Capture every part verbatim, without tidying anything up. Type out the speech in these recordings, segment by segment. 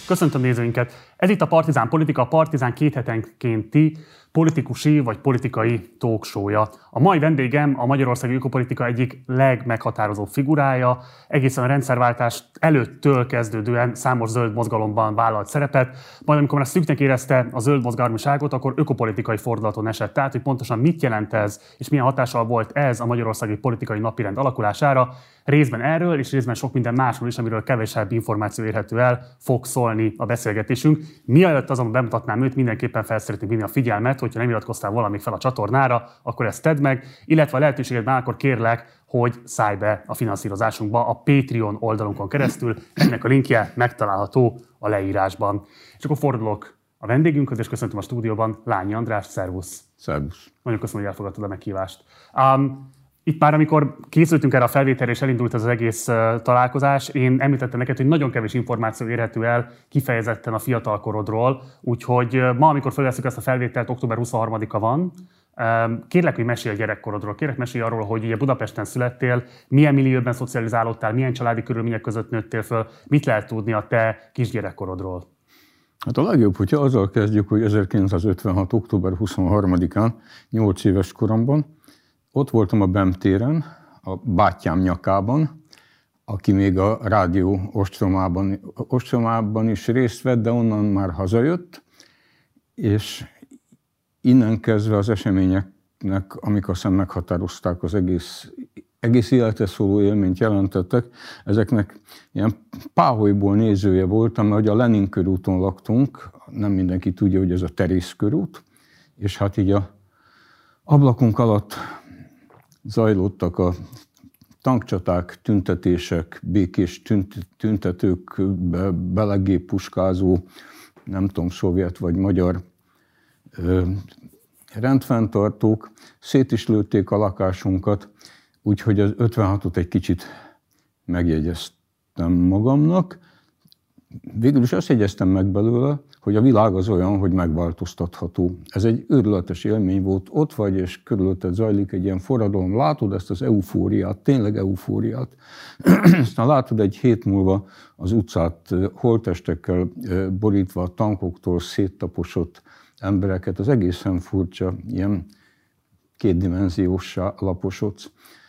Köszöntöm nézőinket! Ez itt a Partizán Politika, a Partizán két hetenkénti politikusi vagy politikai talkshow-ja. A mai vendégem a magyarországi ökopolitika egyik legmeghatározóbb figurája, egészen a rendszerváltás előttől kezdődően számos zöld mozgalomban vállalt szerepet, majd amikor már szűknek érezte a zöld mozgalmiságot, akkor ökopolitikai fordulaton esett át, hogy pontosan mit jelent ez, és milyen hatással volt ez a magyarországi politikai napirend alakulására. Részben erről, és részben sok minden másról is, amiről kevesebb információ érhető el, fog szólni a beszélgetésünk. Mielőtt azonban bemutatnám őt, mindenképpen fel szeretnénk vinni a figyelmet, hogyha nem iratkoztál valamit fel a csatornára, akkor ezt tedd meg, illetve a lehetőséget már akkor kérlek, hogy szállj be a finanszírozásunkba a Patreon oldalunkon keresztül. Ennek a linkje megtalálható a leírásban. És akkor fordulok a vendégünkhöz, és köszöntöm a stúdióban Lányi Andrást, szervusz! Szervusz! Nagyon köszönöm, hogy elfogadtad a meghívást. Um, Itt már, amikor készültünk erre a felvételre, és elindult ez az egész uh, találkozás, én említettem neked, hogy nagyon kevés információ érhető el kifejezetten a fiatalkorodról, úgyhogy uh, ma, amikor felveszünk ezt a felvételt, október huszonharmadika van, uh, kérlek, hogy mesélj a gyerekkorodról, kérlek, mesélj arról, hogy ugye Budapesten születtél, milyen millióben szocializálódtál, milyen családi körülmények között nőttél föl, mit lehet tudni a te kisgyerekkorodról? Hát a legjobb, hogyha azzal kezdjük, hogy ezerkilencszázötvenhat. október huszonharmadikán, nyolc éves koromban, ott voltam a Bem téren, a bátyám nyakában, aki még a rádió ostromában, ostromában is részt vett, de onnan már hazajött, és innen kezdve az eseményeknek, amik aztán meghatározták az egész, egész életre szóló élményt jelentettek, ezeknek ilyen páholyból nézője voltam, mert a Lenin körúton laktunk, nem mindenki tudja, hogy ez a Terész körút, és hát így a ablakunk alatt zajlottak a tankcsaták, tüntetések, békés tünt, tüntetők, be, belegéppuskázó, nem tudom, szovjet vagy magyar ö, rendfenntartók, szét is lőtték a lakásunkat, úgyhogy az ötvenhatot egy kicsit megjegyeztem magamnak. Végül is azt jegyeztem meg belőle, hogy a világ az olyan, hogy megváltoztatható. Ez egy őrületes élmény volt, ott vagy, és körülötted zajlik egy ilyen forradalom. Látod ezt az eufóriát, tényleg eufóriát. Aztán látod egy hét múlva az utcát holttestekkel borítva, a tankoktól széttaposott embereket. Az egészen furcsa, ilyen kétdimenzióssá laposodsz.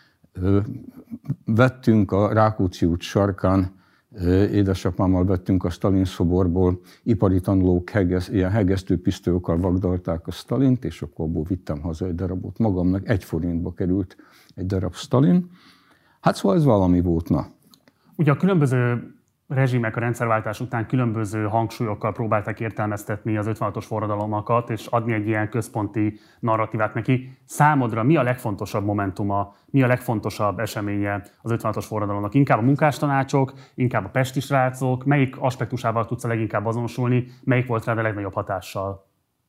Vettünk a Rákóczi út sarkán, édesapámmal vettünk a Sztalin szoborból, ipari tanulók hegesz, ilyen hegesztőpisztolyokkal vagdalták a Sztalint, és akkor abból vittem haza egy darabot magamnak, egy forintba került egy darab Sztalin. Hát szóval ez valami volt, na. Ugye a különböző rezsimek a rendszerváltás után különböző hangsúlyokkal próbálták értelmeztetni az ötvenhatos forradalomakat, és adni egy ilyen központi narratívát neki. Számodra mi a legfontosabb momentuma, mi a legfontosabb eseménye az ötvenhatos forradalomnak? Inkább a munkástanácsok, inkább a pesti srácok? Melyik aspektusával tudsz a leginkább azonosulni? Melyik volt rád a legnagyobb hatással?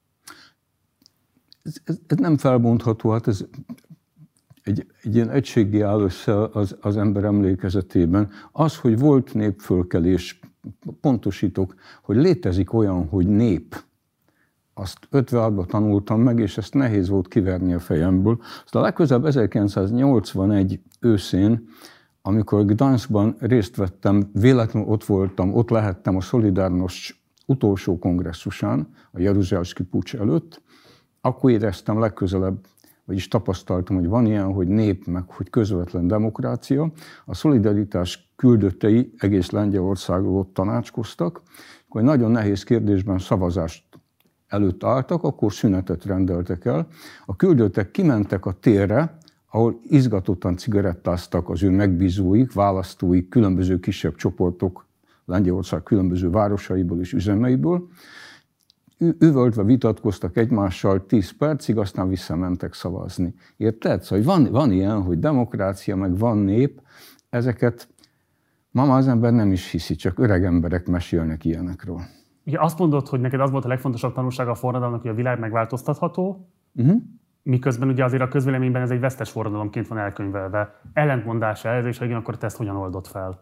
Ez, ez, ez nem felbontható, hát ez egy, egy ilyen egységgé áll össze az, az ember emlékezetében. Az, hogy volt népfölkelés, pontosítok, hogy létezik olyan, hogy nép, azt ötvenhatban tanultam meg, és ezt nehéz volt kiverni a fejemből. Aztán a legközelebb ezerkilencszáznyolcvanegy őszén, amikor Gdanskban részt vettem, véletlenül ott voltam, ott lehettem a Solidarnosc utolsó kongresszusán, a jeruzsálszki puccs előtt, akkor éreztem legközelebb, vagyis tapasztaltam, hogy van ilyen, hogy nép, meg hogy közvetlen demokrácia. A Szolidaritás küldöttei egész Lengyelországról ott tanácskoztak, hogy nagyon nehéz kérdésben szavazást előtt álltak, akkor szünetet rendeltek el. A küldöttek kimentek a térre, ahol izgatottan cigarettáztak az ő megbízóik, választóik, különböző kisebb csoportok Lengyelország különböző városaiból és üzemeiből. Üvöltve vitatkoztak egymással tíz percig, aztán visszamentek szavazni. Érted? Szóval van, van ilyen, hogy demokrácia, meg van nép, ezeket ma már az ember nem is hiszi, csak öreg emberek mesélnek ilyenekről. Ugye azt mondod, hogy neked az volt a legfontosabb tanulsága a forradalomnak, hogy a világ megváltoztatható, uh-huh. miközben ugye azért a közvéleményben ez egy vesztes forradalomként van elkönyvelve. Ellentmondása ez, és ha igen, akkor te ezt hogyan oldod fel?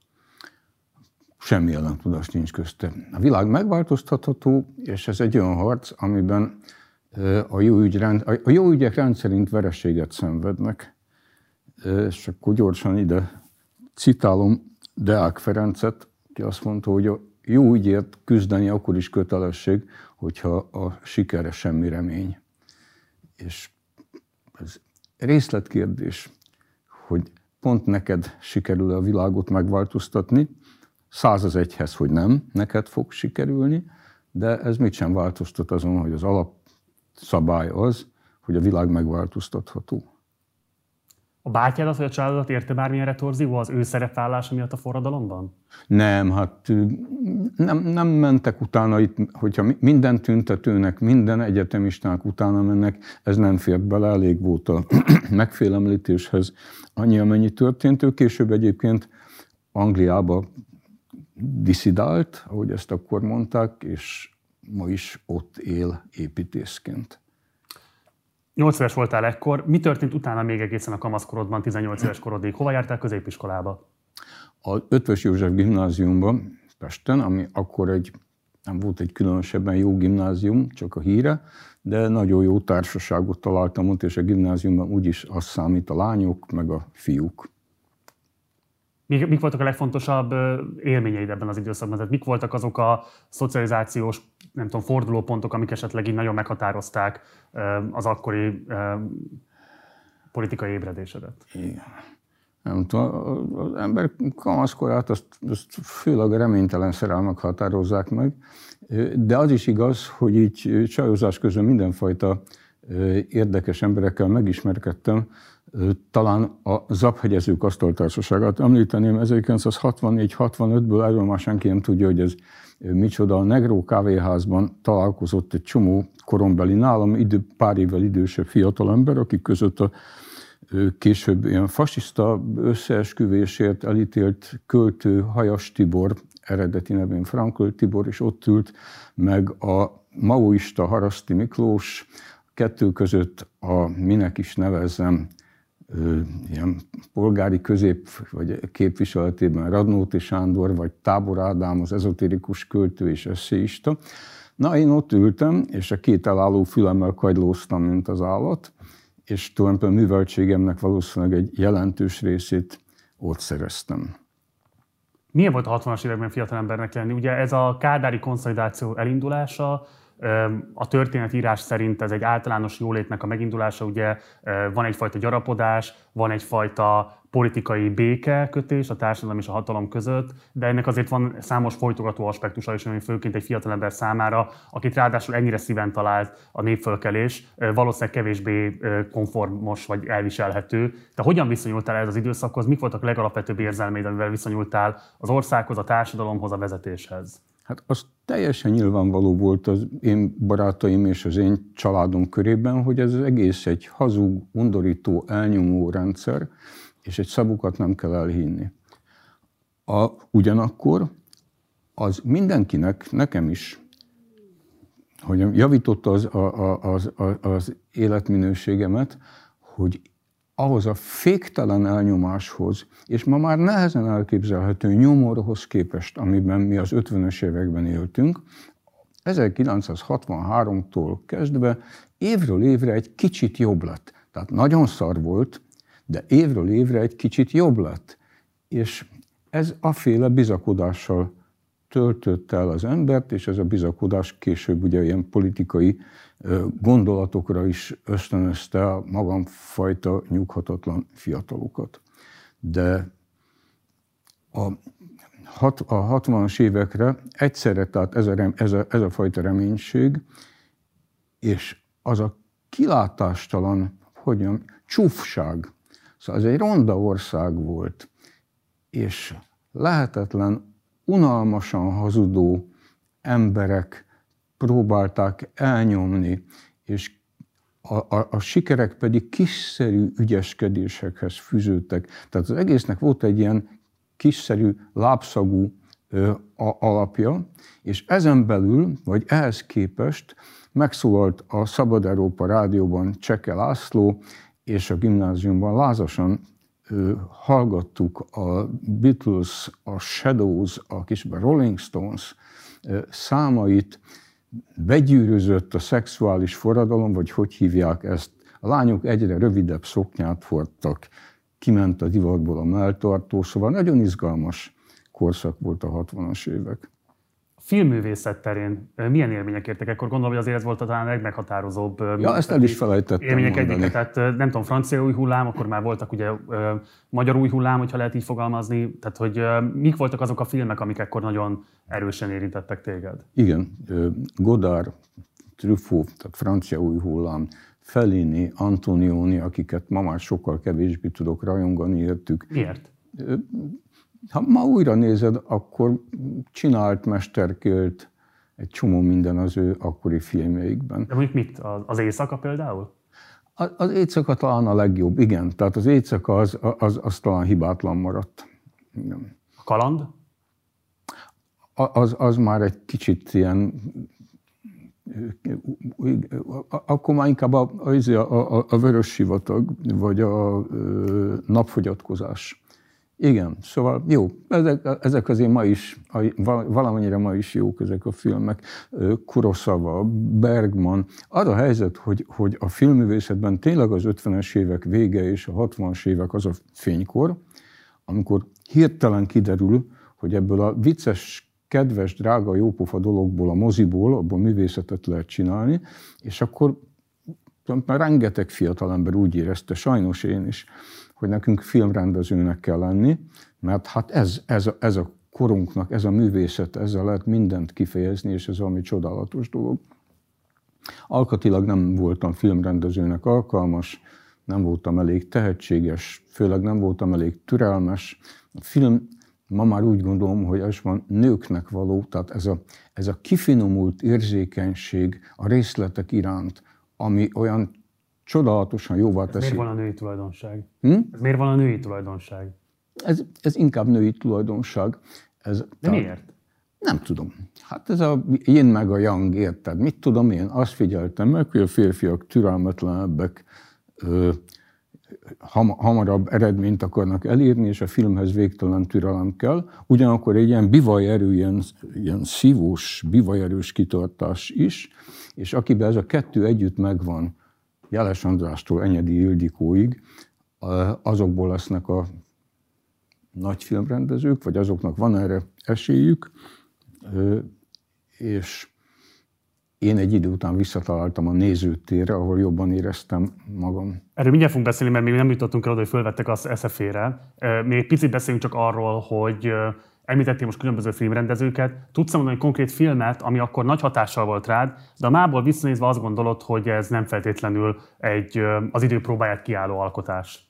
Semmi ellentmondás nincs közte. A világ megváltoztatható, és ez egy olyan harc, amiben a jó, ügyrend, a jó ügyek rendszerint vereséget szenvednek. És akkor gyorsan ide citálom Deák Ferencet, aki azt mondta, hogy a jó ügyért küzdeni akkor is kötelesség, hogyha a sikerre semmi remény. És ez részletkérdés, hogy pont neked sikerül a világot megváltoztatni, száz az egyhez, hogy nem, neked fog sikerülni, de ez mit sem változtat azon, hogy az alapszabály az, hogy a világ megváltoztatható. A bátyádat vagy a családodat érte bármilyen retorzió az ő szerepvállása miatt a forradalomban? Nem, hát nem, nem mentek utána itt, hogyha minden tüntetőnek, minden egyetemistának utána mennek, ez nem fért bele, elég volt a megfélemlítéshez annyi, amennyi történt. Ő később egyébként Angliába diszidált, ahogy ezt akkor mondták, és ma is ott él építészként. nyolc éves voltál ekkor. Mi történt utána még egészen a kamaszkorodban, tizennyolc éves korodig? Hova jártál középiskolába? A Eötvös József gimnáziumban Pesten, ami akkor egy, nem volt egy különösebben jó gimnázium, csak a híre, de nagyon jó társaságot találtam ott, és a gimnáziumban úgyis az számít a lányok, meg a fiúk. Mik, mik voltak a legfontosabb élményeid ebben az időszakban? Tehát mik voltak azok a szocializációs, nem tudom, fordulópontok, amik esetleg így nagyon meghatározták az akkori politikai ébredésedet? Igen. Nem tudom, az ember kamaszkorát azt, azt főleg a reménytelen szerelmek határozzák meg, de az is igaz, hogy így csajozás közben mindenfajta érdekes emberekkel megismerkedtem. Talán a Zaphegyezők Asztaltársaságát említeném, ezerkilencszázhatvannégy hatvanötből, erről már senki nem tudja, hogy ez micsoda. A Negró kávéházban találkozott egy csomó korombeli, nálam idő, pár évvel idősebb fiatalember, akik között a később ilyen fasiszta összeesküvésért elítélt költő Hajas Tibor, eredeti nevén Frankl Tibor, és ott ült, meg a maoista Haraszti Miklós, kettő között a, minek is nevezzem, ilyen polgári közép vagy képviseletében Radnóti Sándor, vagy Tábor Ádám, az ezotérikus költő és eszéista. Na, én ott ültem, és a két elálló fülemmel kagylóztam, mint az állat, és tulajdonképpen a műveltségemnek valószínűleg egy jelentős részét ott szereztem. Milyen volt a hatvanas években fiatalembernek lenni? Ugye ez a kádári konszolidáció elindulása, a történetírás szerint ez egy általános jólétnek a megindulása, ugye van egyfajta gyarapodás, van egyfajta politikai békekötés a társadalom és a hatalom között, de ennek azért van számos folytogató aspektusa is, ami főként egy fiatalember számára, akit ráadásul ennyire szíven talált a népfölkelés, valószínűleg kevésbé konformos vagy elviselhető. De hogyan viszonyultál ez az időszakhoz? Mik voltak a legalapvetőbb érzelmeid, amivel viszonyultál az országhoz, a társadalomhoz, a vezetéshez? Hát az teljesen nyilvánvaló volt az én barátaim és az én családom körében, hogy ez az egész egy hazug, undorító, elnyomó rendszer, és egy szavukat nem kell elhinni. A, ugyanakkor az mindenkinek, nekem is, hogy javította az, az, az, az életminőségemet, hogy ahhoz a féktelen elnyomáshoz, és ma már nehezen elképzelhető nyomorhoz képest, amiben mi az ötvenes években éltünk, ezerkilencszázhatvanháromtól kezdve évről évre egy kicsit jobb lett. Tehát nagyon szar volt, de évről évre egy kicsit jobb lett. És ez aféle bizakodással töltött el az embert, és ez a bizakodás később ugye ilyen politikai gondolatokra is ösztönözte a magamfajta nyughatatlan fiatalokat. De a, hat, a hatvanas évekre egyszerre, tehát ez a, ez, a, ez a fajta reménység, és az a kilátástalan, hogy mondjam, csúfság. Szóval ez egy ronda ország volt, és lehetetlen, unalmasan hazudó emberek próbálták elnyomni, és a, a, a sikerek pedig kiszerű ügyeskedésekhez fűződtek. Tehát az egésznek volt egy ilyen kiszerű, lábszagú ö, a, alapja, és ezen belül, vagy ehhez képest megszólalt a Szabad Európa rádióban Cseke László, és a gimnáziumban lázasan ö, hallgattuk a Beatles, a Shadows, a kisben Rolling Stones ö, számait, begyűrözött a szexuális forradalom, vagy hogy hívják ezt. A lányok egyre rövidebb szoknyát hordtak, kiment a divatból a melltartó, szóval nagyon izgalmas korszak volt a hatvanas évek. filmművészet terén milyen élmények értek? Ekkor gondolom, hogy azért ez volt talán a legmeghatározóbb ja, ezt el is felejtettem élmények mondani. egyike. Tehát nem tudom, francia új hullám, akkor már voltak ugye magyar új hullám, hogyha lehet így fogalmazni. Tehát, hogy mik voltak azok a filmek, amik ekkor nagyon erősen érintettek téged? Igen, Godard, Truffaut, tehát francia új hullám, Fellini, Antonioni, akiket ma már sokkal kevésbé tudok rajongani értük. Miért? Ha ma újra nézed, akkor csinált, mesterkélt egy csomó minden az ő akkori filmjeikben. De mondjuk mit? Az éjszaka például? Az, az éjszaka talán a legjobb, igen. Tehát az éjszaka az, az, az talán hibátlan maradt. Igen. A kaland? Az, az már egy kicsit ilyen... Akkor már inkább a, a, a, a vörös sivatag, vagy a, a napfogyatkozás. Igen, szóval jó, ezek, ezek azért ma is, valamennyire ma is jók ezek a filmek. Kurosawa, Bergman. Az a helyzet, hogy, hogy a filmművészetben tényleg az ötvenes évek vége és a hatvanas évek az a fénykor, amikor hirtelen kiderül, hogy ebből a vicces, kedves, drága, jópofa dologból, a moziból, abból művészetet lehet csinálni, és akkor rengeteg fiatalember úgy érezte, sajnos én is, hogy nekünk filmrendezőnek kell lenni, mert hát ez, ez, a, ez a korunknak, ez a művészet, ezzel lehet mindent kifejezni, és ez valami csodálatos dolog. Alkatilag nem voltam filmrendezőnek alkalmas, nem voltam elég tehetséges, főleg nem voltam elég türelmes. A film ma már úgy gondolom, hogy ez van nőknek való, tehát ez a, ez a kifinomult érzékenység a részletek iránt, ami olyan csodálatosan jóvá teszi. Ez miért van a női tulajdonság? Hm? Ez miért van a női tulajdonság? Ez, ez inkább női tulajdonság. Ez, De tehát, miért? Nem tudom. Hát ez a yin meg a yang, érted? Mit tudom én? Azt figyeltem meg, hogy a férfiak türelmetlenebbek, ö, ham, hamarabb eredményt akarnak elérni, és a filmhez végtelen türelem kell. Ugyanakkor egy ilyen bivajerő, ilyen, ilyen szívós, bivajerős kitartás is, és akiben ez a kettő együtt megvan, Jeles Andrástól Enyedi Ildikóig, azokból lesznek a nagy filmrendezők, vagy azoknak van erre esélyük, és én egy idő után visszataláltam a nézőtérre, ahol jobban éreztem magam. Erről mindjárt fogunk beszélni, mert még nem jutottunk el oda, hogy fölvettek az es ef é-re. Még egy picit beszélünk csak arról, hogy említettél most különböző filmrendezőket. Tudsz mondani egy konkrét filmet, ami akkor nagy hatással volt rád, de a mából visszanézve azt gondolod, hogy ez nem feltétlenül egy az idő próbáját kiálló alkotás?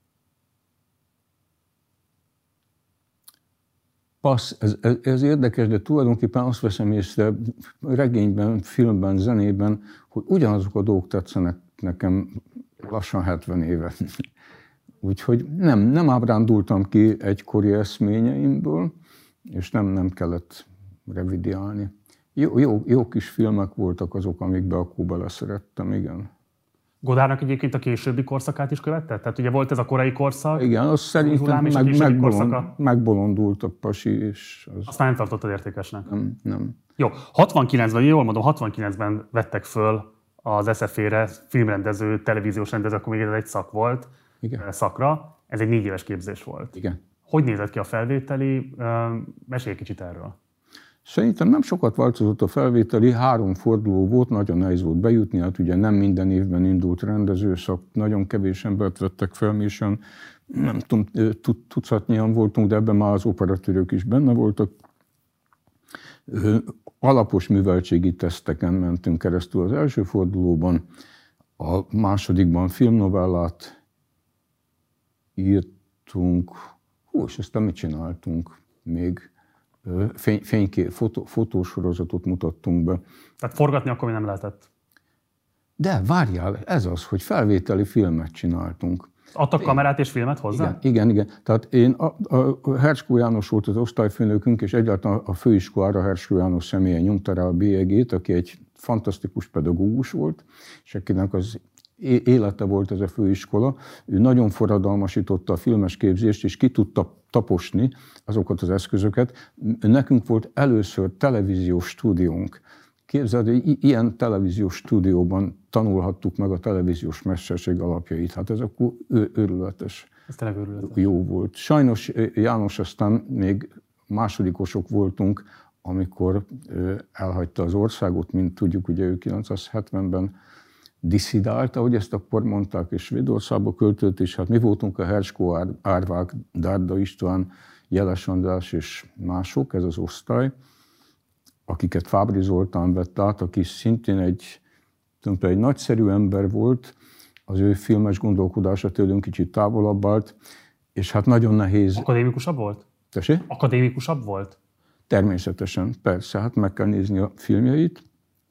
Passz, ez, ez, ez érdekes, de tulajdonképpen azt veszem észre regényben, filmben, zenében, hogy ugyanazok a dolgok tetszenek nekem lassan hetven éve. Úgyhogy nem, nem ábrándultam ki egykori eszményeimből, és nem, nem kellett revidiálni. Jó, jó, jó kis filmek voltak azok, amikbe akkor beleszerettem, igen. Godardnak egyébként a későbbi korszakát is követte? Tehát ugye volt ez a korai korszak. Igen, azt szerintem meg, megbolond, megbolondult a pasi, és az... Azt már nem tartottad értékesnek? Nem, nem. Jó, hatvankilencben, jól mondom, hatvankilencben vettek föl az es ef é-re filmrendező, televíziós rendező, akkor még ez egy szak volt, igen. Szakra. Ez egy négy éves képzés volt. Igen. Hogy nézett ki a felvételi? Mesélj egy kicsit erről. Szerintem nem sokat változott a felvételi, három forduló volt, nagyon nehéz volt bejutni, hát ugye nem minden évben indult rendezőszak, nagyon kevés embert vettek fel, mi is olyan, nem tudom, tucatnyian voltunk, de ebben már az operatőrök is benne voltak. Alapos műveltségi teszteken mentünk keresztül az első fordulóban, a másodikban filmnovellát írtunk, hú, és aztán mit csináltunk még? Fény, fényké, fotó, fotósorozatot mutattunk be. Tehát forgatni akkor mi nem lehetett? De várjál, ez az, hogy felvételi filmet csináltunk. Adtak én, kamerát és filmet hozzá? Igen, igen. igen. Tehát én, a, a Herskó János volt az osztályfőnőkünk, és egyáltalán a főiskolára Herskó János személyen nyomta rá a bélyegét, aki egy fantasztikus pedagógus volt, és akinek az élete volt ez a főiskola. Ő nagyon forradalmasította a filmes képzést, és ki tudta taposni azokat az eszközöket. Nekünk volt először televíziós stúdiónk. Képzeld, hogy ilyen televíziós stúdióban tanulhattuk meg a televíziós mesterség alapjait. Hát ez akkor őrületes. Ez tényleg őrületes. Jó volt. Sajnos János aztán még másodikosok voltunk, amikor elhagyta az országot, mint tudjuk, ugye ő kilencszázhetvenben disszidált, ahogy ezt akkor mondták, és Svédországba költött, és hát mi voltunk a Herskó Árvák, Dárda István, Jeles András és mások, ez az osztály, akiket Fábry Zoltán vett át, aki szintén egy, egy nagyszerű ember volt, az ő filmes gondolkodása tőlünk kicsit távolabb állt, és hát nagyon nehéz... Akadémikusabb volt? Tessék? Akadémikusabb volt? Természetesen, persze, hát meg kell nézni a filmjeit.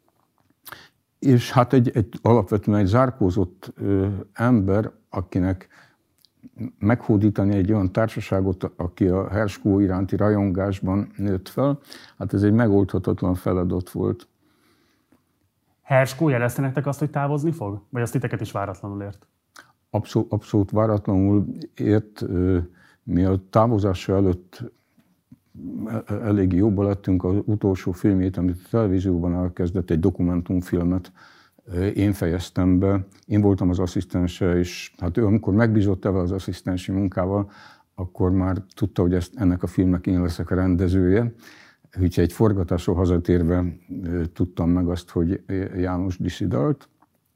És hát egy, egy alapvetően egy zárkózott ö, ember, akinek meghódítani egy olyan társaságot, aki a Herskó iránti rajongásban nőtt fel, hát ez egy megoldhatatlan feladat volt. Herskó jelezte nektek azt, hogy távozni fog? Vagy azt titeket is váratlanul ért? Abszolút, abszolút váratlanul ért. Mi a távozása előtt elég jóba lettünk. Az utolsó filmjét, amit a televízióban elkezdett, egy dokumentumfilmet én fejeztem be. Én voltam az asszisztense, és hát ő, amikor megbízott el az asszisztensi munkával, akkor már tudta, hogy ezt, ennek a filmnek én leszek a rendezője. Úgyhogy egy forgatásról hazatérve tudtam meg azt, hogy János disszidált.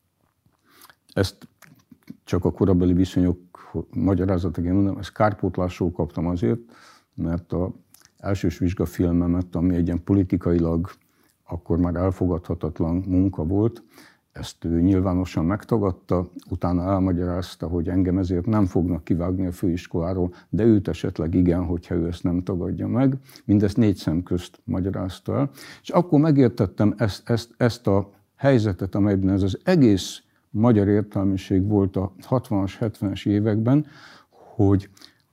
Ezt csak a korabeli viszonyok magyarázataként mondom, ezt kárpótlásról kaptam azért, mert az elsős vizsgafilmemet, ami egy ilyen politikailag akkor már elfogadhatatlan munka volt, ezt ő nyilvánosan megtagadta, utána elmagyarázta, hogy engem ezért nem fognak kivágni a főiskoláról, de őt esetleg igen, hogyha ő ezt nem tagadja meg. Mindezt négy szem közt magyarázta el. És akkor megértettem ezt, ezt, ezt a helyzetet, amelyben ez az egész magyar értelmiség volt a hatvanas, hetvenes években, hogy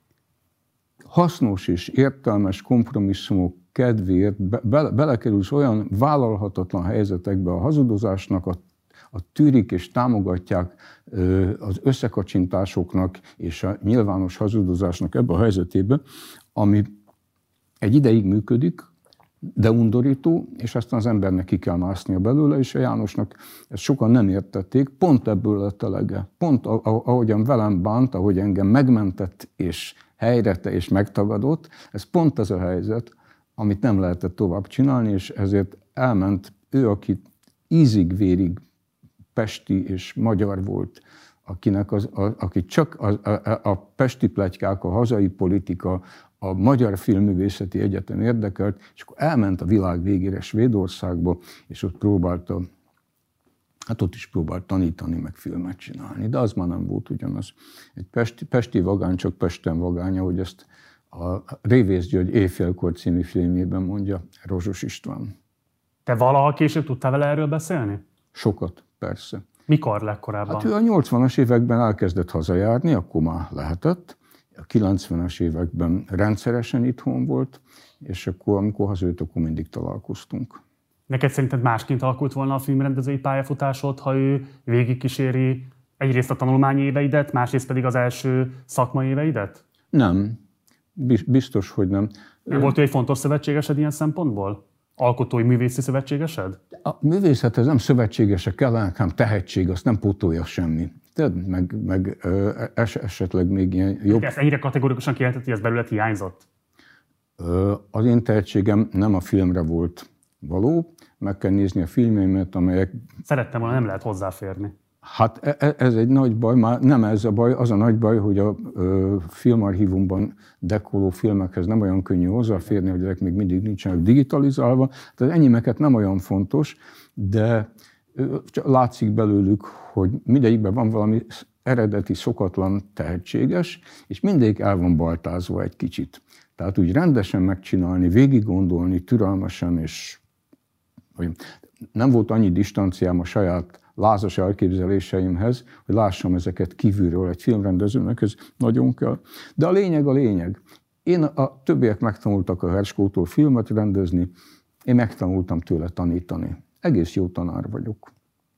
hasznos és értelmes kompromisszumok kedvéért be, be, belekerülsz olyan vállalhatatlan helyzetekbe a hazudozásnak, a a tűrik és támogatják az összekacsintásoknak és a nyilvános hazudozásnak ebbe a helyzetében, ami egy ideig működik, de undorító, és aztán az embernek ki kell másznia belőle, és a Jánosnak ezt sokan nem értették, pont ebből lett elege. Pont ahogyan velem bánt, ahogy engem megmentett, és helyrete, és megtagadott, ez pont az a helyzet, amit nem lehetett tovább csinálni, és ezért elment ő, aki ízig-vérig pesti és magyar volt, akinek az, a, aki csak a, a, a pesti pletykák, a hazai politika, a Magyar Filmművészeti Egyetem érdekelt, és akkor elment a világ végére Svédországba, és ott próbálta, hát ott is próbált tanítani, meg filmet csinálni, de az már nem volt ugyanaz. Egy pesti, pesti vagány, csak Pesten vagány, ahogy ezt a Révész György Éjfélkor című filmjében mondja Rozsos István. Te valaha később tudtál vele erről beszélni? Sokat, persze. Mikor legkorábban? Hát ő a nyolcvanas években elkezdett hazajárni, akkor már lehetett. A kilencvenes években rendszeresen itthon volt, és akkor, amikor hazajött, akkor mindig találkoztunk. Neked szerinted másként alakult volna a filmrendezői pályafutásod, ha ő végigkíséri egyrészt a tanulmányi éveidet, másrészt pedig az első szakmai éveidet? Nem. Biztos, hogy nem. Nem volt ő egy fontos szövetségesed ilyen szempontból? Alkotói művészi szövetségesed? A művészethez nem szövetségese kell, hanem tehetség, azt nem pótolja semmi. Tehát meg, meg es, esetleg még ilyen jobb... Ezt ennyire kategorikusan kijelentett, hogy ez belőled hiányzott? Az én tehetségem nem a filmre volt való, meg kell nézni a filmjeimet, amelyek... Szerettem volna, nem lehet hozzáférni. Hát ez egy nagy baj, már nem ez a baj, az a nagy baj, hogy a ö, filmarchívumban dekoló filmekhez nem olyan könnyű hozzáférni, hogy ezek még mindig nincsenek digitalizálva, tehát enyémeket nem olyan fontos, de ö, látszik belőlük, hogy mindegyikben van valami eredeti, szokatlan, tehetséges, és mindegyik el van baltázva egy kicsit. Tehát úgy rendesen megcsinálni, végig gondolni, türelmesen, és hogy nem volt annyi distanciám a saját lázas elképzeléseimhez, hogy lássam ezeket kívülről, egy filmrendezőnek ez nagyon kell. De a lényeg a lényeg. Én a többiek megtanultak a Herskótól filmet rendezni, én megtanultam tőle tanítani. Egész jó tanár vagyok.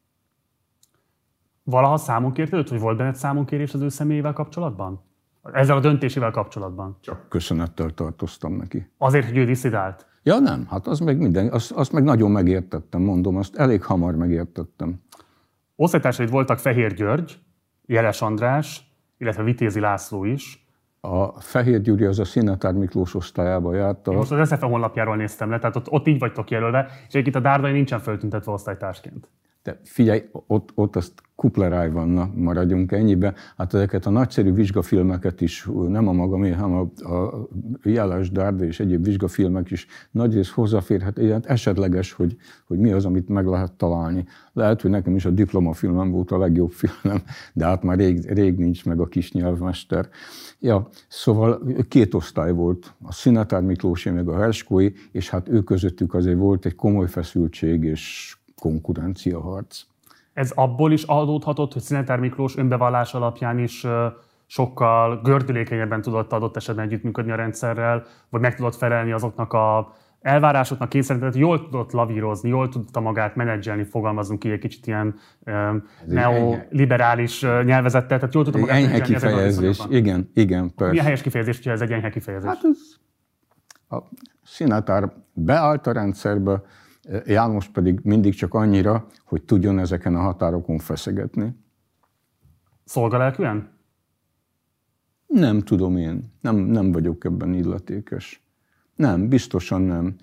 Valaha számon kérted őt, hogy volt benned számonkérés az ő személyével kapcsolatban? Ezzel a döntésével kapcsolatban? Csak köszönettel tartoztam neki. Azért, hogy ő disszidált? Ja nem, hát az meg minden, azt, azt meg nagyon megértettem, mondom, azt elég hamar megértettem. Osztálytársaid voltak Fehér György, Jeles András, illetve Vitézi László is. A Fehér Gyuri az a Szinetár Miklós osztályába járt. A... Most az es zé ef honlapjáról néztem le, tehát ott, ott így vagytok jelölve, és egyébként a Dárdai nincsen föltüntetve osztálytársként. De figyelj, ott, ott azt kupleráj van, na, maradjunk ennyibe. Hát ezeket a nagyszerű vizsgafilmeket is, nem a magamé, hanem a, a Jeles Dárdai és egyéb vizsgafilmek is nagyrészt hozzáférhet. Ilyen esetleges, hogy, hogy mi az, amit meg lehet találni. Lehet, hogy nekem is a diplomafilmem volt a legjobb filmem, de hát már rég, rég nincs meg a kis nyelvmester. Ja, szóval két osztály volt, a Szinetár Miklósé meg a Herskói, és hát ők közöttük azért volt egy komoly feszültség és konkurenciaharc. Ez abból is adódhatott, hogy Szinetár Miklós önbevallás alapján is sokkal gördülékenyebben tudott adott esetben együttműködni a rendszerrel, vagy meg tudott felelni azoknak a elvárásoknak, kényszerített, jól tudott lavírozni, jól tudta magát menedzselni, fogalmazunk ki egy kicsit ilyen um, neoliberális uh, nyelvezettel, tehát jól tudta magát enyhe kifejezés, igen, igen, persze. Mi a helyes kifejezés, hogyha ez egy enyhe kifejezés? Hát ez, a Szinetár beállt a rendszerbe, János pedig mindig csak annyira, hogy tudjon ezeken a határokon feszegetni. Szolgalelkűen? Nem tudom én. Nem, nem vagyok ebben illetékes. Nem, biztosan nem.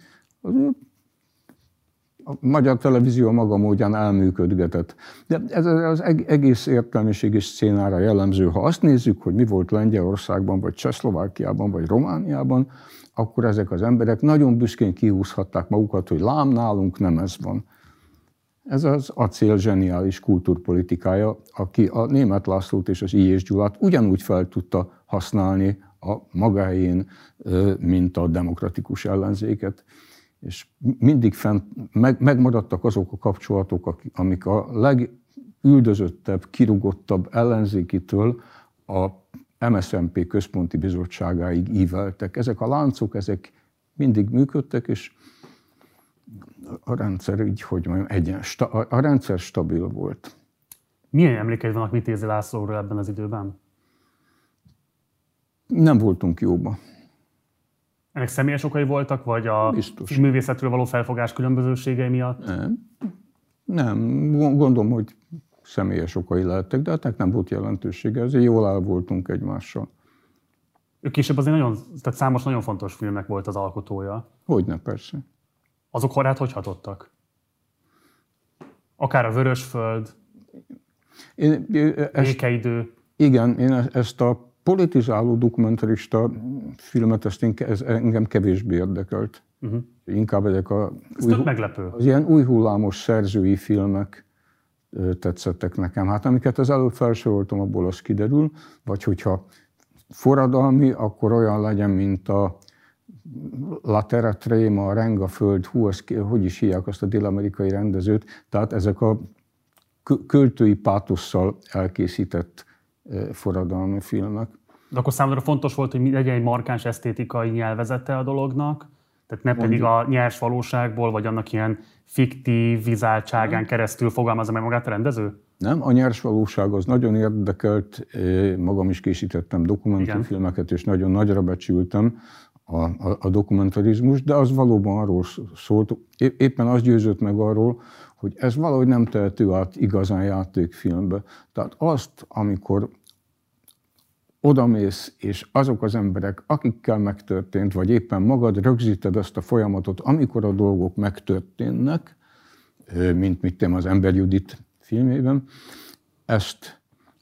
A magyar televízió maga módján elműködgetett. De ez az egész értelmiségi szcénára jellemző. Ha azt nézzük, hogy mi volt Lengyelországban, vagy Csehszlovákiában, vagy Romániában, akkor ezek az emberek nagyon büszkén kihúzhatták magukat, hogy lám, nálunk nem ez van. Ez az acél zseniális kultúrpolitikája, aki a Németh Lászlót és az I. és Gyulát ugyanúgy fel tudta használni a magáén, mint a demokratikus ellenzéket. És mindig fent, meg, megmaradtak azok a kapcsolatok, amik a legüldözöttebb, kirugottabb ellenzékitől a em es zé en pé központi bizottságáig íveltek. Ezek a láncok, ezek mindig működtek, és a rendszer így, hogy mondjam, egyen, a rendszer stabil volt. Milyen emlékeid vannak Vitézi Lászlóról ebben az időben? Nem voltunk jóba. Ennek személyes okai voltak, vagy a Biztos. művészetről való felfogás különbözőségei miatt? Nem. Nem. Gondolom, hogy személyes okai lehettek, de hát nem volt jelentősége. Ezért jól el voltunk egymással. Ő később azért nagyon, tehát számos nagyon fontos filmnek volt az alkotója. Hogyne, persze. Azok horát hogy hatottak? Akár a Vörösföld, én, ezt, Békeidő. Igen, én ezt a politizáló dokumentarista filmet, ezt én, ez engem kevésbé érdekelt. Uh-huh. Inkább ezek a ez új, meglepő. Az ilyen új hullámos szerzői filmek tetszettek nekem. Hát amiket az előbb felsoroltam, abból az kiderül, vagy hogyha forradalmi, akkor olyan legyen, mint a La Terra Trema, a Rengaföld, hú, az, hogy is hívják azt a dél-amerikai rendezőt, tehát ezek a költői pátosszal elkészített forradalmi filmek. De akkor számomra fontos volt, hogy legyen egy markáns esztétikai nyelvezete a dolognak, tehát ne Mondjuk. pedig a nyers valóságból, vagy annak ilyen fiktív vizáltságán keresztül fogalmazza meg magát a rendező? Nem, a nyers valóság az nagyon érdekelt, magam is készítettem dokumentumfilmeket, és nagyon nagyra becsültem a, a, a dokumentarizmus, de az valóban arról szólt, éppen az győzött meg arról, hogy ez valahogy nem tehető át igazán játékfilmbe. Tehát azt, amikor odamész, és azok az emberek, akikkel megtörtént, vagy éppen magad rögzíted azt a folyamatot, amikor a dolgok megtörténnek, mint mit tudom az Ember Judit filmében, ezt,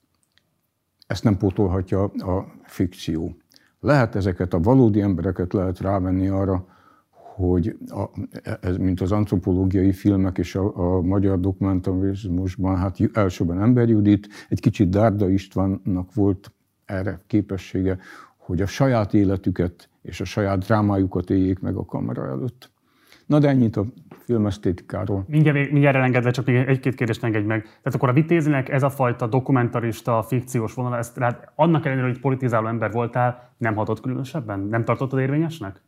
ezt nem pótolhatja a fikció. Lehet ezeket a valódi embereket lehet rávenni arra, hogy a, ez, mint az antropológiai filmek és a, a magyar dokumentarizmusban, hát elsőben Ember Judit, egy kicsit Dárdai Istvánnak volt erre képessége, hogy a saját életüket és a saját drámájukat éljék meg a kamera előtt. Na de ennyit a filmesztétikáról. Mindjárt, mindjárt elengedve, csak még egy-két kérdést engedj meg. Tehát akkor a Vitézinek ez a fajta dokumentarista, fikciós vonal, ezt rád, annak ellenére, hogy politizáló ember voltál, nem hatott különösebben? Nem tartottad érvényesnek?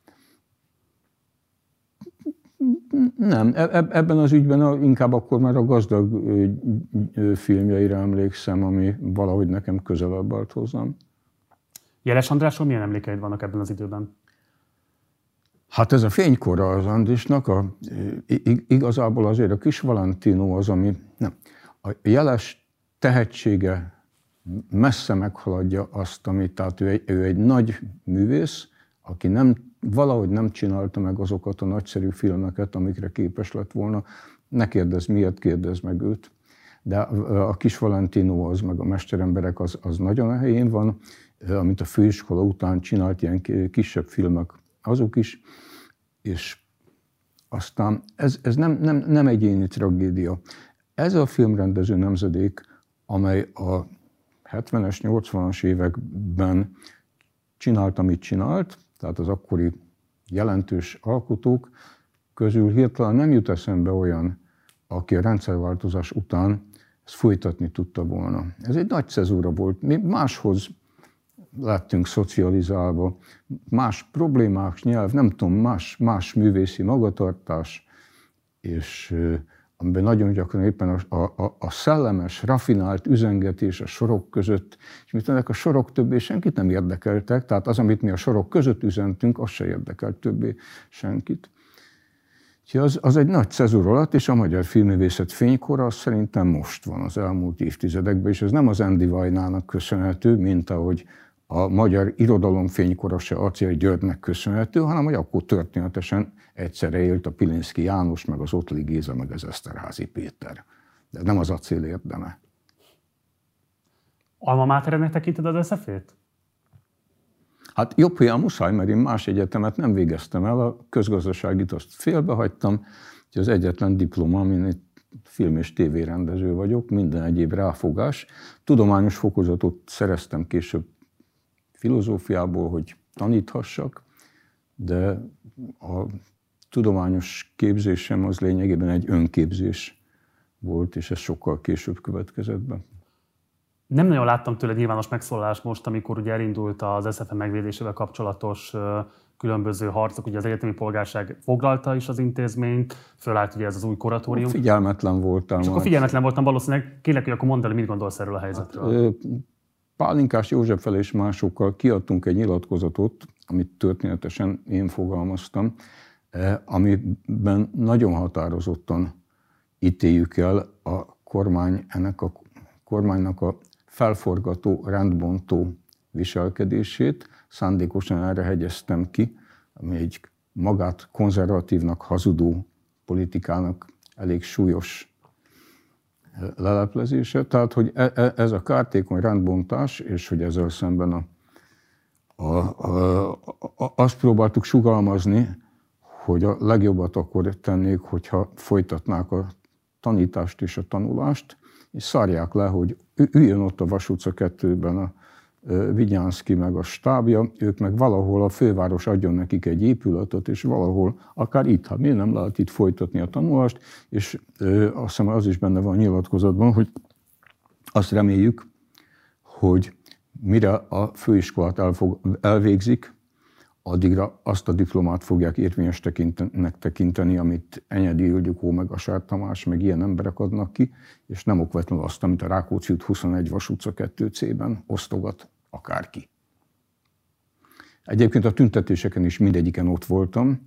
Nem, ebben az ügyben inkább akkor már a gazdag filmjeire emlékszem, ami valahogy nekem közelebb állt hozzám. Jeles Andrásról milyen emlékeid vannak ebben az időben? Hát ez a fénykora az Andrisnak, a, igazából azért a Kis Valentino az, ami nem. A Jeles tehetsége messze meghaladja azt, amit, tehát ő egy, ő egy nagy művész, aki nem, valahogy nem csinálta meg azokat a nagyszerű filmeket, amikre képes lett volna. Ne kérdezz miért, kérdezz meg őt. De a Kis Valentino az, meg a Mesteremberek az, az nagyon a helyén van, amit a főiskola után csinált, ilyen kisebb filmek azok is, és aztán ez, ez nem, nem, nem egyéni tragédia. Ez a filmrendező nemzedék, amely a hetvenes, nyolcvanas években csinált, amit csinált, tehát az akkori jelentős alkotók közül hirtelen nem jut eszembe olyan, aki a rendszerváltozás után ezt folytatni tudta volna. Ez egy nagy cezúra volt. Mi máshoz lettünk szocializálva, más problémák, nyelv, nem tudom, más, más művészi magatartás, és amiben nagyon gyakran éppen a, a, a szellemes, rafinált üzengetés a sorok között, és mit ennek a sorok többé senkit nem érdekeltek, tehát az, amit mi a sorok között üzentünk, az se érdekelt többé senkit. Az, az egy nagy cezúr alatt, és a magyar filmművészet fénykora az szerintem most van az elmúlt évtizedekben, és ez nem az Andy Vajnának köszönhető, mint ahogy a magyar irodalom fénykora se Acél Györgynek köszönhető, hanem hogy akkor történetesen egyszerre élt a Pilinszky János, meg az Ottli Géza, meg az Eszterházy Péter. De nem az acél érdeme. Alma máterenek tekinted az es zé ef-ét? Hát jobb, hogy muszáj, mert én más egyetemet nem végeztem el, a közgazdaságit azt félbehagytam, hogy az egyetlen diploma, amin egy film- és tévérendező vagyok, minden egyéb ráfogás. Tudományos fokozatot szereztem később filozófiából, hogy taníthassak, de a tudományos képzésem az lényegében egy önképzés volt, és ez sokkal később következett be. Nem nagyon láttam tőle nyilvános megszólalást most, amikor ugye elindult az es zé ef megvédésével kapcsolatos különböző harcok, ugye az egyetemi polgárság foglalta is az intézményt, fölállt ugye ez az új kuratórium. Figyelmetlen voltam. És akkor figyelmetlen voltam valószínűleg. Kérlek, hogy akkor mondd el, mit gondolsz erről a helyzetről. Hát, Pálinkás Józseffel és másokkal kiadtunk egy nyilatkozatot, amit történetesen én fogalmaztam, amiben nagyon határozottan ítéljük el a kormány, ennek a kormánynak a felforgató, rendbontó viselkedését. Szándékosan erre hegyeztem ki, ami egy magát konzervatívnak, hazudó politikának elég súlyos leleplezése. Tehát, hogy ez a kártékony rendbontás, és hogy ezzel szemben a, a, a, a, azt próbáltuk sugalmazni, hogy a legjobbat akkor tennék, hogyha folytatnák a tanítást és a tanulást, és szarják le, hogy üljön ott a Vas utca kettőben a Vigyánszky meg a stábja, ők meg valahol a főváros adjon nekik egy épületet, és valahol, akár itt, hát miért nem lehet itt folytatni a tanulást, és ö, azt hiszem az is benne van a nyilatkozatban, hogy azt reméljük, hogy mire a főiskolát elfog, elvégzik, addigra azt a diplomát fogják érvényes tekintenek tekinteni, amit Enyedi Ildikó, meg a Sár Tamás, meg ilyen emberek adnak ki, és nem okvetlenül azt, amit a Rákóczi út huszonegy Vas utca kettő cében osztogat akárki. Egyébként a tüntetéseken is mindegyiken ott voltam,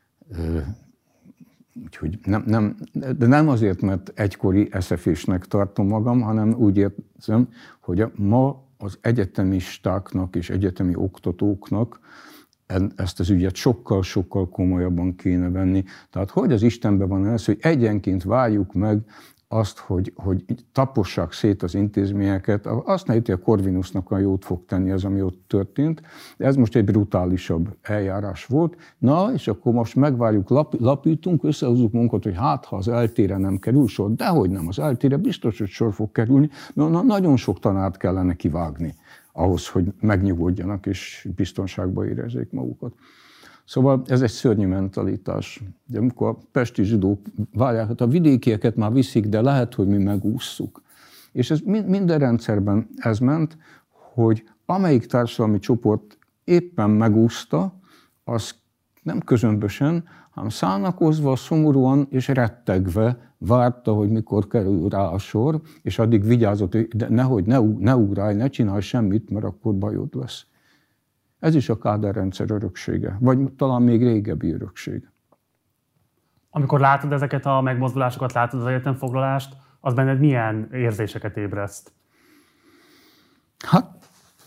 úgyhogy nem, nem, de nem azért, mert egykori es zé ef-ésnek tartom magam, hanem úgy érzem, hogy ma az egyetemistáknak és egyetemi oktatóknak ezt az ügyet sokkal-sokkal komolyabban kéne venni. Tehát hogy az Istenben van ez, hogy egyenként várjuk meg azt, hogy, hogy tapossák szét az intézményeket. Azt ne hogy a Corvinusnak a jót fog tenni az, ami ott történt. De ez most egy brutálisabb eljárás volt. Na, és akkor most megvárjuk, lap, lapítunk, összehozunk munkat, hogy hát, ha az eltére nem kerül sor, dehogy nem, az eltére biztos, hogy sor fog kerülni, mert nagyon sok tanárt kellene kivágni ahhoz, hogy megnyugodjanak és biztonságban érezzék magukat. Szóval ez egy szörnyű mentalitás. De amikor a pesti zsidók várják, hát a vidékieket már viszik, de lehet, hogy mi megússzuk. És ez minden rendszerben ez ment, hogy amelyik társadalmi csoport éppen megúszta, az nem közömbösen, hanem szánakozva, szomorúan és rettegve várta, hogy mikor kerül rá a sor, és addig vigyázott, hogy de nehogy ne, ne ugrálj, ne csinálj semmit, mert akkor bajod lesz. Ez is a Kádár rendszer öröksége, vagy talán még régebbi örökség. Amikor látod ezeket a megmozdulásokat, látod az egyetemfoglalást, az benned milyen érzéseket ébreszt? Hát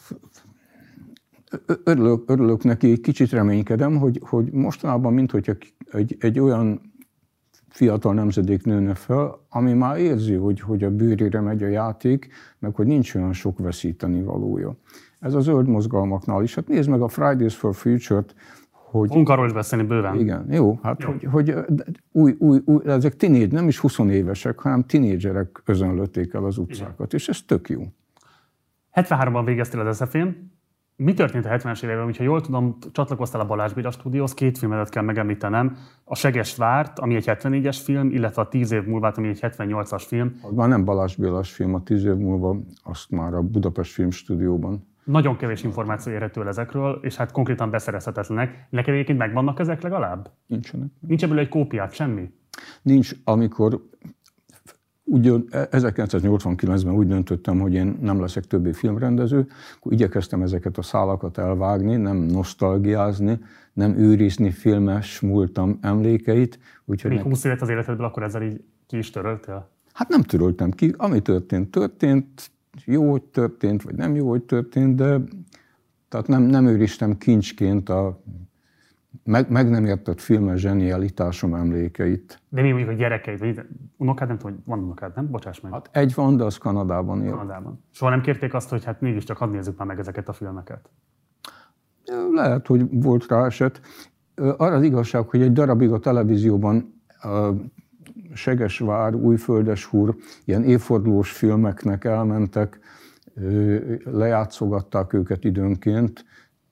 örülök, örülök neki, kicsit reménykedem, hogy, hogy mostanában, minthogyha egy, egy olyan fiatal nemzedék nőne fel, ami már érzi, hogy, hogy a bőrére megy a játék, meg hogy nincs olyan sok veszíteni valója. Ez a zöld mozgalmaknál is. Hát nézd meg a Fridays for Future-t, hogy... Fogunk arról is beszélni bőven. Igen, jó, hát jó. Hogy, hogy új, új, új, ezek tinéd, nem is huszonévesek, hanem tinédzserek özönlötték el az utcákat, igen. És ez tök jó. hetvenháromban végeztél az es zé ef-én. Mi történt a hetvenes években? Ha jól tudom, csatlakoztál a Balázs Béla stúdióhoz, két filmet kell megemlítenem. A Segesvárt, ami egy hetvennégyes film, illetve a tíz év múlva, ami egy hetvennyolcas film. Az már nem Balázs Bélas film, a tíz év múlva, azt már a Budapest Filmstúdióban. Nagyon kevés információ érhető el ezekről, és hát konkrétan beszerezhetetlenek. Neked egyébként megvannak ezek legalább? Nincsenek. Nincs ebből egy kópiát, semmi? Nincs, amikor... Úgy, ezerkilencszáznyolcvankilencben úgy döntöttem, hogy én nem leszek többé filmrendező, akkor igyekeztem ezeket a szálakat elvágni, nem nosztalgiázni, nem őrizni filmes múltam emlékeit. Úgyhogy még húsz évet az életedből, akkor ezzel így ki is töröltél? Hát nem töröltem ki. Ami történt, történt. Jó, hogy történt, vagy nem jó, hogy történt, de tehát nem, nem őriztem kincsként a Meg, meg nem értett filmes zsenialitásom emlékeit. De mi mondjuk a gyerekeid, vagy unokád, nem tudom, hogy van unokád, nem? Bocsáss meg. Hát egy van, de az Kanadában él. Kanadában. Soha nem kérték azt, hogy hát mégiscsak hadd nézzük már meg ezeket a filmeket? Lehet, hogy volt rá eset. Arra az igazság, hogy egy darabig a televízióban a Segesvár, Újföldeshúr, ilyen évfordulós filmeknek elmentek, lejátszogatták őket időnként,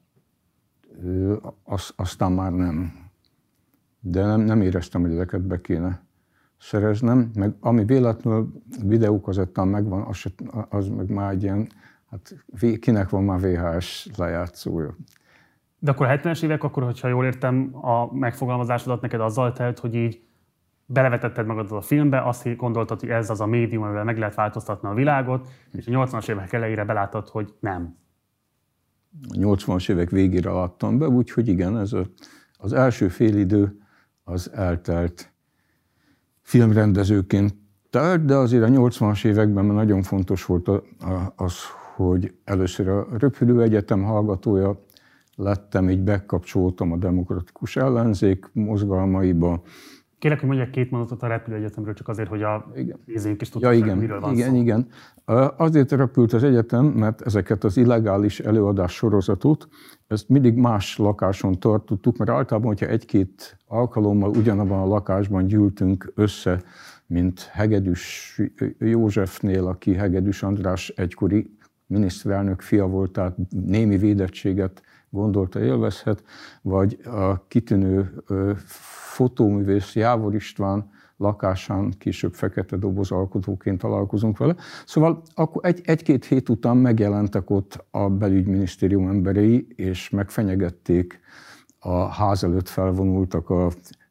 aztán már nem. De nem, nem éreztem, hogy ezeket be kéne szereznem. Meg ami véletlenül videókazettán megvan, az, az meg már egy ilyen, hát kinek van már vé há es lejátszója. De akkor a hetvenes évek, akkor, hogyha jól értem, a megfogalmazásodat neked azzal telt, hogy így belevetetted magadat a filmbe, azt gondoltad, hogy ez az a médium, amivel meg lehet változtatni a világot, és a nyolcvanas évek elejére beláttad, hogy nem. A nyolcvanas évek végére láttam be, úgyhogy igen, ez a, az első félidő az eltelt filmrendezőként telt, de azért a nyolcvanas években nagyon fontos volt az, hogy először a Röphülő Egyetem hallgatója lettem, így bekapcsoltam a demokratikus ellenzék mozgalmaiba. Kérlek, hogy mondják két mondatot a Repülő Egyetemről, csak azért, hogy a nézőink is tudják, ja, igen, miről van igen, szó. Igen. Azért repült az egyetem, mert ezeket az illegális előadás sorozatot, ezt mindig más lakáson tartottuk, mert általában, hogyha egy-két alkalommal ugyanabban a lakásban gyűltünk össze, mint Hegedűs Józsefnél, aki Hegedűs András egykori miniszterelnök fia volt, tehát némi védettséget gondolta élvezhet, vagy a kitűnő fotóművész Jávor István lakásán, később Fekete Doboz alkotóként találkozunk vele. Szóval akkor egy, egy-két hét után megjelentek ott a belügyminisztérium emberei, és megfenyegették a ház előtt felvonultak, a,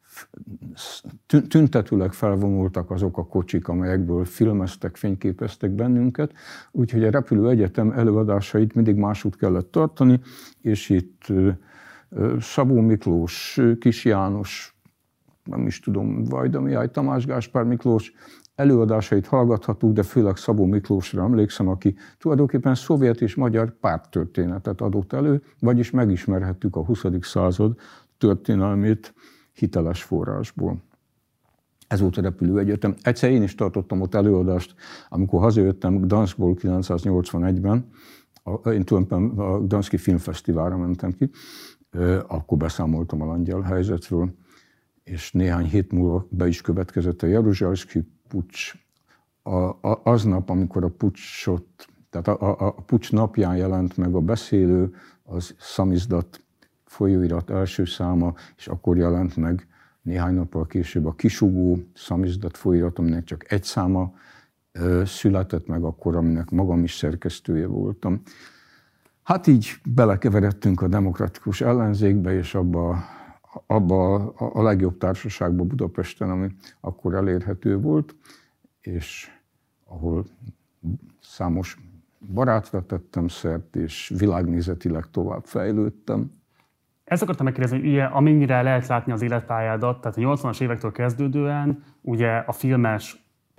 tüntetőleg felvonultak azok a kocsik, amelyekből filmeztek, fényképeztek bennünket. Úgyhogy a Repülő Egyetem előadásait mindig másút kellett tartani, és itt Szabó Miklós, Kis János, nem is tudom, Vajda Mihály, Tamás Gáspár Miklós előadásait hallgathattuk, de főleg Szabó Miklósra emlékszem, aki tulajdonképpen szovjet és magyar párttörténetet adott elő, vagyis megismerhettük a huszadik század történelmét hiteles forrásból. Ez volt a Repülő Egyetem. Egyszer én is tartottam ott előadást, amikor hazajöttem Gdanskból kilencszáznyolcvanegyben, én tulajdonképpen a Gdanszki Filmfesztiválra mentem ki, akkor beszámoltam a lengyel helyzetről, és néhány hét múlva be is következett a Jeruzsálszky puccs. A, a, aznap, amikor a puccsot, tehát a, a, a puccs napján jelent meg a beszélő, az Szamizdat folyóirat első száma, és akkor jelent meg néhány nappal később a Kisugó Szamizdat folyóirat, aminek csak egy száma ö, született meg akkor, aminek magam is szerkesztője voltam. Hát így belekeveredtünk a demokratikus ellenzékbe, és abba, abba a, a legjobb társaságba Budapesten, ami akkor elérhető volt, és ahol számos barátra tettem szert, és világnézetileg tovább fejlődtem. Ezt akartam megkérdezni, hogy ugye, amennyire lehet látni az életpályádat, tehát a nyolcvanas évektől kezdődően ugye a filmes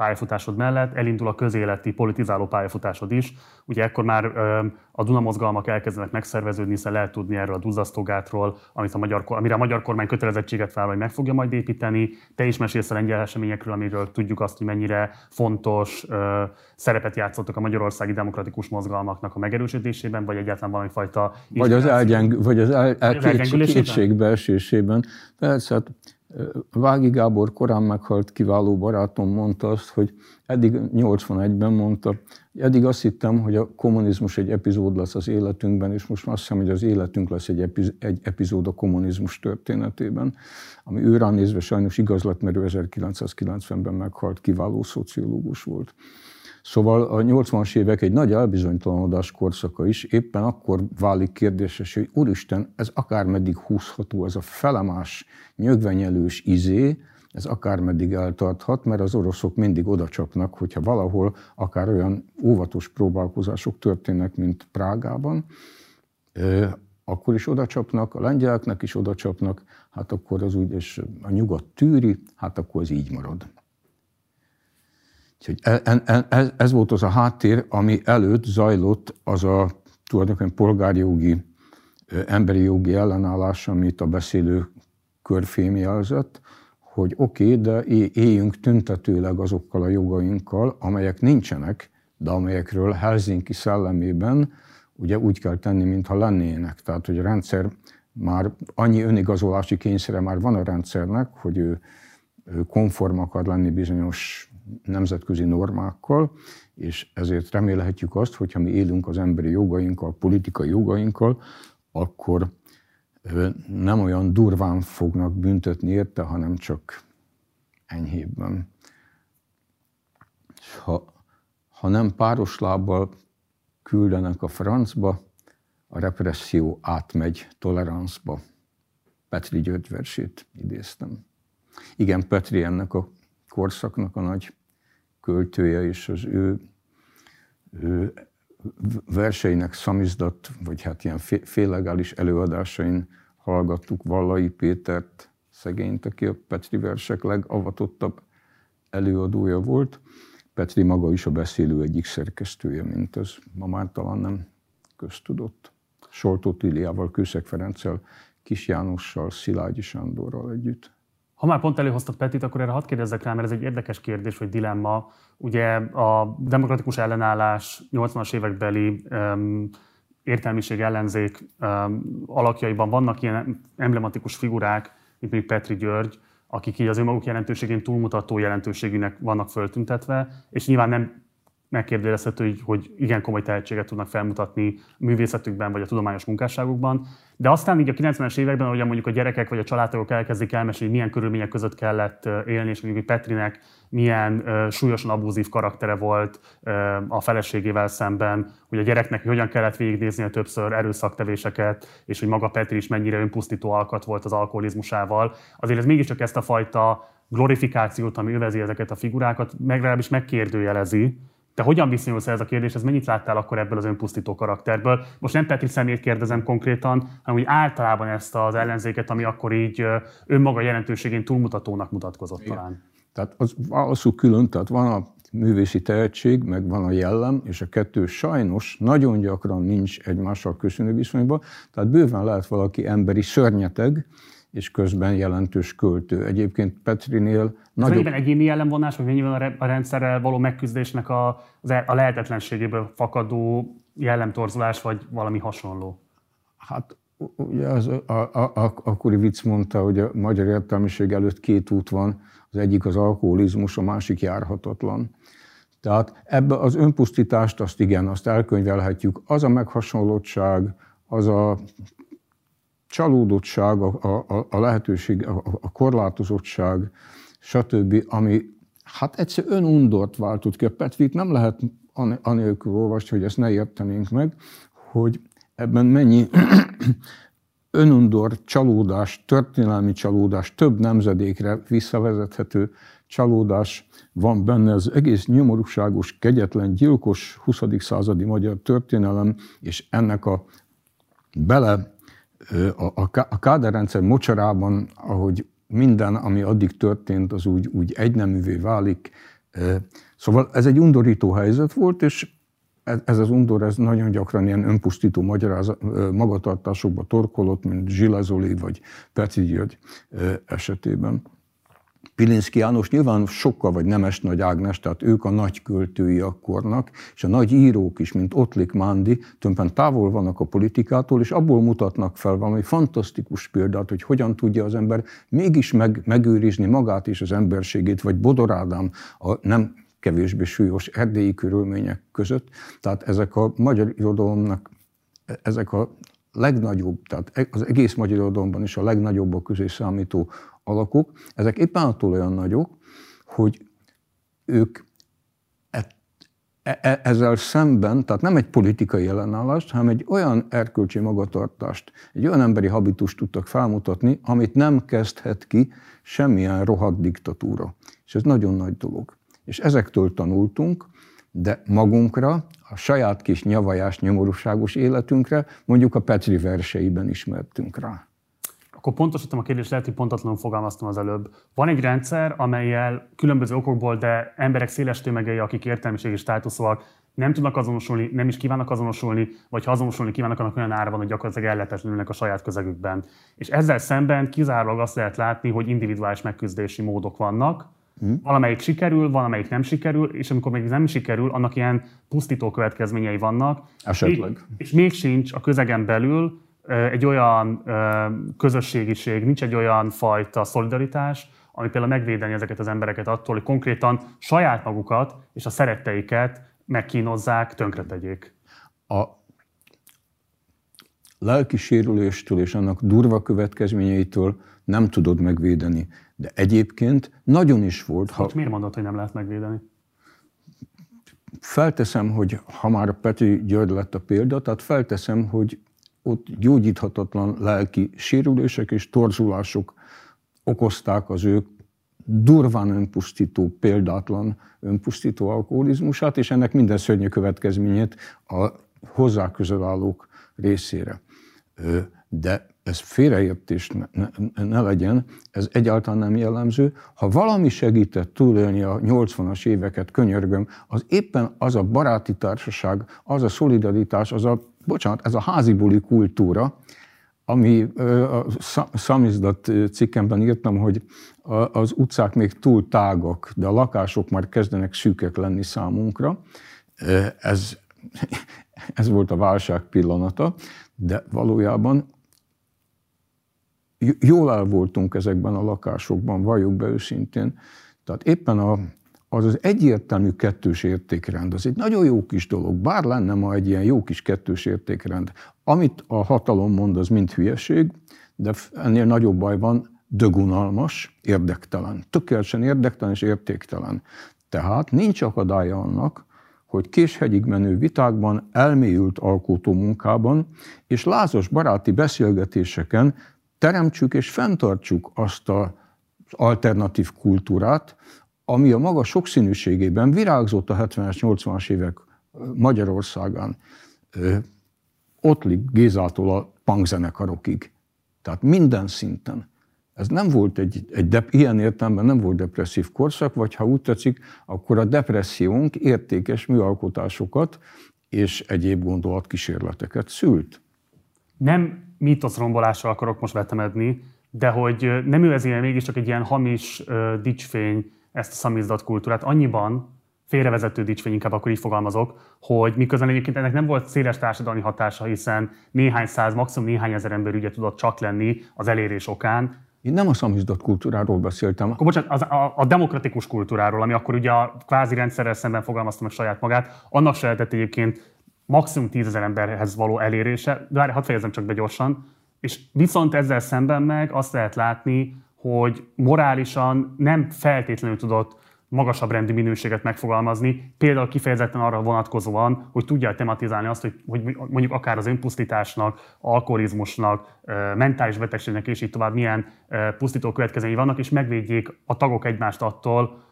pályafutásod mellett elindul a közéleti politizáló pályafutásod is. Ugye ekkor már a Duna mozgalmak elkezdenek megszerveződni, hiszen lehet tudni erről a duzzasztógátról, amit a magyar, amire a magyar kormány kötelezettséget vállal, hogy meg fogja majd építeni. Te is mesélsz a lengyel eseményekről, amiről tudjuk azt, hogy mennyire fontos ö, szerepet játszottak a magyarországi demokratikus mozgalmaknak a megerősítésében, vagy egyáltalán valami fajta... Vagy az, elgyeng, vagy az el, el, kétségbeesésében. Persze, hát Vági Gábor korán meghalt kiváló barátom mondta azt, hogy eddig nyolcvanegyben mondta, hogy eddig azt hittem, hogy a kommunizmus egy epizód lesz az életünkben, és most azt hiszem, hogy az életünk lesz egy, epiz, egy epizód a kommunizmus történetében, ami őrá nézve sajnos igaz lett, mert ő ezerkilencszázkilencvenben meghalt, kiváló szociológus volt. Szóval a nyolcvanas évek egy nagy elbizonytalanodás korszaka is, éppen akkor válik kérdéses, hogy úristen, ez akármeddig húzható, ez a felemás, nyögvenyelős izé, ez akármeddig eltarthat, mert az oroszok mindig odacsapnak, hogyha valahol akár olyan óvatos próbálkozások történnek, mint Prágában, akkor is odacsapnak, a lengyeleknek is odacsapnak, hát akkor az úgy, és a nyugat tűri, hát akkor ez így marad. Ez, ez volt az a háttér, ami előtt zajlott az a tulajdonképpen polgárjogi, emberi jogi ellenállás, amit a beszélő kör fémjelzett, hogy oké, okay, de éljünk tüntetőleg azokkal a jogainkkal, amelyek nincsenek, de amelyekről Helsinki szellemében ugye úgy kell tenni, mintha lennének. Tehát, hogy a rendszer már annyi önigazolási kényszere már van a rendszernek, hogy ő, ő konform akar lenni bizonyos nemzetközi normákkal, és ezért remélhetjük azt, hogyha mi élünk az emberi jogainkkal, politikai jogainkkal, akkor nem olyan durván fognak büntetni érte, hanem csak enyhébben. Ha, ha nem páros lábbal küldenek a francba, a represszió átmegy toleranszba. Petri György versét idéztem. Igen, Petri ennek a korszaknak a nagy költője, és az ő, ő verseinek szamizdat, vagy hát ilyen féllegális előadásain hallgattuk Vallai Pétert, szegényt, aki a Petri versek legavatottabb előadója volt. Petri maga is a Beszélő egyik szerkesztője, mint ez ma már talán nem köztudott. Soltó Tíliával, Kőszeg Ferenccel, Kis Jánossal, Szilágyi Sándorral együtt. Ha már pont előhoztad Petrit, akkor erre hadd kérdezzek rá, mert ez egy érdekes kérdés, vagy dilemma. Ugye a demokratikus ellenállás nyolcvanas évekbeli um, értelmiség ellenzék um, alakjaiban vannak ilyen emblematikus figurák, mint még Petri György, akik így az önmaguk jelentőségén túlmutató jelentőségűnek vannak föltüntetve, és nyilván nem megkérdőjelezhető, hogy, hogy igen komoly tehetséget tudnak felmutatni a művészetükben vagy a tudományos munkásságukban. De aztán így a kilencvenes években, ahogyan mondjuk a gyerekek vagy a családtagok elkezdik elmesélni, milyen körülmények között kellett élni, és mondjuk Petrinek milyen uh, súlyosan abúzív karaktere volt uh, a feleségével szemben, hogy a gyereknek hogyan kellett végignéznie többször erőszaktevéseket, és hogy maga Petri is mennyire önpusztító alkat volt az alkoholizmusával. Azért ez mégiscsak ezt a fajta glorifikációt, ami övezi ezeket a figurákat, legalábbis megkérdőjelezi. Te hogyan viszonyulsz ez a kérdéshez? Mennyit láttál akkor ebből az önpusztító karakterből? Most nem Petri személyt kérdezem konkrétan, hanem úgy általában ezt az ellenzéket, ami akkor így önmaga jelentőségén túlmutatónak mutatkozott talán. Tehát az válaszuk külön, tehát van a művészi tehetség, meg van a jellem, és a kettő sajnos nagyon gyakran nincs egymással köszönő viszonyban. Tehát bőven lehet valaki emberi szörnyeteg, és közben jelentős költő. Egyébként Petrinél... Ez nagyobb... mennyiben egyéni jellemvonás, vagy mennyiben a rendszerrel való megküzdésnek a, a lehetetlenségéből fakadó jellemtorzulás, vagy valami hasonló? Hát ugye az, a, a, a, akkori vicc mondta, hogy a magyar értelmiség előtt két út van, az egyik az alkoholizmus, a másik járhatatlan. Tehát ebbe az önpusztítást, azt igen, azt elkönyvelhetjük. Az a meghasonlottság, az a csalódottság, a, a, a lehetőség, a, a korlátozottság, stb., ami hát egyszer önundort váltott ki. A Petrit nem lehet anélkül olvasni, hogy ezt ne értenénk meg, hogy ebben mennyi önundor, csalódás, történelmi csalódás, több nemzedékre visszavezethető csalódás van benne. Az egész nyomorúságos, kegyetlen, gyilkos huszadik századi magyar történelem, és ennek a bele a, a Kádár rendszer mocsarában, ahogy minden, ami addig történt, az úgy, úgy egyneművé válik, Szóval ez egy undorító helyzet volt, és ez az undor ez nagyon gyakran ilyen önpusztító magatartásokba torkolott, mint Zsila Zoli vagy Petri György esetében. Pilinszky János nyilván sokkal, vagy Nemes Nagy Ágnes, tehát ők a nagy költői akkornak, és a nagy írók is, mint Ottlik Mándi, tulajdonképpen távol vannak a politikától, és abból mutatnak fel valami fantasztikus példát, hogy hogyan tudja az ember mégis meg, megőrizni magát és az emberségét, vagy Bodor Ádám a nem kevésbé súlyos erdélyi körülmények között. Tehát ezek a magyar irodalomnak, ezek a legnagyobb, tehát az egész magyar irodalomban is a legnagyobbak közé számító alakok, ezek éppen attól olyan nagyok, hogy ők e, e, ezzel szemben, tehát nem egy politikai ellenállást, hanem egy olyan erkölcsi magatartást, egy olyan emberi habitust tudtak felmutatni, amit nem kezdhet ki semmilyen rohadt diktatúra. És ez nagyon nagy dolog. És ezektől tanultunk, de magunkra, a saját kis nyavajás, nyomorúságos életünkre, mondjuk a Petri verseiben ismertünk rá. Akkor pontosítom a kérdést, lehet, hogy pontatlanul fogalmaztam az előbb. Van egy rendszer, amellyel különböző okokból, de emberek széles tömegei, akik értelmiségi státuszúak, nem tudnak azonosulni, nem is kívánnak azonosulni, vagy ha azonosulni kívánnak, annak olyan ára van, hogy gyakorlatilag ellehetetlenülnek a saját közegükben. És ezzel szemben kizárólag azt lehet látni, hogy individuális megküzdési módok vannak. Hmm. Valamelyik sikerül, valamelyik nem sikerül, és amikor még nem sikerül, annak ilyen pusztító következményei vannak. Esetleg. És még sincs a közegen belül egy olyan közösségiség, nincs egy olyan fajta szolidaritás, ami például megvédeni ezeket az embereket attól, hogy konkrétan saját magukat és a szeretteiket megkínozzák, tönkretegyék. A lelki sérüléstől és annak durva következményeitől nem tudod megvédeni. De egyébként nagyon is volt... Ha... Miért mondod, hogy nem lehet megvédeni? Felteszem, hogy ha már a Petri György lett a példa, tehát felteszem, hogy ott gyógyíthatatlan lelki sérülések és torzulások okozták az ők durván önpusztító, példátlan önpusztító alkoholizmusát, és ennek minden szörnyű következményét a hozzá közel állók részére. De ez félreértés ne, ne, ne legyen, ez egyáltalán nem jellemző. Ha valami segített túlélni a nyolcvanas éveket, könyörgöm, az éppen az a baráti társaság, az a szolidaritás, az a, bocsánat, ez a házibuli kultúra, ami a szamizdat cikkemben írtam, hogy az utcák még túl tágak, de a lakások már kezdenek szűkek lenni számunkra. Ez, ez volt a válság pillanata, de valójában jól el voltunk ezekben a lakásokban, valljuk be őszintén. Tehát éppen a, az az egyértelmű kettős értékrend, az egy nagyon jó kis dolog, bár lenne ma egy ilyen jó kis kettős értékrend. Amit a hatalom mond, az mind hülyeség, de ennél nagyobb baj van, dögunalmas, érdektelen. Tökéletesen érdektelen és értéktelen. Tehát nincs akadálya annak, hogy késhegyig menő vitákban, elmélyült alkotó munkában és lázas baráti beszélgetéseken teremtsük és fenntartsuk azt az alternatív kultúrát, ami a maga sokszínűségében virágzott a hetvenes, nyolcvanas évek Magyarországán, Ottlik Gézától a punkzenekarokig. Tehát minden szinten. Ez nem volt egy, egy dep- ilyen értelemben nem volt depresszív korszak, vagy ha úgy tetszik, akkor a depressziónk értékes műalkotásokat és egyéb gondolatkísérleteket szült. Nem mítoszrombolásra akarok most vetemedni, de hogy nem ő ez ilyen mégiscsak egy ilyen hamis uh, dicsfény ezt a szamizdat kultúrát. Annyiban félrevezető dicsfény, inkább akkor így fogalmazok, hogy miközben egyébként ennek nem volt széles társadalmi hatása, hiszen néhány száz, maximum néhány ezer ember ügye tudott csak lenni az elérés okán. Én nem a szamizdat kultúráról beszéltem. Akkor bocsánat, az, a, a demokratikus kultúráról, ami akkor ugye a kvázi rendszerrel szemben fogalmazta meg saját magát, annak se lehetett egyébként maximum tízezer emberhez való elérése, de hadd fejezem csak be gyorsan, és viszont ezzel szemben meg azt lehet látni, hogy morálisan nem feltétlenül tudott magasabb rendi minőséget megfogalmazni, például kifejezetten arra vonatkozóan, hogy tudja tematizálni azt, hogy, hogy mondjuk akár az önpusztításnak, alkoholizmusnak, mentális betegségnek és így tovább milyen pusztító következményei vannak, és megvédjék a tagok egymást attól,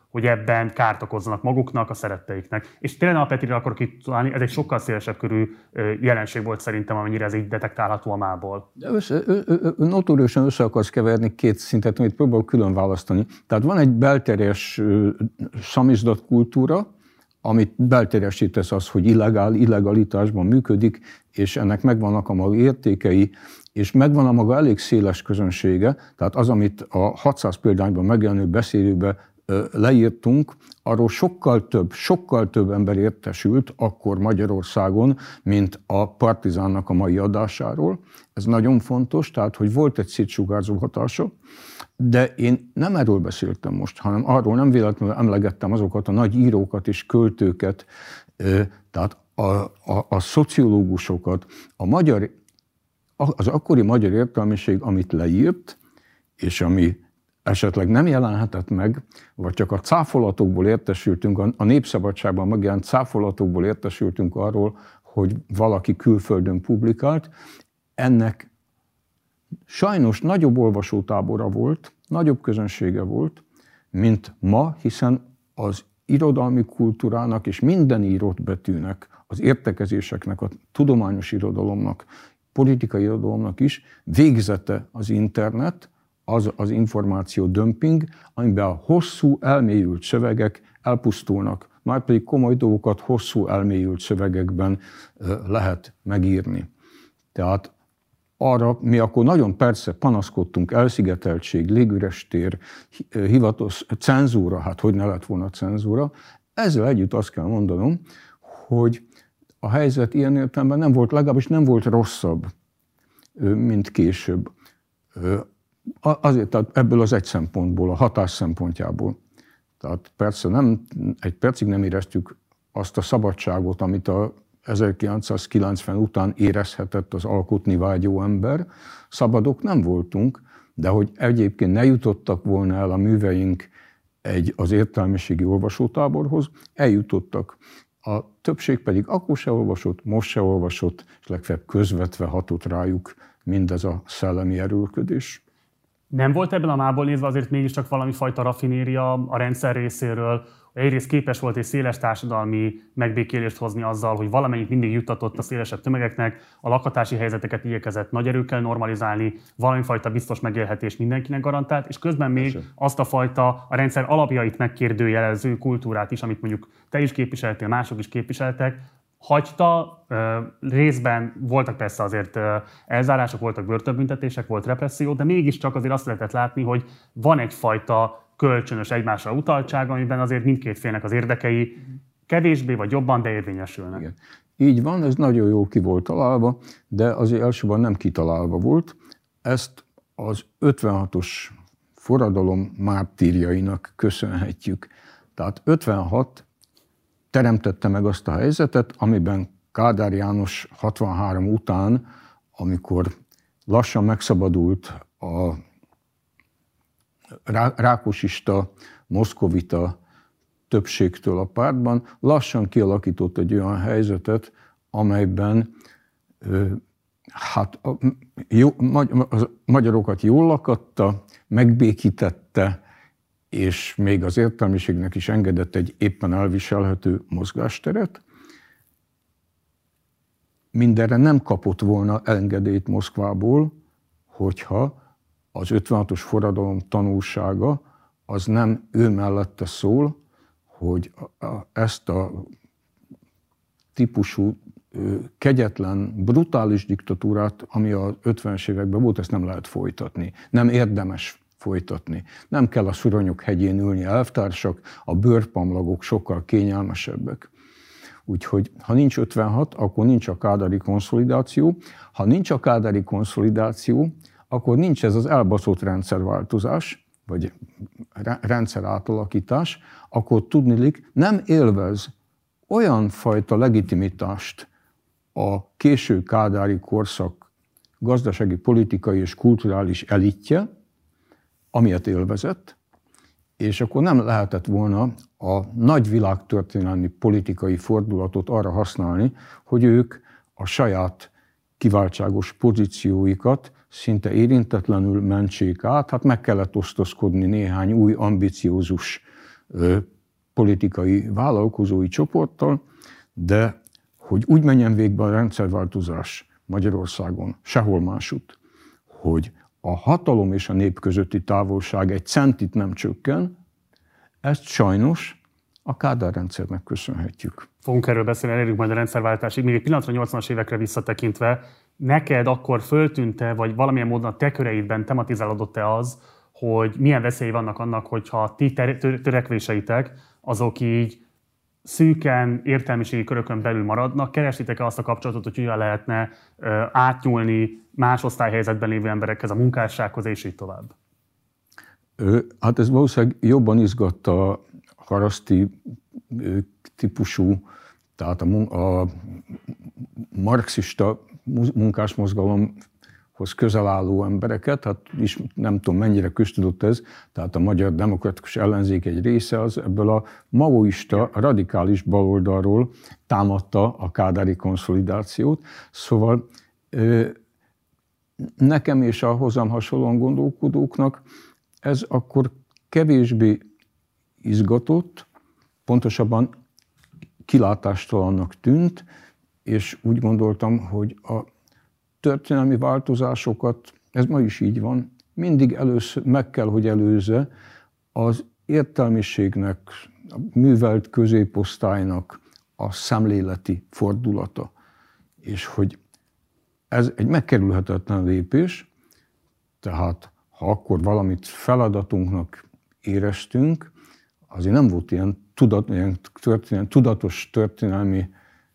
hogy ebben kárt okozzanak maguknak, a szeretteiknek. És tényleg a Petrire akarok itt találni, ez egy sokkal szélesebb körű jelenség volt szerintem, amennyire ez így detektálható a mából. Notóriusan össze akarsz keverni két szintet, amit próbálok külön választani. Tehát van egy belterjes szamizdat kultúra, amit belterjesítesz az, hogy illegál, illegalitásban működik, és ennek megvannak a maga értékei, és megvan a maga elég széles közönsége, tehát az, amit a hatszáz példányban megjelenő beszélőben leírtunk, arról sokkal több, sokkal több ember értesült akkor Magyarországon, mint a Partizánnak a mai adásáról. Ez nagyon fontos, tehát, hogy volt egy szétsugárzó hatása, de én nem erről beszéltem most, hanem arról nem véletlenül emlegettem azokat a nagy írókat és költőket, tehát a, a, a szociológusokat, a magyar, az akkori magyar értelmiség, amit leírt, és ami esetleg nem jelenhetett meg, vagy csak a cáfolatokból értesültünk, a Népszabadságban megjelent cáfolatokból értesültünk arról, hogy valaki külföldön publikált. Ennek sajnos nagyobb olvasótábora volt, nagyobb közönsége volt, mint ma, hiszen az irodalmi kultúrának és minden írott betűnek, az értekezéseknek, a tudományos irodalomnak, politikai irodalomnak is végzete az internet, az az információ dömping, amiben a hosszú, elmélyült szövegek elpusztulnak, már pedig komoly dolgokat hosszú, elmélyült szövegekben lehet megírni. Tehát arra mi akkor nagyon persze panaszkodtunk, elszigeteltség, légüres tér, hivatos, cenzúra, hát hogy ne lett volna cenzúra. Ezzel együtt azt kell mondanom, hogy a helyzet ilyen értelemben nem volt, legalábbis nem volt rosszabb, mint később. Azért, tehát ebből az egy szempontból, a hatás szempontjából. Tehát persze nem, egy percig nem éreztük azt a szabadságot, amit a ezerkilencszázkilencven után érezhetett az alkotni vágyó ember. Szabadok nem voltunk, de hogy egyébként ne jutottak volna el a műveink egy, az értelmiségi olvasótáborhoz, eljutottak. A többség pedig akkor se olvasott, most se olvasott, és legfeljebb közvetve hatott rájuk mindez a szellemi erőlködés. Nem volt ebben a mából nézve azért mégiscsak valami fajta raffinéria a rendszer részéről, hogy egyrészt képes volt egy széles társadalmi megbékélést hozni azzal, hogy valamennyit mindig juttatott a szélesebb tömegeknek, a lakhatási helyzeteket igyekezett nagy erőkkel normalizálni, valami fajta biztos megélhetés mindenkinek garantált, és közben még Köszön. azt a fajta a rendszer alapjait megkérdőjelező kultúrát is, amit mondjuk te is képviseltél, mások is képviseltek, hagyta, részben voltak persze azért elzárások, voltak börtönbüntetések, volt represszió, de mégiscsak azért azt lehetett látni, hogy van egyfajta kölcsönös egymásra utaltság, amiben azért mindkét félnek az érdekei kevésbé vagy jobban, de érvényesülnek. Igen. Így van, ez nagyon jól ki volt találva, de azért elsőben nem kitalálva volt. Ezt az ötvenhatos forradalom mártírjainak köszönhetjük. Tehát ötvenhat teremtette meg azt a helyzetet, amiben Kádár János hatvanhárom után, amikor lassan megszabadult a rákosista, moszkovita többségtől a pártban, lassan kialakított egy olyan helyzetet, amelyben hát a, jó, a magyarokat jól lakatta, megbékítette, és még az értelmiségnek is engedett egy éppen elviselhető mozgásteret. Mindenre nem kapott volna engedélyt Moszkvából, hogyha az ötvenhatos forradalom tanulsága az nem ő mellette szól, hogy ezt a típusú kegyetlen, brutális diktatúrát, ami az ötvenes években volt, ezt nem lehet folytatni. Nem érdemes folytatni. Nem kell a szuronyok hegyén ülni elvtársak, a bőrpamlagok sokkal kényelmesebbek. Úgyhogy ha nincs ötvenhat, akkor nincs a kádári konszolidáció. Ha nincs a kádári konszolidáció, akkor nincs ez az elbaszott rendszerváltozás, vagy rendszer átalakítás, akkor tudniillik nem élvez olyan fajta legitimitást a késő kádári korszak gazdasági, politikai és kulturális elitje, amilyet élvezett, és akkor nem lehetett volna a nagy világtörténelmi politikai fordulatot arra használni, hogy ők a saját kiváltságos pozícióikat szinte érintetlenül mentsék át. Hát meg kellett osztozkodni néhány új ambiciózus politikai vállalkozói csoporttal, de hogy úgy menjen végbe a rendszerváltozás Magyarországon, sehol másutt, hogy a hatalom és a nép közötti távolság egy centit nem csökken, ezt sajnos a Kádár rendszernek köszönhetjük. Fogunk erről beszélni, elérünk majd a rendszerváltásig. Még egy pillanatra nyolcvanas évekre visszatekintve, neked akkor föltűnt-e, vagy valamilyen módon a te köreidben tematizálódott-e az, hogy milyen veszély vannak annak, hogyha a ti törekvéseitek, azok így szűken, értelmiségi körökön belül maradnak, keresitek-e azt a kapcsolatot, hogy hogyan lehetne ö, átnyúlni más osztályhelyzetben lévő emberekhez, a munkássághoz, és így tovább? Ö, hát ez valószínűleg jobban izgatta a Haraszti típusú, tehát a, a marxista munkásmozgalomhoz közel álló embereket, hát is nem tudom mennyire köztudott ez, tehát a magyar demokratikus ellenzék egy része az ebből a maoista, radikális baloldalról támadta a kádári konszolidációt. Szóval nekem és a hozzám hasonlóan gondolkodóknak ez akkor kevésbé izgatott, pontosabban kilátástalannak tűnt, és úgy gondoltam, hogy a történelmi változásokat, ez ma is így van, mindig először meg kell, hogy előzze az értelmiségnek, a művelt középosztálynak a szemléleti fordulata. És hogy ez egy megkerülhetetlen lépés, tehát ha akkor valamit feladatunknak éreztünk, azért nem volt ilyen, tudat, ilyen történelmi, tudatos történelmi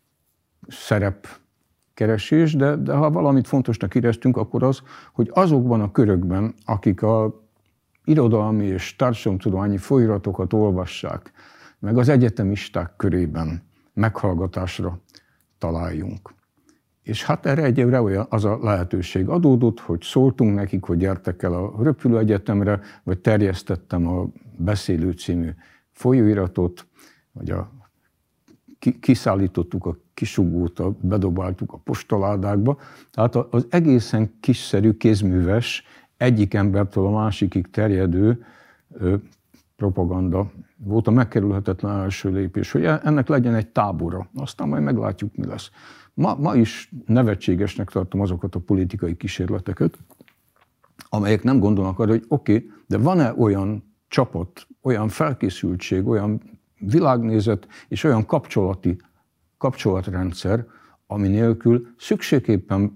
szerepkeresés, de, de ha valamit fontosnak éreztünk, akkor az, hogy azokban a körökben, akik a irodalmi és társadalomtudományi folyóiratokat olvassák, meg az egyetemisták körében meghallgatásra találjunk. És hát erre egyébként olyan az a lehetőség adódott, hogy szóltunk nekik, hogy gyertek el a repülőegyetemre, vagy terjesztettem a Beszélő című folyóiratot, vagy a, kiszállítottuk a kisugót, bedobáltuk a postaládákba. Tehát az egészen kiszerű, kézműves, egyik embertől a másikig terjedő ö, propaganda volt a megkerülhetetlen első lépés, hogy ennek legyen egy tábora, aztán majd meglátjuk, mi lesz. Ma, ma is nevetségesnek tartom azokat a politikai kísérleteket, amelyek nem gondolnak arra, hogy oké, okay, de van-e olyan csapat, olyan felkészültség, olyan világnézet és olyan kapcsolati kapcsolatrendszer, ami nélkül szükségképpen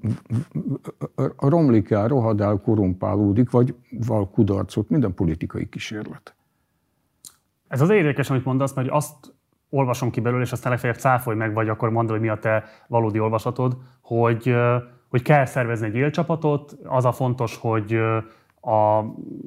romlik el, rohad el, korrumpálódik, vagy val kudarcot minden politikai kísérlet. Ez az érdekes, amit mondasz, mert azt olvasom ki belőle, és aztán legfeljebb cáfolj meg, vagy akkor mondd, hogy mi a te valódi olvasatod, hogy, hogy kell szervezni egy élcsapatot, az a fontos, hogy a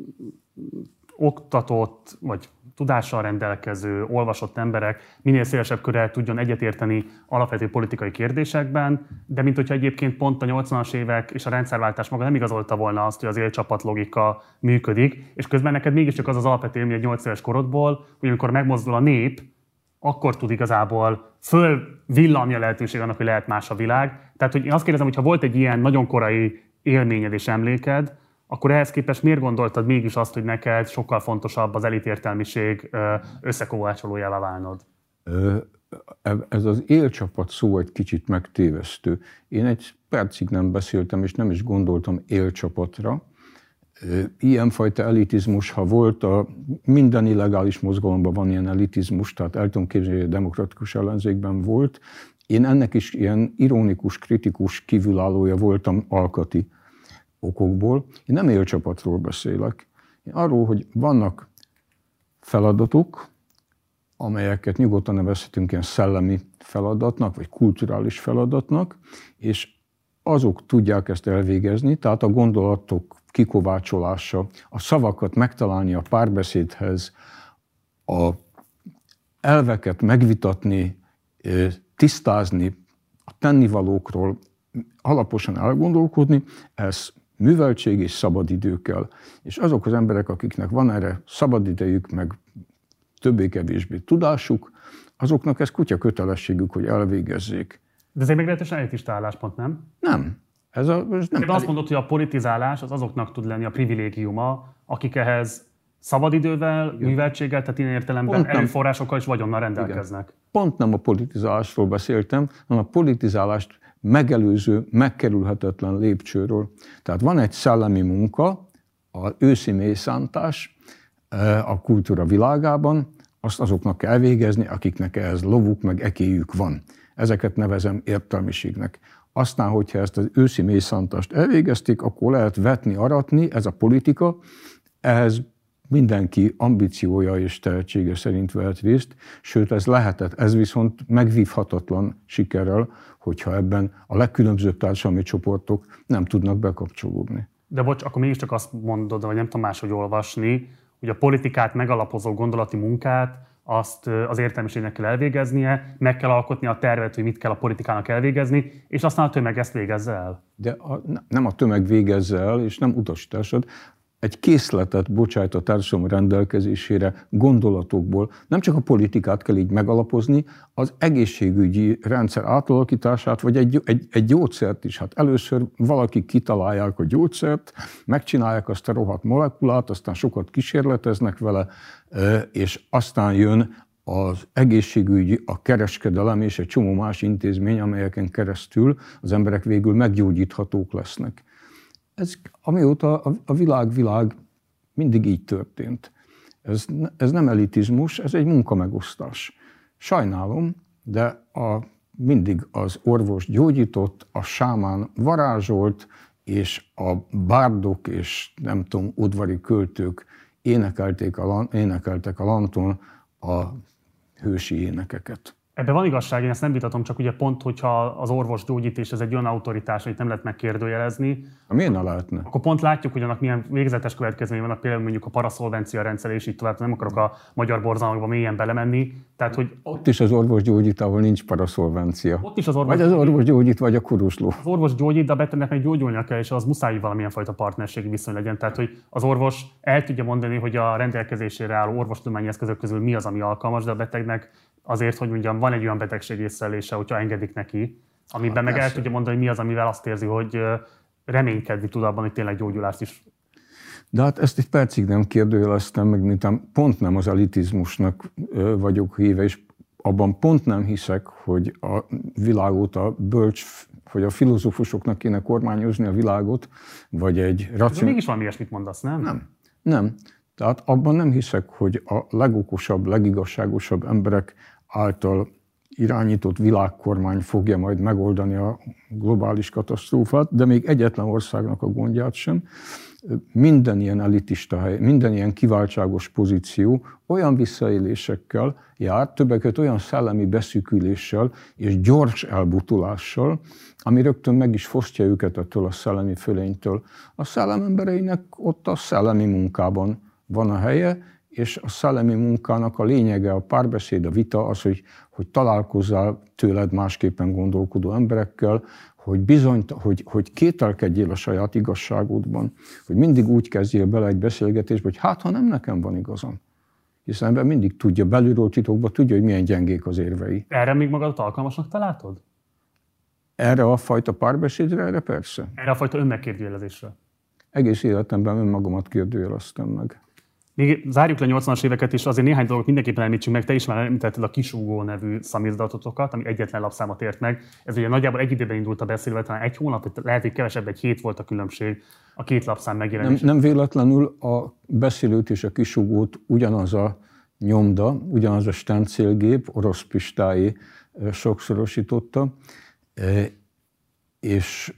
oktatott, vagy tudással rendelkező, olvasott emberek minél szélesebb körrel tudjon egyetérteni alapvető politikai kérdésekben, de mint hogyha egyébként pont a nyolcvanas évek és a rendszerváltás maga nem igazolta volna azt, hogy az élcsapat logika működik, és közben neked mégiscsak az az alapvető élmény egy nyolc éves korodból, hogy amikor megmozdul a nép, akkor tud igazából fölvillanni a lehetőség annak, hogy lehet más a világ. Tehát hogy én azt kérdezem, hogy ha volt egy ilyen nagyon korai élményed és emléked, akkor ehhez képest miért gondoltad mégis azt, hogy neked sokkal fontosabb az elitértelmiség összekovácsolójává válnod? Ez az élcsapat szó egy kicsit megtévesztő. Én egy percig nem beszéltem, és nem is gondoltam élcsapatra. Ilyenfajta elitizmus, ha volt, a minden illegális mozgalomban van ilyen elitizmus, tehát el tudom képzelni, hogy a demokratikus ellenzékben volt. Én ennek is ilyen ironikus, kritikus kívülállója voltam alkati okokból. Én nem élcsapatról beszélek. Én arról, hogy vannak feladatok, amelyeket nyugodtan nevezhetünk ilyen szellemi feladatnak, vagy kulturális feladatnak, és azok tudják ezt elvégezni, tehát a gondolatok kikovácsolása, a szavakat megtalálni a párbeszédhez, a elveket megvitatni, tisztázni, a tennivalókról alaposan elgondolkodni, ez műveltség és szabadidő kell. És azok az emberek, akiknek van erre szabadidejük, meg többé-kevésbé tudásuk, azoknak ez kutya kötelességük, hogy elvégezzék. De ez egy meglehetősen elitista álláspont, nem? Nem. Ez a, ez nem azt mondod, hogy a politizálás az azoknak tud lenni a privilégiuma, akik ehhez szabadidővel, igen. műveltséggel, tehát ilyen értelemben erőforrásokkal és vagyonnal rendelkeznek. Igen. Pont nem a politizálásról beszéltem, hanem a politizálást megelőző, megkerülhetetlen lépcsőről. Tehát van egy szellemi munka, az őszi mélyszántás a kultúra világában, azt azoknak kell elvégezni, akiknek ehhez lovuk, meg ekélyük van. Ezeket nevezem értelmiségnek. Aztán, hogyha ezt az őszi mélyszántást elvégezték, akkor lehet vetni, aratni, ez a politika, ehhez mindenki ambíciója és tehetsége szerint vehet részt, sőt ez lehetett, ez viszont megvívhatatlan sikerrel, hogyha ebben a legkülönbözőbb társadalmi csoportok nem tudnak bekapcsolódni. De bocs, akkor mégiscsak azt mondod, vagy nem tudom máshogy olvasni, hogy a politikát megalapozó gondolati munkát azt az értelmiségnek kell elvégeznie, meg kell alkotni a tervet, hogy mit kell a politikának elvégezni, és aztán a tömeg ezt végezze el. De a, nem a tömeg végezze el, és nem utasításod, egy készletet bocsájt a társadalom rendelkezésére gondolatokból. Nem csak a politikát kell így megalapozni, az egészségügyi rendszer átalakítását, vagy egy, egy, egy gyógyszert is. Hát először valakik kitalálják a gyógyszert, megcsinálják azt a rohadt molekulát, aztán sokat kísérleteznek vele, és aztán jön az egészségügyi, a kereskedelem és egy csomó más intézmény, amelyeken keresztül az emberek végül meggyógyíthatók lesznek. Ez, amióta a, a világ világ mindig így történt. Ez, ez nem elitizmus, ez egy munkamegosztás. Sajnálom, de a, mindig az orvos gyógyított, a sámán varázsolt, és a bárdok és nem tudom, udvari költők énekelték a, énekeltek a lanton a hősi énekeket. Ebben van igazság, én ezt nem vitatom, csak ugye pont, hogyha az orvos gyógyítás ez egy olyan autoritás, amit nem lehet megkérdőjelezni. Miért ne lehetne? Akkor pont látjuk, hogy annak milyen végzetes következményei vannak, például mondjuk a paraszolvencia rendszer, és így tovább, nem akarok a magyar borzalmakba mélyen belemenni. Tehát, hogy ott is az orvos gyógyít, ahol nincs paraszolvencia. Ott is az orvos vagy az orvos gyógyít, vagy a kurusló. Az orvos gyógyít, de a betegnek meg gyógyulnia kell, és az muszáj valamilyen fajta partnerségi viszony legyen. Tehát, hogy az orvos el tudja mondani, hogy a rendelkezésére álló orvostudományi eszközök közül mi az, ami alkalmas, de a betegnek azért, hogy mondjam, van egy olyan betegség észlelése, hogyha engedik neki, amiben hát meg persze. El tudja mondani, hogy mi az, amivel azt érzi, hogy reménykedni tud abban, hogy tényleg gyógyulást is. De hát ezt egy percig nem kérdőjeleztem meg, mint pont nem az elitizmusnak vagyok híve, és abban pont nem hiszek, hogy a világot a bölcs, hogy a filozófusoknak kéne kormányozni a világot, vagy egy racionális... De mégis valami ilyesmit mondasz, nem? Nem, nem. Tehát abban nem hiszek, hogy a legokosabb, legigazságosabb emberek által irányított világkormány fogja majd megoldani a globális katasztrófát, de még egyetlen országnak a gondját sem. Minden ilyen elitista hely, minden ilyen kiváltságos pozíció olyan visszaélésekkel jár, többek között olyan szellemi beszűküléssel és gyors elbutulással, ami rögtön meg is fosztja őket ettől a szellemi fölénytől. A szellem embereinek ott a szellemi munkában van a helye, és a szellemi munkának a lényege, a párbeszéd, a vita az, hogy, hogy találkozzál tőled másképpen gondolkodó emberekkel, hogy, bizony, hogy, hogy kételkedjél a saját igazságodban, hogy mindig úgy kezdjél bele egy beszélgetésbe, hogy hát, ha nem nekem van igazam. Hiszen ember mindig tudja, belülről titokban tudja, hogy milyen gyengék az érvei. Erre még magadat alkalmasnak találtad? Erre a fajta párbeszédre, erre persze. Erre a fajta önmegkérdőjelezésre? Egész életemben önmagamat kérdőjeleztem meg. Még zárjuk le nyolcvanas éveket, és azért néhány dolgot mindenképpen említsünk meg. Te is már említetted a Kisúgó nevű szamizdatotokat, ami egyetlen lapszámot ért meg. Ez ugye nagyjából egy időben indult a beszélve, talán egy hónap, lehet, hogy kevesebb, egy hét volt a különbség a két lapszám megjelenése. Nem, nem véletlenül a beszélőt és a Kisúgót ugyanaz a nyomda, ugyanaz a stencélgép, orosz pistái sokszorosította, és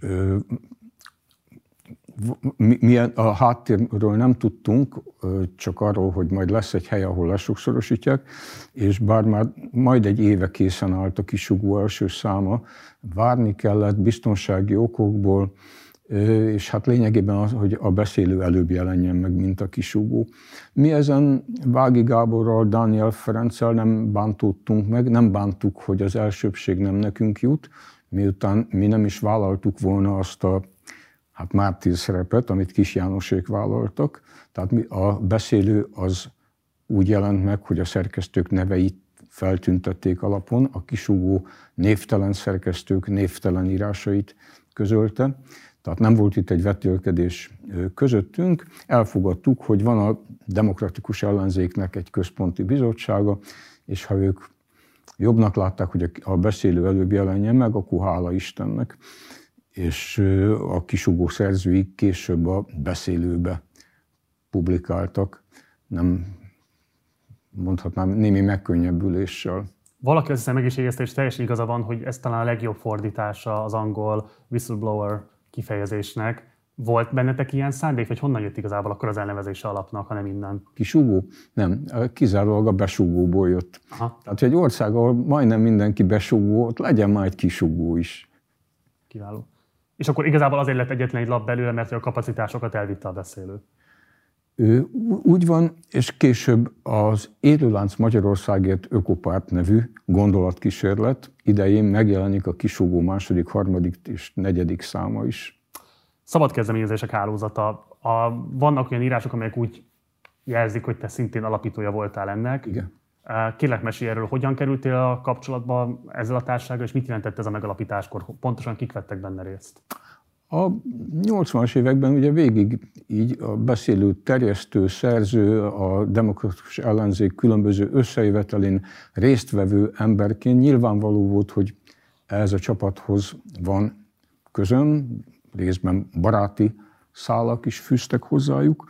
milyen, a háttérről nem tudtunk, csak arról, hogy majd lesz egy hely, ahol lesokszorosítják, és bár már majd egy éve készen állt a Kisúgó első száma, várni kellett biztonsági okokból, és hát lényegében az, hogy a beszélő előbb jelenjen meg, mint a Kisúgó. Mi ezen Vági Gáborral, Dániel Ferenccel nem bántódtunk meg, nem bántuk, hogy az elsőbbség nem nekünk jut, miután mi nem is vállaltuk volna azt a hát mártír szerepet, amit Kis Jánosék vállaltak. Tehát a beszélő az úgy jelent meg, hogy a szerkesztők neveit feltüntették alapon, a Kisúgó névtelen szerkesztők névtelen írásait közölte. Tehát nem volt itt egy vetélkedés közöttünk. Elfogadtuk, hogy van a demokratikus ellenzéknek egy központi bizottsága, és ha ők jobbnak látták, hogy a beszélő előbb jelenjen meg, akkor hála Istennek. És a kisugó szerzőik később a beszélőbe publikáltak, nem mondhatnám némi megkönnyebbüléssel. Valaki azt hiszem meg is jegyezte, és teljesen igaza van, hogy ez talán a legjobb fordítása az angol whistleblower kifejezésnek. Volt bennetek ilyen szándék, vagy honnan jött igazából akkor az elnevezése alapnak, hanem innen? Kisugó? Nem, kizárólag a besugóból jött. Aha. Tehát, hogy egy ország, ahol majdnem mindenki besugó, ott legyen már egy kisugó is. Kiváló. És akkor igazából azért lett egyetlen egy lap belőle, mert a kapacitásokat elvitte a beszélő. Ő, úgy van, és később az Élőlánc Magyarországért Ökopárt nevű gondolatkísérlet idején megjelenik a Kisugó második, harmadik és negyedik száma is. Szabad kezdeményezések hálózata. A, vannak olyan írások, amelyek úgy jelzik, hogy te szintén alapítója voltál ennek. Igen. Kérlek, mesélj erről, hogyan kerültél a kapcsolatba ezzel a társasággal, és mit jelentett ez a megalapításkor? Pontosan kik vettek benne részt? A nyolcvanas években ugye végig így a beszélő, terjesztő, szerző, a demokratikus ellenzék különböző összejövetelén résztvevő emberként nyilvánvaló volt, hogy ehhez a csapathoz van közöm, részben baráti szálak is fűztek hozzájuk,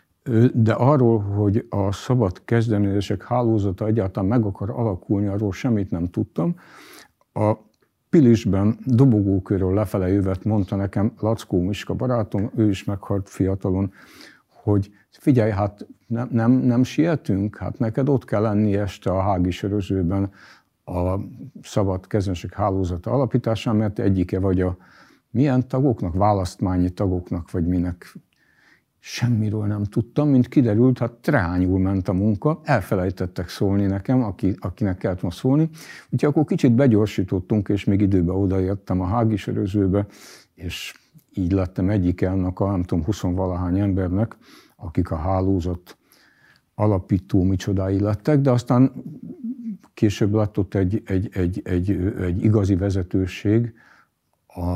de arról, hogy a szabad kezdeményezések hálózata egyáltalán meg akar alakulni, arról semmit nem tudtam. A Pilisben dobogókörről lefele jövet mondta nekem Lackó Miska barátom, ő is meghalt fiatalon, hogy figyelj, hát nem, nem, nem sietünk, hát neked ott kell lenni este a Hági Sörözőben a szabad kezdeményezések hálózata alapításán, mert egyike vagy a milyen tagoknak, választmányi tagoknak, vagy minek. Semmiről nem tudtam, mint kiderült, hát trehányul ment a munka, elfelejtettek szólni nekem, aki, akinek kellett volna szólni. Úgyhogy akkor kicsit begyorsítottunk, és még időben odaértem a Hági Sörözőbe, és így lettem egyike annak a, nem tudom, huszonvalahány embernek, akik a hálózat alapító micsodái lettek, de aztán később lett ott egy, egy, egy, egy, egy igazi vezetőség a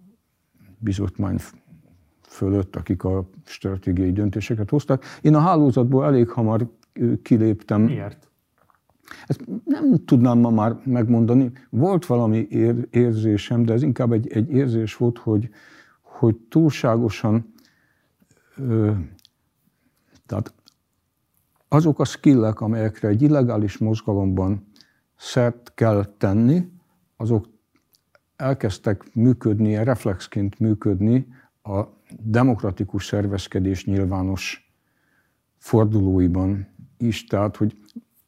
bizotmány fölött, akik a stratégiai döntéseket hoztak. Én a hálózatból elég hamar kiléptem. Miért? Ezt nem tudnám ma már megmondani. Volt valami ér, érzésem, de ez inkább egy, egy érzés volt, hogy, hogy túlságosan ö, tehát azok a skillek, amelyekre egy illegális mozgalomban szert kell tenni, azok elkezdtek működni, reflexként működni a demokratikus szervezkedés nyilvános fordulóiban is. Tehát, hogy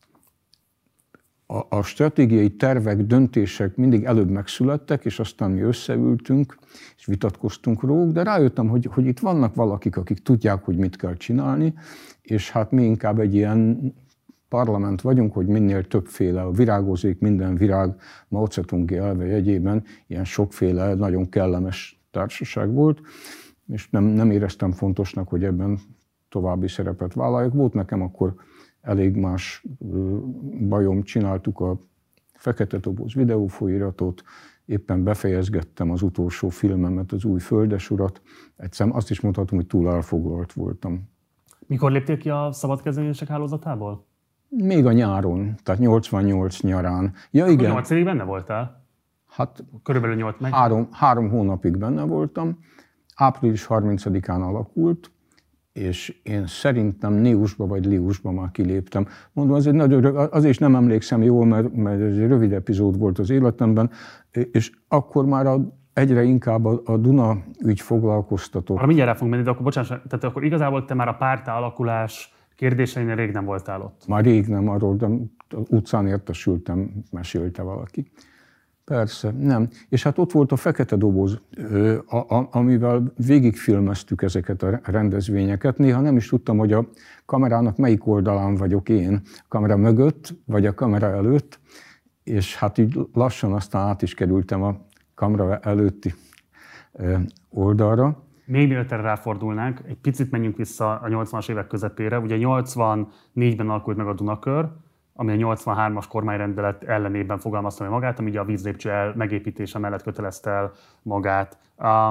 a, a stratégiai tervek, döntések mindig előbb megszülettek, és aztán mi összeültünk, és vitatkoztunk róluk, de rájöttem, hogy, hogy itt vannak valakik, akik tudják, hogy mit kell csinálni, és hát mi inkább egy ilyen parlament vagyunk, hogy minél többféle virágozik, minden virág Mao Tse-tungi elve jegyében, ilyen sokféle, nagyon kellemes társaság volt, és nem, nem éreztem fontosnak, hogy ebben további szerepet vállaljak. Volt nekem akkor elég más bajom, csináltuk a Fekete Doboz videófolyiratot, éppen befejezgettem az utolsó filmemet, az Új Földesurat. Egyszerűen azt is mondhatom, hogy túl elfoglalt voltam. Mikor léptél ki a szabad kezdeményezések hálózatából? Még a nyáron, tehát nyolcvannyolc nyarán. Ja, igen. nyolc évig benne voltál? Hát körülbelül nyolc meg? Három, három hónapig benne voltam. április harmincadikán alakult, és én szerintem Niusba vagy Liusba már kiléptem. Mondom, az egy nagyon, azért is nem emlékszem jól, mert, mert ez egy rövid epizód volt az életemben, és akkor már a, egyre inkább a, a Duna ügy foglalkoztatott. Arra mindjárt el fogunk menni, de akkor bocsánat, tehát akkor igazából te már a pártalakulás kérdéseinél rég nem voltál ott. Már rég nem, arról, de utcán értesültem, mesélte valaki. Persze, nem. És hát ott volt a Fekete Doboz, amivel végigfilmeztük ezeket a rendezvényeket. Néha nem is tudtam, hogy a kamerának melyik oldalán vagyok én, a kamera mögött, vagy a kamera előtt, és hát így lassan aztán át is kerültem a kamera előtti oldalra. Még mielőtt erre ráfordulnánk, egy picit menjünk vissza a nyolcvanas évek közepére. Ugye nyolcvannégyben alakult meg a Dunakör, ami a nyolcvanhármas kormányrendelet ellenében fogalmazta meg magát, ami ugye a vízlépcső megépítése mellett kötelezte el magát. Um,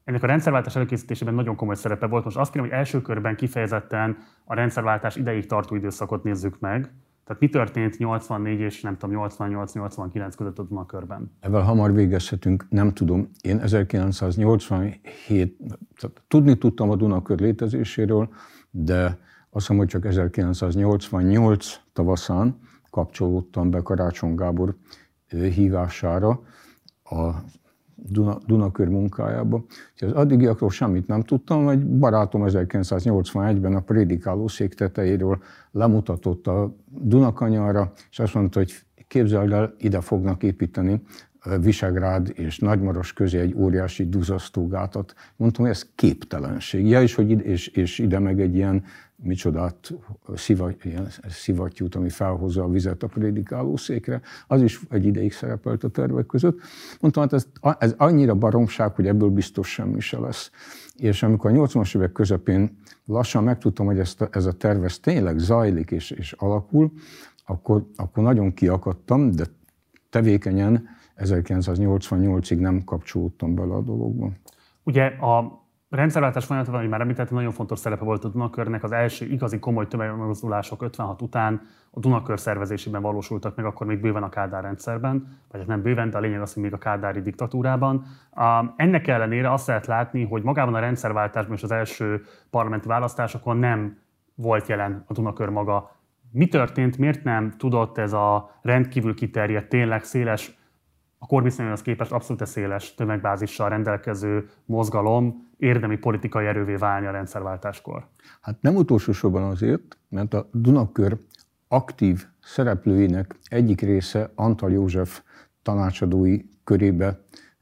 ennek a rendszerváltás előkészítésében nagyon komoly szerepe volt. Most azt kérem, hogy első körben kifejezetten a rendszerváltás ideig tartó időszakot nézzük meg. Tehát mi történt nyolcvannégy és nem tudom, nyolcvannyolc nyolcvankilenc között a Dunakörben? Ezzel hamar végezhetünk, nem tudom. Én ezerkilencszáznyolcvanhét, tehát tudni tudtam a Dunakör létezéséről, de azt hiszem, hogy csak ezerkilencszáznyolcvannyolc tavaszán kapcsolódtam be Karácsony Gábor hívására a Duna, Dunakör munkájába. Az addigiakról semmit nem tudtam, egy barátom ezerkilencszáznyolcvanegyben a prédikálószék tetejéről lemutatott a Dunakanyarra, és azt mondta, hogy képzeld el, ide fognak építeni Visegrád és Nagymaros közé egy óriási duzzasztógátat. Mondtam, hogy ez képtelenség. Ja, és, hogy ide, és, és ide meg egy ilyen, micsodát, szivat, ilyen szivattyút, ami felhozza a vizet a prédikálószékre. Az is egy ideig szerepelt a tervek között. Mondtam, hát ez, ez annyira baromság, hogy ebből biztos semmi se lesz. És amikor a nyolcvanas évek közepén lassan megtudtam, hogy ezt a, ez a terv ez tényleg zajlik és, és alakul, akkor, akkor nagyon kiakadtam, de tevékenyen ezerkilencszáznyolcvannyolcig nem kapcsolódtam bele a dologba. Ugye a rendszerváltás folyamatban, hogy már említettem, nagyon fontos szerepe volt a Dunakörnek. Az első igazi komoly tömegmozdulások ötvenhat után a Dunakör szervezésében valósultak meg, akkor még bőven a Kádár rendszerben, vagy nem bőven, de a lényeg az, hogy még a kádári diktatúrában. Ennek ellenére azt lehet látni, hogy magában a rendszerváltásban és az első parlamenti választásokon nem volt jelen a Dunakör maga. Mi történt, miért nem tudott ez a rendkívül kiterjedt, tényleg széles, a korviszonyhoz képest abszolút széles tömegbázissal rendelkező mozgalom érdemi politikai erővé válni a rendszerváltáskor? Hát nem utolsó sorban azért, mert a Dunakör aktív szereplőinek egyik része Antall József tanácsadói körébe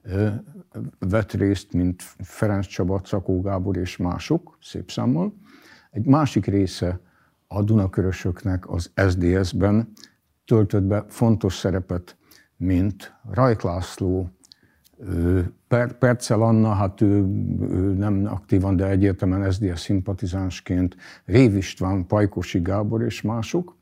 vett részt, mint Ferenc Csaba, Czakó Gábor és mások, szép számmal. Egy másik része a dunakörösöknek az es zé dé es-ben töltött be fontos szerepet, mint Rajk László, per, Percel Anna, hát ő, ő nem aktívan, de egyértelműen es zé dé es szimpatizánsként, Rév István, Pajkosi Gábor és mások.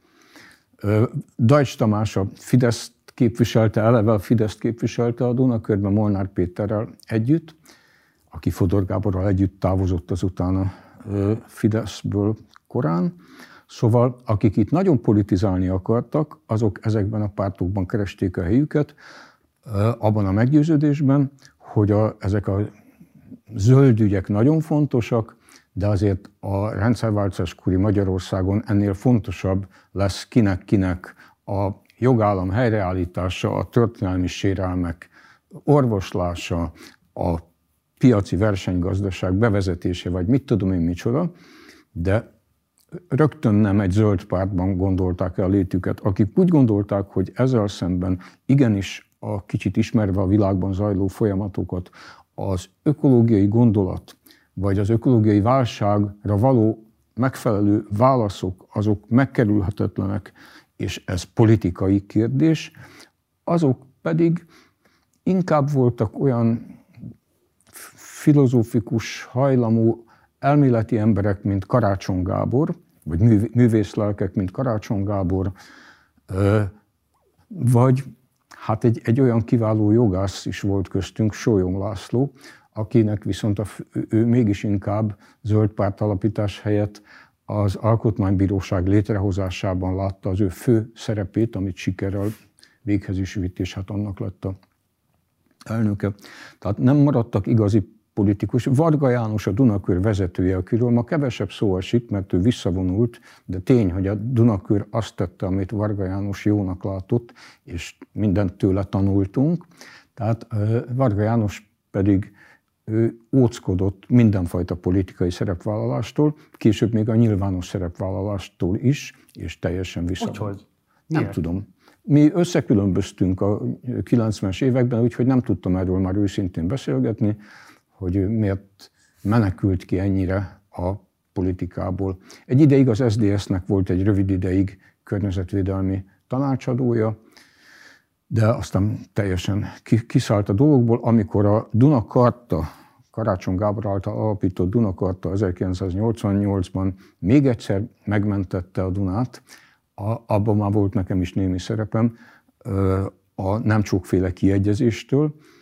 Dajcs Tamás a Fideszt képviselte, eleve a Fideszt képviselte a Dunakörben Molnár Péterrel együtt, aki Fodor Gáborral együtt távozott azután a Fideszből korán. Szóval akik itt nagyon politizálni akartak, azok ezekben a pártokban keresték a helyüket, abban a meggyőződésben, hogy a, ezek a zöld ügyek nagyon fontosak, de azért a rendszerváltáskori Magyarországon ennél fontosabb lesz kinek-kinek a jogállam helyreállítása, a történelmi sérelmek orvoslása, a piaci versenygazdaság bevezetése, vagy mit tudom én micsoda, de rögtön nem egy zöld pártban gondolták el létüket, akik úgy gondolták, hogy ezzel szemben igenis a kicsit ismerve a világban zajló folyamatokat, az ökológiai gondolat, vagy az ökológiai válságra való megfelelő válaszok, azok megkerülhetetlenek, és ez politikai kérdés, azok pedig inkább voltak olyan filozófikus hajlamú elméleti emberek, mint Karácsony Gábor, vagy művészlelkek, mint Karácsony Gábor, vagy hát egy, egy olyan kiváló jogász is volt köztünk, Sólyom László, akinek viszont a, ő mégis inkább zöld párt alapítás helyett az Alkotmánybíróság létrehozásában látta az ő fő szerepét, amit sikerrel véghez is vitt, és hát annak lett a elnöke. Tehát nem maradtak igazi politikus. Varga János a Dunakör vezetője, akiről ma kevesebb szó esik, mert ő visszavonult, de tény, hogy a Dunakör azt tette, amit Varga János jónak látott, és mindent tőle tanultunk. Tehát Varga János pedig ő óckodott mindenfajta politikai szerepvállalástól, később még a nyilvános szerepvállalástól is, és teljesen visszavonult. Hogy? Nem tudom. Mi összekülönböztünk a kilencvenes években, úgyhogy nem tudtam erről már őszintén beszélgetni, hogy miért menekült ki ennyire a politikából. Egy ideig az es zé dé es-nek volt egy rövid ideig környezetvédelmi tanácsadója, de aztán teljesen kiszállt a dologból, amikor a Dunakarta, Karácsony Gábor által alapított Dunakarta ezerkilencszáznyolcvannyolcban még egyszer megmentette a Dunát, a, abban már volt nekem is némi szerepem, a nem sokféle kiegyezéstől,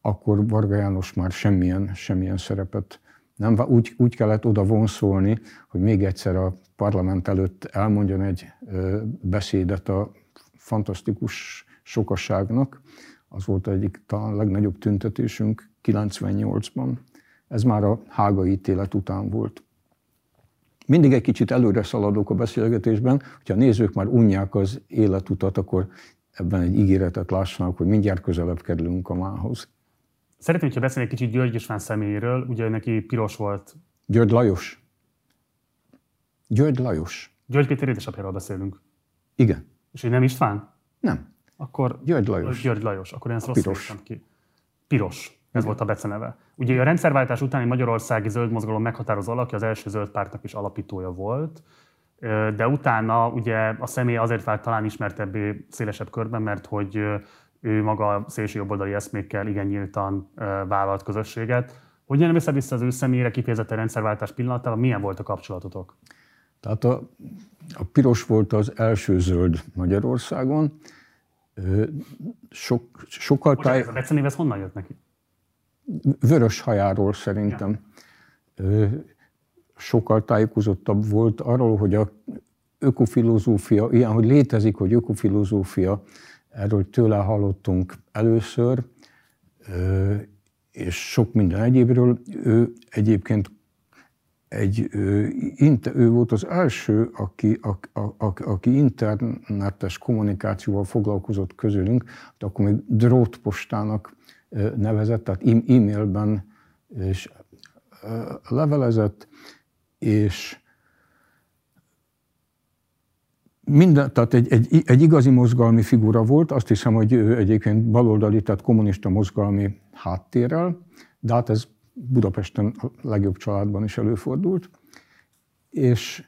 akkor Varga János már semmilyen, semmilyen szerepet nem. Úgy, úgy kellett oda vonszolni, hogy még egyszer a parlament előtt elmondjon egy beszédet a fantasztikus sokasságnak. Az volt egyik talán legnagyobb tüntetésünk kilencvennyolcban. Ez már a hágai ítélet után volt. Mindig egy kicsit előre szaladok a beszélgetésben, hogyha a nézők már unják az életutat, akkor ebben egy ígéretet lássanak, hogy mindjárt közelebb kerülünk a mához. Szeretném, hogyha beszélni egy kicsit György István személyéről, ugye neki Piros volt. György Lajos. György Lajos. György Péter édesapjáról beszélünk. Igen. És hogy nem István? Nem. Akkor György Lajos. György Lajos. Akkor én ezt Piros. rosszul ki. Piros. Ez volt a beceneve. Ugye a rendszerváltás utáni magyarországi zöld mozgalom meghatározó alakja, az első zöld pártnak is alapítója volt, de utána ugye a személye azért vált talán ismertebbé szélesebb körben, mert hogy ő maga szélsőjobboldali eszmékkel igen nyíltan vállalt közösséget. Hogyan emlékszel vissza az ő személyére kifejezetten rendszerváltás pillanatában? Milyen volt a kapcsolatotok? Tehát a, a Piros volt az első zöld Magyarországon. Sok, sokkal táj... Ez a becenév, ez honnan jött neki? Vörös hajáról szerintem. Ja. Sokkal tájékozottabb volt arról, hogy a ökofilozófia, ilyen, hogy létezik, hogy ökofilozófia, erről tőle hallottunk először, és sok minden egyébről. Ő egyébként egy, ő volt az első, aki, a, a, a, aki internetes kommunikációval foglalkozott közülünk, de akkor még drótpostának nevezett, tehát e-mailben és levelezett, és minden, tehát egy, egy, egy igazi mozgalmi figura volt, azt hiszem, hogy ő egyébként baloldali, tehát kommunista mozgalmi háttérrel, de hát ez Budapesten a legjobb családban is előfordult, és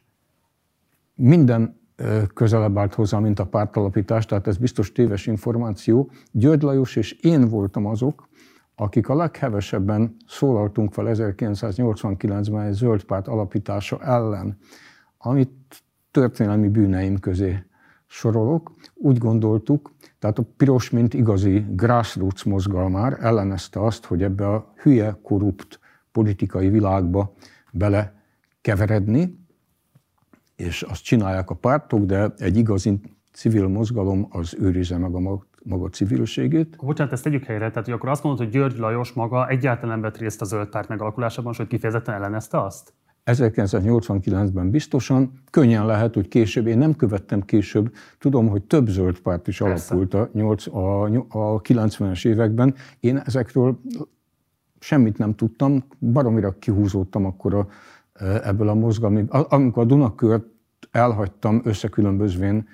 minden közelebb állt hozzá, mint a pártalapítás, tehát ez biztos téves információ. György Lajos és én voltam azok, akik a leghevesebben szólaltunk fel ezerkilencszáznyolcvankilencben egy zöld párt alapítása ellen, amit történelmi bűneim közé sorolok. Úgy gondoltuk, tehát a Piros, mint igazi grassroots mozgalmár ellenezte azt, hogy ebbe a hülye, korrupt politikai világba bele keveredni, és azt csinálják a pártok, de egy igazi civil mozgalom az őrizze meg a maga, maga civilségét. Bocsánat, ezt tegyük helyre, tehát hogy akkor azt mondod, hogy György Lajos maga egyáltalán vett részt a zöld párt megalakulásában, sőt kifejezetten ellenezte azt? ezerkilencszáznyolcvankilencben biztosan, könnyen lehet, hogy később, én nem követtem később, tudom, hogy több zöld párt is Persze. alakult a, nyolc, a, a kilencvenes években. Én ezekről semmit nem tudtam, baromira kihúzódtam akkor a, ebből a mozgalmi. Amikor a Dunakört elhagytam összekülönbözvén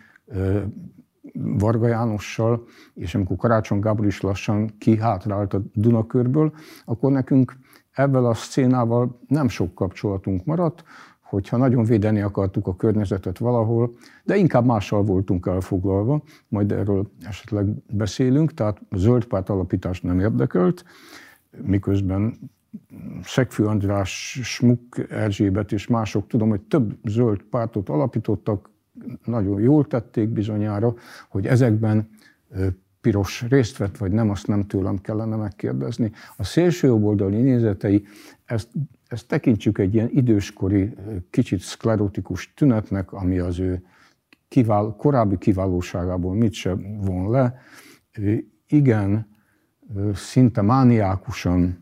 Varga Jánossal, és amikor Karácsony Gábor is lassan kihátrált a Dunakörből, akkor nekünk ebben a szcénával nem sok kapcsolatunk maradt, hogyha nagyon védeni akartuk a környezetet valahol, de inkább mással voltunk elfoglalva, majd erről esetleg beszélünk, tehát a zöld párt alapítás nem érdekelt, miközben Szegfű András, Smuk Erzsébet és mások, tudom, hogy több zöld pártot alapítottak, nagyon jól tették bizonyára, hogy ezekben Piros részt vett, vagy nem, azt nem tőlem kellene megkérdezni. A szélsőjobboldali nézetei, ezt, ezt tekintsük egy ilyen időskori, kicsit szklerotikus tünetnek, ami az ő kivál, korábbi kiválóságából mit sem von le. Igen, szinte mániákusan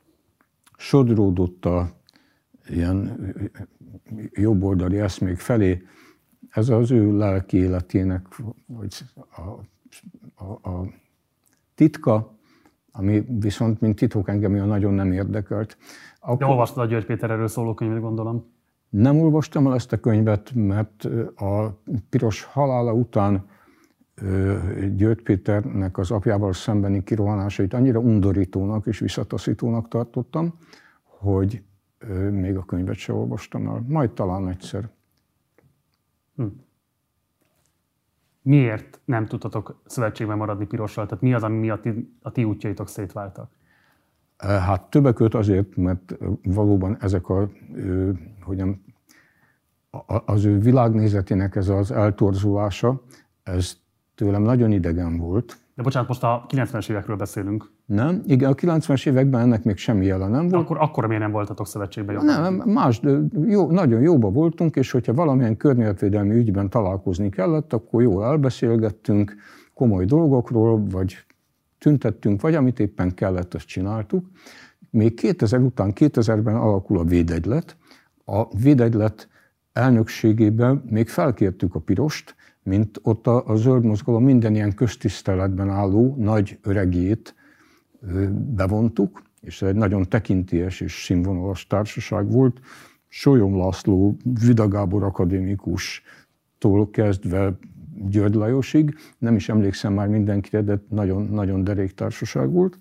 sodródott a ilyen jobboldali eszmék felé. Ez az ő lelki életének, vagy a, a, a titka, ami viszont, mint titok engem olyan nagyon nem érdekelt. Akkor de olvastad a György Péter erről szóló könyvet, gondolom? Nem olvastam el ezt a könyvet, mert a Piros halála után György Péternek az apjával szembeni kirohanásait annyira undorítónak és visszataszítónak tartottam, hogy még a könyvet sem olvastam el. Majd talán egyszer. Hm. Miért nem tudtatok szövetségben maradni Pirossal? Tehát mi az, ami miatt a ti útjaitok szétváltak? Hát többek között azért, mert valóban ezek a, hogyan, az ő világnézetének ez az eltorzulása, ez tőlem nagyon idegen volt. De bocsánat, most a kilencvenes évekről beszélünk. Nem, igen, a kilencvenes években ennek még semmi jele nem volt. Akkor, akkor miért nem voltatok szövetségben? Jobban? Nem, más, jó, nagyon jóba voltunk, és hogyha valamilyen környezetvédelmi ügyben találkozni kellett, akkor jól elbeszélgettünk komoly dolgokról, vagy tüntettünk, vagy amit éppen kellett, azt csináltuk. Még kétezer után, kétezerben alakul a Védegylet. A Védegylet elnökségében még felkértük a Pirost, mint ott a, a zöld mozgalom minden ilyen köztiszteletben álló nagy öregjét bevontuk, és egy nagyon tekintélyes és színvonalas társaság volt. Solyom László, Vida Gábor akadémikustól kezdve György Lajosig, nem is emlékszem már mindenkire, de nagyon, nagyon derék társaság volt.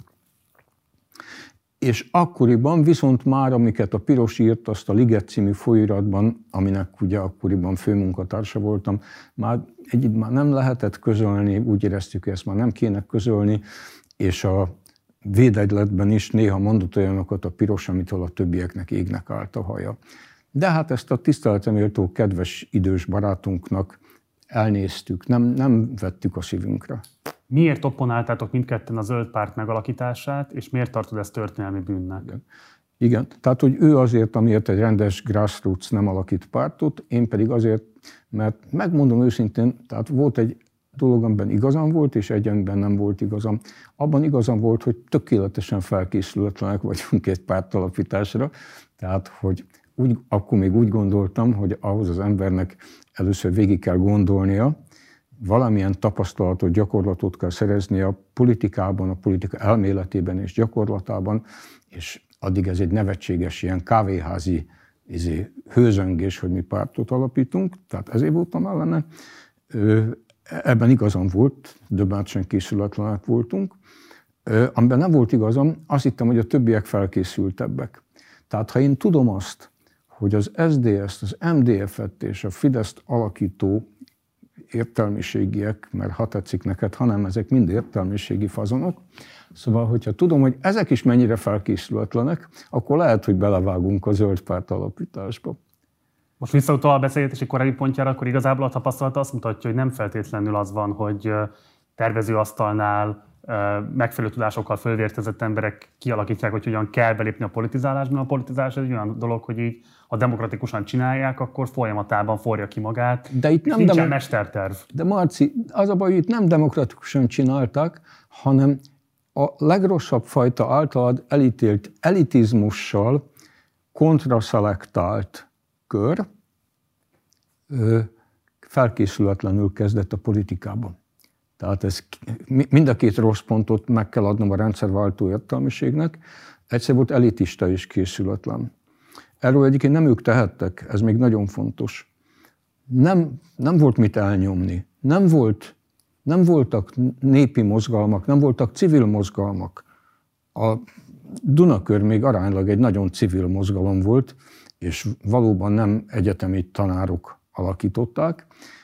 És akkoriban viszont már, amiket a Piros írt, azt a Liget című folyóiratban, aminek ugye akkoriban főmunkatársa voltam, már egyik már nem lehetett közölni, úgy éreztük, hogy ezt már nem kéne közölni, és a Védegyletben is néha mondott olyanokat a Piros, amitől a többieknek égnek állt a haja. De hát ezt a tiszteleteméltó kedves idős barátunknak elnéztük, nem, nem vettük a szívünkre. Miért opponáltátok mindketten a Zöld Párt megalakítását, és miért tartod ezt történelmi bűnnek? Igen. Igen, tehát hogy ő azért, amiért egy rendes grassroots nem alakít pártot, én pedig azért, mert megmondom őszintén, tehát volt egy dolog, amiben igazam volt, és egy, amiben nem volt igazam. Abban igazam volt, hogy tökéletesen felkészületlenek vagyunk egy pártalapításra, tehát hogy úgy, akkor még úgy gondoltam, hogy ahhoz az embernek először végig kell gondolnia, valamilyen tapasztalatot, gyakorlatot kell szereznie a politikában, a politika elméletében és gyakorlatában, és addig ez egy nevetséges ilyen kávéházi izé, hőzöngés, hogy mi pártot alapítunk, tehát ezért voltam ellene. Ebben igazam volt, döbbenetesen készületlenek voltunk. Amiben nem volt igazam, azt hittem, hogy a többiek felkészültebbek. Tehát ha én tudom azt, hogy az es zé dé es-t, az em dé ef-et és a Fideszt alakító értelmiségiek, mert ha tetszik neked, hanem ezek mind értelmiségi fazonok. Szóval, hogyha tudom, hogy ezek is mennyire felkészületlenek, akkor lehet, hogy belevágunk a Zöld Párt alapításba. Most visszautalva a beszélgetési korábbi pontjára, akkor igazából a tapasztalata azt mutatja, hogy nem feltétlenül az van, hogy tervezőasztalnál megfelelő tudásokkal fölvértezett emberek kialakítják, hogy hogyan kell belépni a politizálásban. A politizálás egy olyan dolog, hogy így, ha demokratikusan csinálják, akkor folyamatában forja ki magát, de itt nem nincsen demo- mesterterv. De Marci, az a baj, hogy itt nem demokratikusan csinálták, hanem a legrosszabb fajta általad elítélt elitizmussal kontraszelektált kör felkészületlenül kezdett a politikában. Tehát ez, mind a két rossz pontot meg kell adnom a rendszerváltó értelmiségnek. Egyszer volt elitista és készületlen. Erről egyébként nem ők tehettek, ez még nagyon fontos. Nem, nem volt mit elnyomni. Nem, volt, nem voltak népi mozgalmak, nem voltak civil mozgalmak. A Dunakör még aránylag egy nagyon civil mozgalom volt, és valóban nem egyetemi tanárok alakították,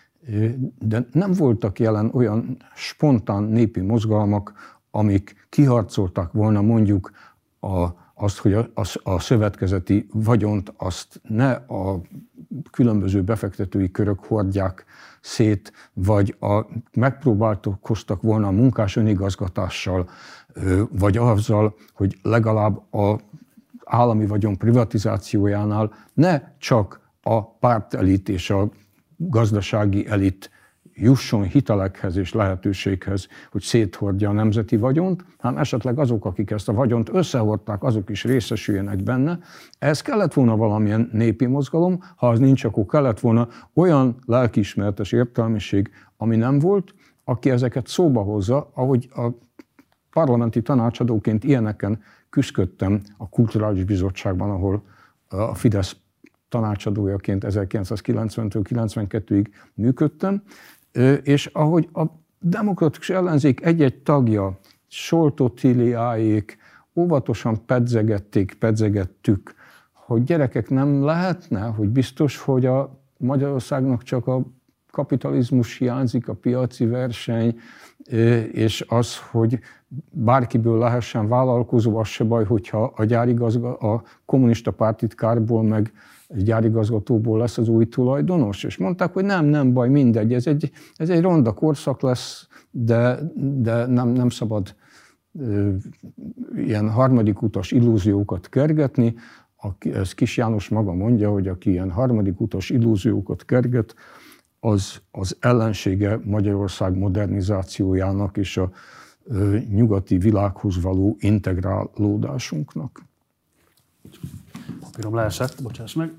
de nem voltak jelen olyan spontán népi mozgalmak, amik kiharcoltak volna mondjuk a, azt, hogy a, a, a szövetkezeti vagyont azt ne a különböző befektetői körök hordják szét, vagy a, megpróbálkoztak volna a munkás önigazgatással, vagy azzal, hogy legalább a állami vagyon privatizációjánál ne csak a pártelit és a gazdasági elit jusson hitelekhez és lehetőséghez, hogy széthordja a nemzeti vagyont, hanem esetleg azok, akik ezt a vagyont összehordták, azok is részesüljenek benne. Ehhez kellett volna valamilyen népi mozgalom, ha az nincs, akkor kellett volna olyan lelkiismeretes értelmiség, ami nem volt, aki ezeket szóba hozza, ahogy a parlamenti tanácsadóként ilyeneken küszködtem a Kulturális Bizottságban, ahol a Fidesz tanácsadójaként ezerkilencszázkilencventől kilencvenkettőig működtem, és ahogy a demokratikus ellenzék egy-egy tagja, Soltó Tiliáék óvatosan pedzegették, pedzegettük, hogy gyerekek, nem lehetne, hogy biztos, hogy a Magyarországnak csak a kapitalizmus hiányzik, a piaci verseny, és az, hogy bárkiből lehessen vállalkozó, az se baj, hogyha a, gyárigazga, a kommunista pártitkárból meg gyárigazgatóból lesz az új tulajdonos. És mondták, hogy nem, nem baj, mindegy, ez egy, ez egy ronda korszak lesz, de, de nem, nem szabad ilyen harmadik utas illúziókat kergetni. Ez Kis János maga mondja, hogy aki ilyen harmadik utas illúziókat kerget, az, az ellensége Magyarország modernizációjának és a ö, nyugati világhoz való integrálódásunknak. Papírom leesett, bocsáss meg.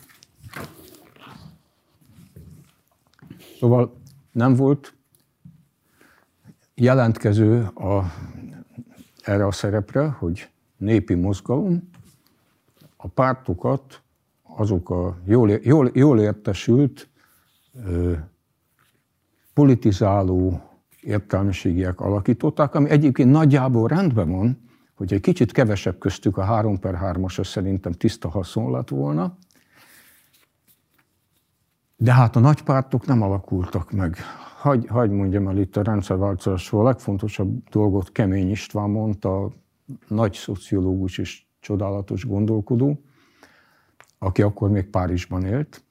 Szóval nem volt jelentkező a, erre a szerepre, hogy népi mozgalom, a pártokat azok a jól, jól, jól értesült, ö, politizáló értelmiségiek alakították, ami egyébként nagyjából rendben van, hogy egy kicsit kevesebb köztük a három per hármas, az szerintem tiszta haszon lett volna, de hát a nagy pártok nem alakultak meg. Hagy, hagy mondjam el itt a rendszerváltozásról a legfontosabb dolgot Kemény István mondta, a nagy szociológus és csodálatos gondolkodó, aki akkor még Párizsban élt,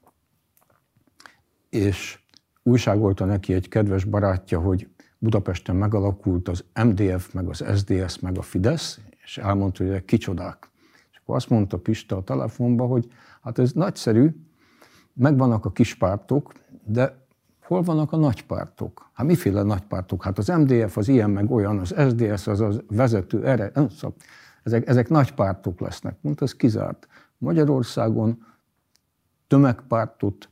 és újságolta neki egy kedves barátja, hogy Budapesten megalakult az em dé ef, meg az es dé es, meg a Fidesz, és elmondta, hogy kicsodák. És akkor azt mondta Pista a telefonba, hogy hát ez nagyszerű, megvannak a kis pártok, de hol vannak a nagy pártok? Hát miféle nagy pártok? Hát az em dé ef az ilyen, meg olyan, az es dé es az az vezető erre, szóval ezek, ezek nagy pártok lesznek. Mondta, ez kizárt. Magyarországon tömegpártot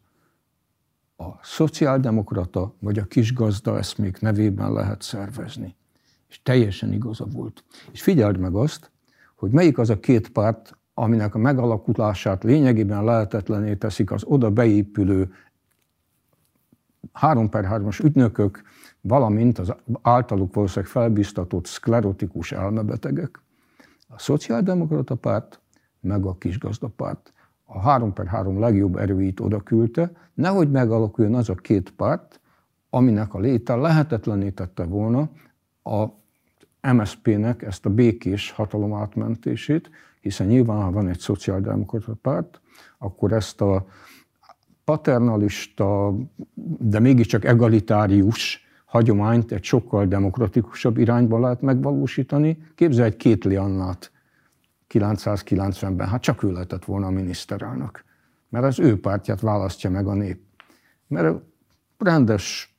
a szociáldemokrata vagy a kisgazda eszmék nevében lehet szervezni. És teljesen igaza volt. És figyeld meg azt, hogy melyik az a két párt, aminek a megalakulását lényegében lehetetlené teszik az oda beépülő három per hármas ügynökök, valamint az általuk valószínűleg felbiztatott szklerotikus elmebetegek. A szociáldemokrata párt, meg a kisgazdapárt. A három per három legjobb erőit oda küldte, nehogy megalakuljon az a két párt, aminek a léte lehetetlené tette volna a em es zé pének ezt a békés hatalomátmentését, hiszen nyilván, ha van egy szociáldemokrata párt, akkor ezt a paternalista, de mégiscsak egalitárius hagyományt egy sokkal demokratikusabb irányba lehet megvalósítani. Képzelj egy Kétli Annát kilencszázkilencvenben, hát csak ő lehetett volna a miniszterelnök, mert az ő pártját választja meg a nép. Mert rendes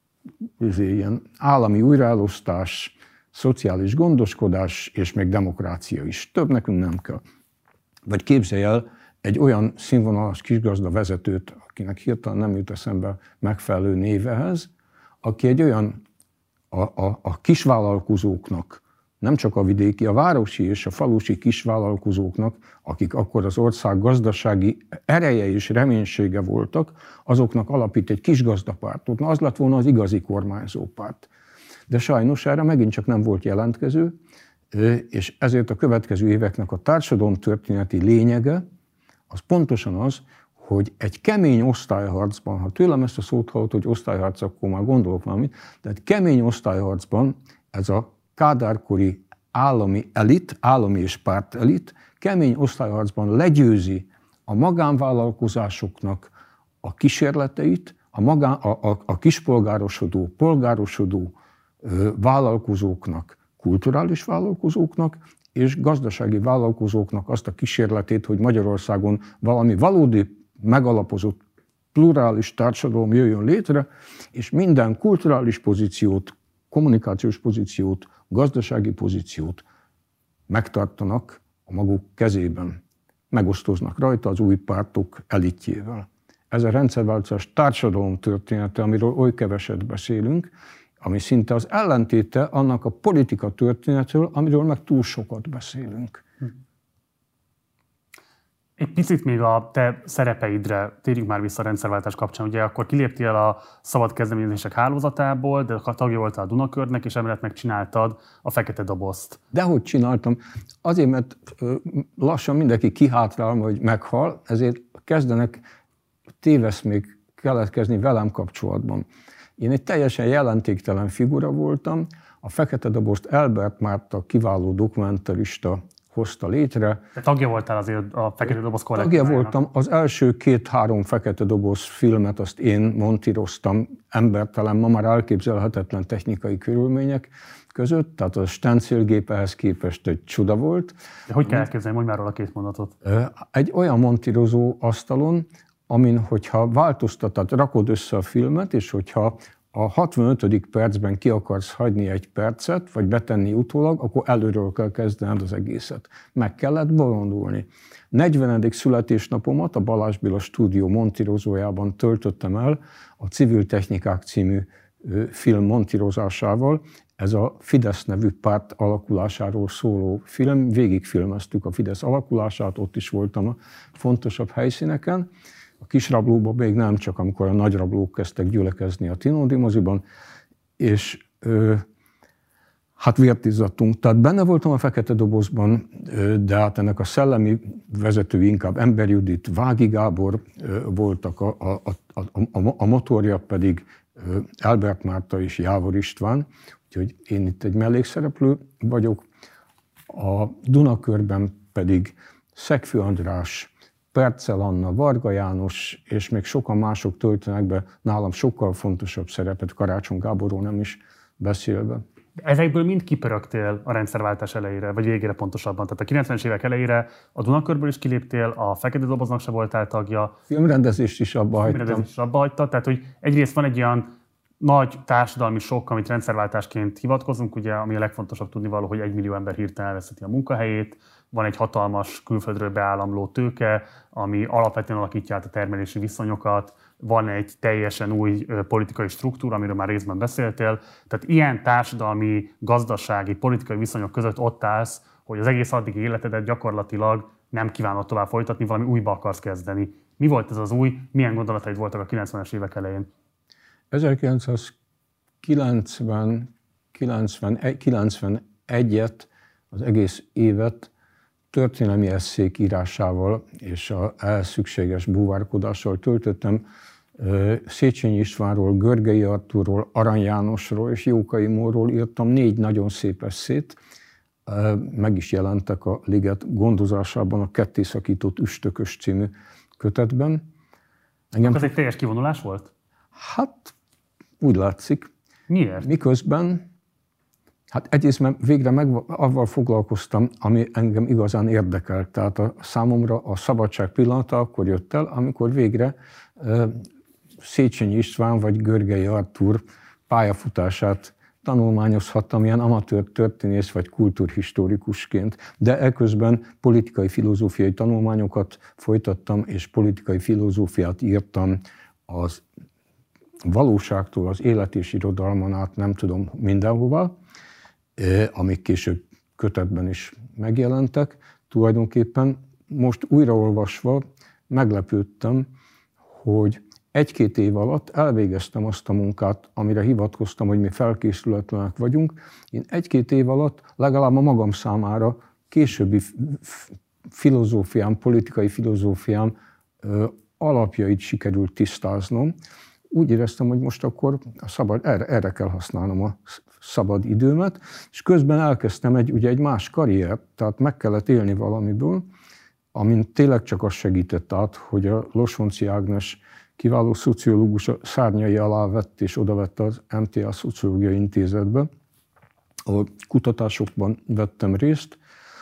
ilyen állami újraelosztás, szociális gondoskodás és még demokrácia is. Több nekünk nem kell. Vagy képzelj el egy olyan színvonalas kisgazda vezetőt, akinek hirtelen nem jut eszembe megfelelő névehez, aki egy olyan a, a, a kisvállalkozóknak, nem csak a vidéki, a városi és a falusi kisvállalkozóknak, akik akkor az ország gazdasági ereje és reménysége voltak, azoknak alapít egy kisgazdapártot. Na, az lett volna az igazi kormányzópárt. De sajnos erre megint csak nem volt jelentkező, és ezért a következő éveknek a társadalomtörténeti lényege az pontosan az, hogy egy kemény osztályharcban, ha tőlem ezt a szót hallott, hogy osztályharc, akkor már gondolok valamit, de egy kemény osztályharcban ez a kádárkori állami elit, állami és párt elit kemény osztályharcban legyőzi a magánvállalkozásoknak a kísérleteit, a, magán, a, a, a kispolgárosodó, polgárosodó ö, vállalkozóknak, kulturális vállalkozóknak és gazdasági vállalkozóknak azt a kísérletét, hogy Magyarországon valami valódi megalapozott plurális társadalom jöjjön létre, és minden kulturális pozíciót, kommunikációs pozíciót, gazdasági pozíciót megtartanak a maguk kezében. Megosztoznak rajta az új pártok elitjével. Ez a rendszerváltozás társadalomtörténete, amiről oly keveset beszélünk, ami szinte az ellentéte annak a politika történetről, amiről meg túl sokat beszélünk. Egy picit még a te szerepeidre térjünk már vissza a rendszerváltás kapcsán. Ugye akkor kiléptél a szabad kezdeményezések hálózatából, de tagja voltál a Dunakörnek, és emellett megcsináltad a Fekete Dobozt. Dehogy csináltam. Azért, mert lassan mindenki kihátrál, vagy meghal, ezért kezdenek téveszmék keletkezni velem kapcsolatban. Én egy teljesen jelentéktelen figura voltam. A Fekete Dobozt Elbert Márta kiváló dokumentarista hozta létre. De tagja voltál azért a Fekete Doboz kollektívájának? Tagja voltam. Az első két-három Fekete Doboz filmet azt én montíroztam embertelen, ma már elképzelhetetlen technikai körülmények között, tehát a stencilgép ehhez képest egy csuda volt. De hogy kell elképzelni, mondj már róla két mondatot. Egy olyan montírozó asztalon, amin, hogyha változtatod, rakod össze a filmet, és hogyha a hatvanötödik percben ki akarsz hagyni egy percet, vagy betenni utólag, akkor előről kell kezdened az egészet. Meg kellett bolondulni. negyvenedik születésnapomat a Balázs Béla stúdió montírozójában töltöttem el a Civil Technikák című film montírozásával. Ez a Fidesz nevű párt alakulásáról szóló film. Végigfilmeztük a Fidesz alakulását, ott is voltam a fontosabb helyszíneken. A kisrablóban még nem, csak amikor a nagyrablók kezdtek gyülekezni a Tinódi moziban, és ö, hát vért izzadtunk. Tehát benne voltam a Fekete Dobozban, ö, de hát ennek a szellemi vezetői inkább Ember Judit, Vági Gábor ö, voltak, a, a, a, a, a motorja pedig ö, Albert Márta és Jávor István, úgyhogy én itt egy mellékszereplő vagyok. A Dunakörben pedig Szegfű András, Percel Anna, Varga János, és még sokan mások töltenek be nálam sokkal fontosabb szerepet, Karácsony Gáborról nem is beszélve. Ezekből mind kipörögtél a rendszerváltás elejére, vagy végére pontosabban. Tehát a kilencvenes évek elejére a Dunakörből is kiléptél, a Fekete Doboznak se voltál tagja. Filmrendezést is abba hagytam. Filmrendezést is abba hagytad, tehát hogy egyrészt van egy olyan nagy társadalmi sok, amit rendszerváltásként hivatkozunk, ugye, ami a legfontosabb tudnivaló, hogy egy millió ember hirtelen elveszíti a munkahelyét, van egy hatalmas külföldről beállamló tőke, ami alapvetően alakítja át a termelési viszonyokat, van egy teljesen új politikai struktúra, amiről már részben beszéltél. Tehát ilyen társadalmi, gazdasági, politikai viszonyok között ott állsz, hogy az egész addigi életedet gyakorlatilag nem kívánod tovább folytatni, valami újba akarsz kezdeni. Mi volt ez az új, milyen gondolataid voltak a kilencvenes évek elején? ezerkilencszázkilencven kilencvenegyet, az egész évet történelmi esszék írásával és a ehhez szükséges búvárkodással töltöttem. Széchenyi Istvánról, Görgei Artúrról, Arany Jánosról és Jókai Mórról írtam négy nagyon szép esszét. Meg is jelentek a Liget gondozásában a Kettészakított üstökös című kötetben. Engem... Ez egy teljes kivonulás volt? Hát úgy látszik. Miért? Miközben, hát egyrészt mert végre meg avval foglalkoztam, ami engem igazán érdekel. Tehát a, számomra a szabadság pillanata akkor jött el, amikor végre uh, Széchenyi István vagy Görgei Artúr pályafutását tanulmányozhattam ilyen amatőr történész vagy kultúrhistorikusként, de eközben politikai filozófiai tanulmányokat folytattam, és politikai filozófiát írtam az valóságtól az élet és irodalmon át nem tudom mindenhova, amik később kötetben is megjelentek. Tulajdonképpen most újraolvasva meglepődtem, hogy egy-két év alatt elvégeztem azt a munkát, amire hivatkoztam, hogy mi felkészületlenek vagyunk. Én egy-két év alatt legalább a magam számára későbbi filozófiám, politikai filozófiám alapjait sikerült tisztáznom. Úgy éreztem, hogy most akkor a szabad, erre, erre kell használnom a szabad időmet, és közben elkezdtem egy, ugye egy más karriert, tehát meg kellett élni valamiből, amin tényleg csak az segített át, hogy a Losonczy Ágnes kiváló szociológus szárnyai alá vett és oda vette az em té á Szociológiai Intézetbe, ahol kutatásokban vettem részt,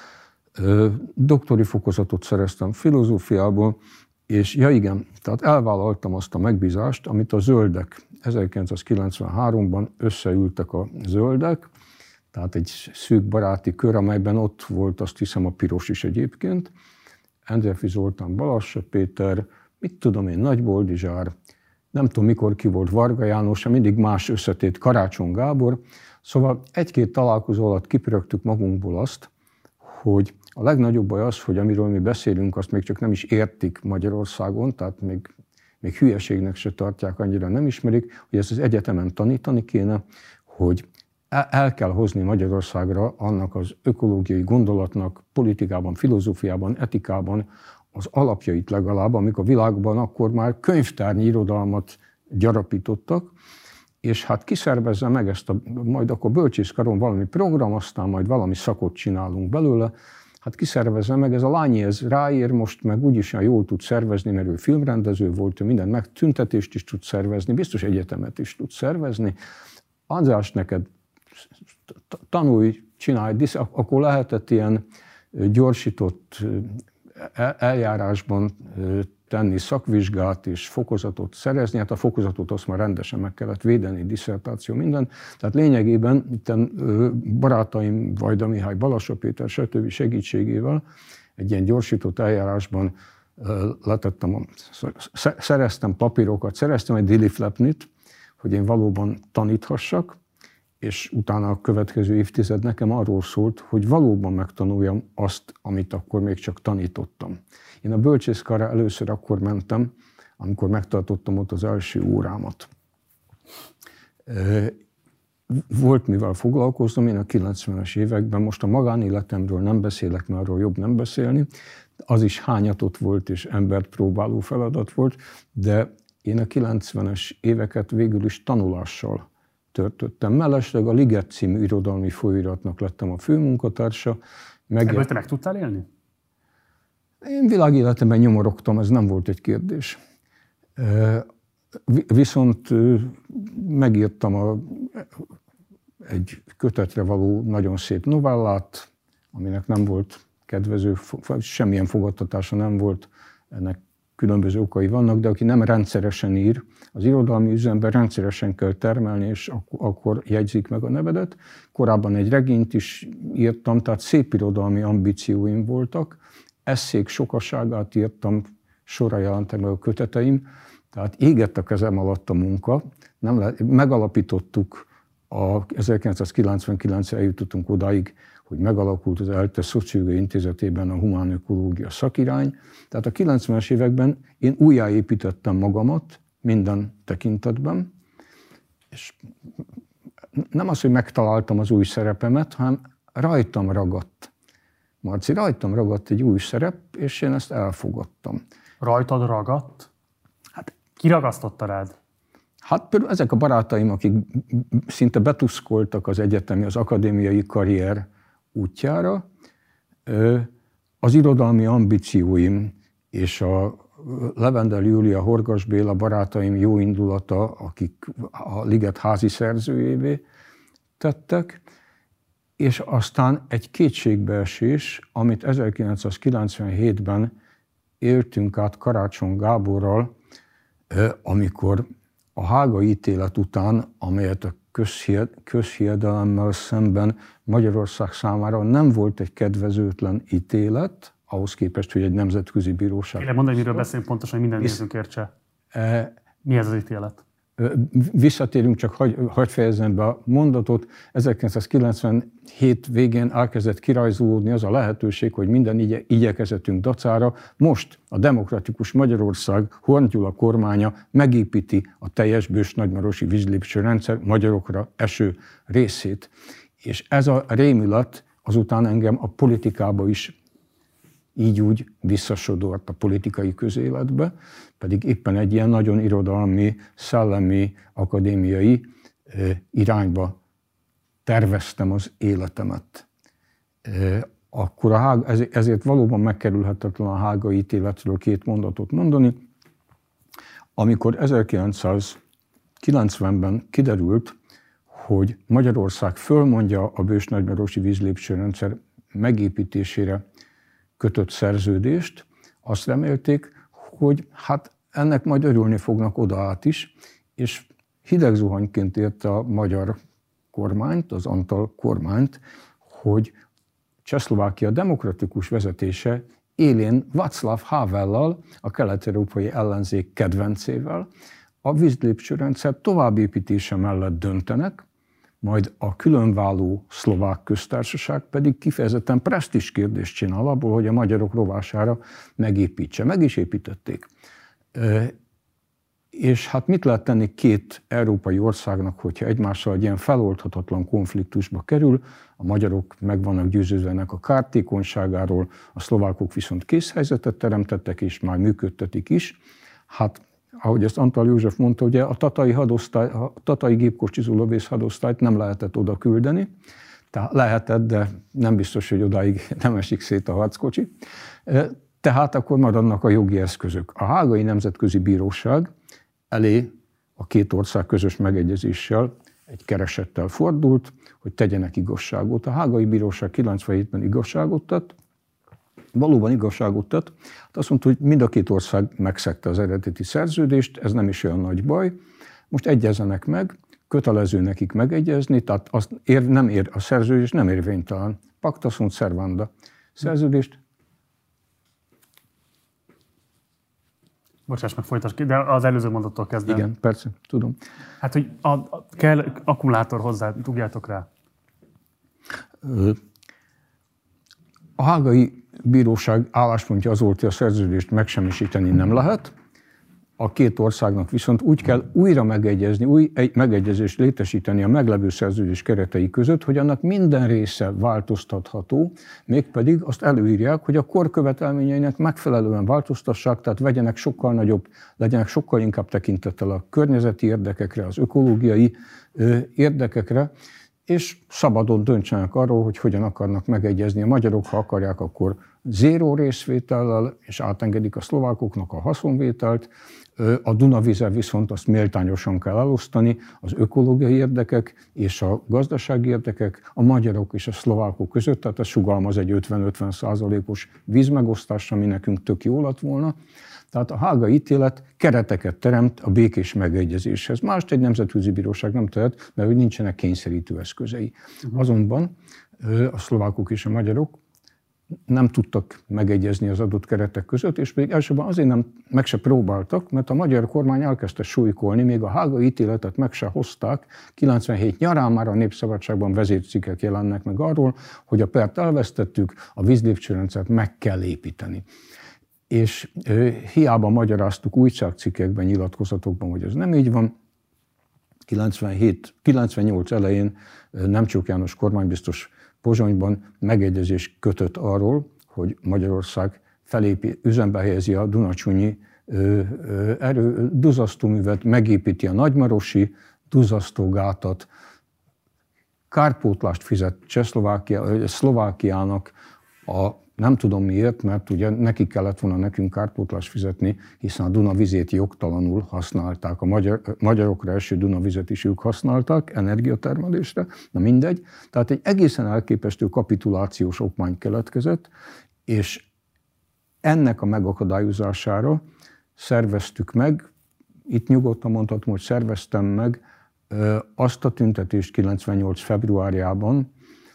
doktori fokozatot szereztem filozófiából, és ja igen, tehát elvállaltam azt a megbízást, amit a zöldek ezerkilencszázkilencvenháromban összeültek a zöldek, tehát egy szűk baráti kör, amelyben ott volt, azt hiszem, a piros is egyébként, Endreffy Zoltán, Balassa Péter, mit tudom én, Nagy Boldizsár, nem tudom mikor ki volt Varga János, mindig más összetét Karácsony Gábor. Szóval egy-két találkozó alatt kipörögtük magunkból azt, hogy a legnagyobb baj az, hogy amiről mi beszélünk, azt még csak nem is értik Magyarországon, tehát még, még hülyeségnek se tartják, annyira nem ismerik, hogy ezt az egyetemen tanítani kéne, hogy el kell hozni Magyarországra annak az ökológiai gondolatnak, politikában, filozófiában, etikában az alapjait legalább, amik a világban akkor már könyvtárnyi irodalmat gyarapítottak, és hát kiszervezze meg ezt a, majd akkor bölcsészkaron valami program, aztán majd valami szakot csinálunk belőle, hát kiszervezze meg, ez a Lányi ez ráér most, meg úgyis olyan jól tud szervezni, mert ő filmrendező volt, ő mindent meg, tüntetést is tud szervezni, biztos egyetemet is tud szervezni. András, neked tanulj, csinálj, akkor lehetett ilyen gyorsított eljárásban tenni szakvizsgát és fokozatot szerezni, hát a fokozatot azt már rendesen meg kellett védeni, disszertáció, minden. Tehát lényegében itten barátaim, Vajda Mihály, Balassa Péter, stb. Segítségével egy ilyen gyorsított eljárásban letettem, szereztem papírokat, szereztem egy diliflepnit, hogy én valóban taníthassak, és utána a következő évtized nekem arról szólt, hogy valóban megtanuljam azt, amit akkor még csak tanítottam. Én a bölcsészkarra először akkor mentem, amikor megtartottam ott az első órámat. Volt mivel foglalkoznom én a kilencvenes években, most a magánéletemről nem beszélek, mert arról jobb nem beszélni, az is hányatott volt és embert próbáló feladat volt, de én a kilencvenes éveket végül is tanulással töltöttem. Mellesleg a Liget című irodalmi folyóiratnak lettem a főmunkatársa. Meg... Ebből te meg tudtál élni? Én világéletemben nyomorogtam, ez nem volt egy kérdés. Viszont megírtam a, egy kötetre való nagyon szép novellát, aminek nem volt kedvező, semmilyen fogadtatása nem volt, ennek különböző okai vannak, de aki nem rendszeresen ír, az irodalmi üzemben rendszeresen kell termelni, és akkor jegyzik meg a nevedet. Korábban egy regényt is írtam, tehát szép irodalmi ambícióim voltak. Esszék sokaságát írtam, sorra jelentek meg a köteteim, tehát égett a kezem alatt a munka. Nem lehet, megalapítottuk, a ezerkilencszázkilencvenkilencre eljutottunk odáig, hogy megalakult az ELTE Szociológiai Intézetében a humánökológia szakirány. Tehát a kilencvenes években én újjáépítettem magamat minden tekintetben, és nem az, hogy megtaláltam az új szerepemet, hanem rajtam ragadt. Marci, rajtam ragadt egy új szerep, és én ezt elfogadtam. Rajtad ragadt? Hát, ki ragasztotta rád? Hát például ezek a barátaim, akik szinte betuszkoltak az egyetemi, az akadémiai karrier útjára, az irodalmi ambícióim és a Levendel Júlia, Horgas Béla barátaim jó indulata, akik a Liget házi szerzőjévé tettek, és aztán egy kétségbeesés, amit ezerkilencszázkilencvenhétben éltünk át Karácsony Gáborral, amikor a hágai ítélet után, amelyet a közhiedelemmel szemben Magyarország számára nem volt egy kedvezőtlen ítélet, ahhoz képest, hogy egy nemzetközi bíróság... Kérlek mondani, miről beszélünk pontosan, hogy minden nézőnk értse. Mi ez az ítélet? Visszatérünk, csak hagy, hagy fejezzem be a mondatot. ezerkilencszázkilencvenhét végén elkezdett kirajzolódni az a lehetőség, hogy minden igye, igyekezetünk dacára most a demokratikus Magyarország Horn Gyula kormánya megépíti a teljes bős-nagymarosi vízlépcső rendszer magyarokra eső részét. És ez a rémület azután engem a politikába is így úgy visszasodort a politikai közéletbe, pedig éppen egy ilyen nagyon irodalmi, szellemi, akadémiai irányba terveztem az életemet. Akkor a Hága, ezért valóban megkerülhetetlen a hágai ítéletről két mondatot mondani. Amikor ezerkilencszázkilencvenben kiderült, hogy Magyarország fölmondja a bős-nagymarosi vízlépcsőrendszer megépítésére kötött szerződést, azt remélték, hogy hát ennek majd örülni fognak oda át is, és hideg zuhanyként érte a magyar kormányt, az Antal kormányt, hogy Csehszlovákia demokratikus vezetése élén Václav Havellal, a kelet-európai ellenzék kedvencével, a vízlépcsőrendszer továbbépítése mellett döntenek, majd a különváló szlovák köztársaság pedig kifejezetten presztízs kérdést csinál abból, hogy a magyarok rovására megépítse. Meg is építették. És hát mit lehet tenni két európai országnak, hogyha egymással egy ilyen feloldhatatlan konfliktusba kerül, a magyarok meg vannak győződve ennek a kártékonyságáról, a szlovákok viszont készhelyzetet teremtettek, és már működtetik is. Hát ahogy ezt Antal József mondta, ugye a tatai, hadosztály, a tatai gépkocsizó lövész hadosztályt nem lehetett oda küldeni, Tehát lehetett, de nem biztos, hogy odáig nem esik szét a harckocsi. Tehát akkor maradnak a jogi eszközök. A Hágai Nemzetközi Bíróság elé a két ország közös megegyezéssel egy keresettel fordult, hogy tegyenek igazságot. A Hágai Bíróság kilencvenhétben igazságot tett, valóban igazságot tett. Hát azt mondta, hogy mind a két ország megszegte az eredeti szerződést, ez nem is olyan nagy baj. Most egyezzenek meg, kötelező nekik megegyezni, tehát azt ér, nem ér, a szerződés nem érvénytelen. Pacta sunt servanda. Szerződést. Bocsáss meg, folytasd ki, de az előző mondattól kezdem. Igen, persze, tudom. Hát, hogy a, a, kell akkumulátor hozzá, dugjátok rá. A Hágai Bíróság álláspontja az volt, hogy a szerződést megsemmisíteni nem lehet. A két országnak viszont úgy kell újra megegyezni, új egy megegyezést létesíteni a meglevő szerződés keretei között, hogy annak minden része változtatható, mégpedig azt előírják, hogy a kor követelményeinek megfelelően változtassák, tehát vegyenek sokkal nagyobb, legyenek sokkal inkább tekintettel a környezeti érdekekre, az ökológiai érdekekre, és szabadon döntsenek arról, hogy hogyan akarnak megegyezni. A magyarok, ha akarják, akkor zéró részvétellel, és átengedik a szlovákoknak a haszonvételt. A Dunavize viszont azt méltányosan kell elosztani, az ökológiai érdekek és a gazdasági érdekek a magyarok és a szlovákok között, tehát ez sugalmaz egy ötven-ötven százalékos vízmegosztás, ami nekünk tök jó lett volna. Tehát a hágai ítélet kereteket teremt a békés megegyezéshez. Mást egy nemzetközi bíróság nem tehet, mert hogy nincsenek kényszerítő eszközei. Azonban a szlovákok és a magyarok nem tudtak megegyezni az adott keretek között, és még elsőben azért nem meg se próbáltak, mert a magyar kormány elkezdte súlykolni, még a hágai ítéletet meg se hozták. kilencvenhét nyarán már a Népszabadságban vezércikkek jelennek meg arról, hogy a pert elvesztettük, a vízlépcsőrendszert meg kell építeni. És hiába magyaráztuk újságcikkekben, nyilatkozatokban, hogy ez nem így van. kilencvenhét, kilencvennyolc elején Nemcsók János kormánybiztos Pozsonyban megegyezés kötött arról, hogy Magyarország felépi, üzembe helyezi a Dunacsonyi erő, duzasztóművet, megépíti a nagymarosi duzasztógátat, kárpótlást fizet Csehszlovákia, Szlovákiának a nem tudom miért, mert ugye neki kellett volna nekünk kárpótlást fizetni, hiszen a Duna vizét jogtalanul használták. A magyar, magyarokra eső Duna vizet is ők használták energiatermelésre, na mindegy. Tehát egy egészen elképesztő kapitulációs okmány keletkezett, és ennek a megakadályozására szerveztük meg, itt nyugodtan mondhatom, hogy szerveztem meg azt a tüntetést kilencvennyolc februárjában,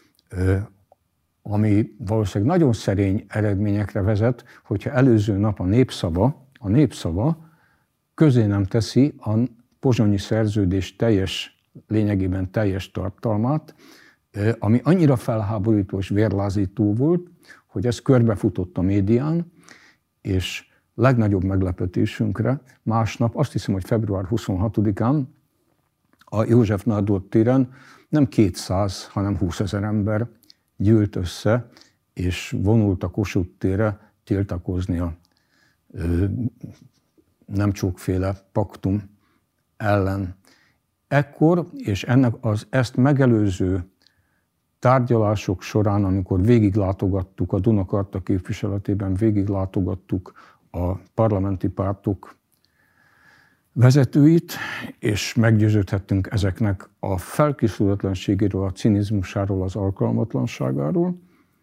ami valószínűleg nagyon szerény eredményekre vezet, hogyha előző nap a népszava, a népszava közé nem teszi a pozsonyi szerződés teljes, lényegében teljes tartalmát, ami annyira felháborító és vérlázító volt, hogy ez körbefutott a médián, és legnagyobb meglepetésünkre másnap, azt hiszem, hogy február huszonhatodikán a József Nádor téren nem kétszáz, hanem húszezer ember gyűlt össze, és vonult a Kossuth térre tiltakozni a ö, Nemcsók-féle paktum ellen. Ekkor, és ennek az ezt megelőző tárgyalások során, amikor végiglátogattuk a Dunakarta képviseletében, végiglátogattuk a parlamenti pártok vezetőit, és meggyőződhettünk ezeknek a felkészületlenségéről, a cinizmusáról, az alkalmatlanságáról,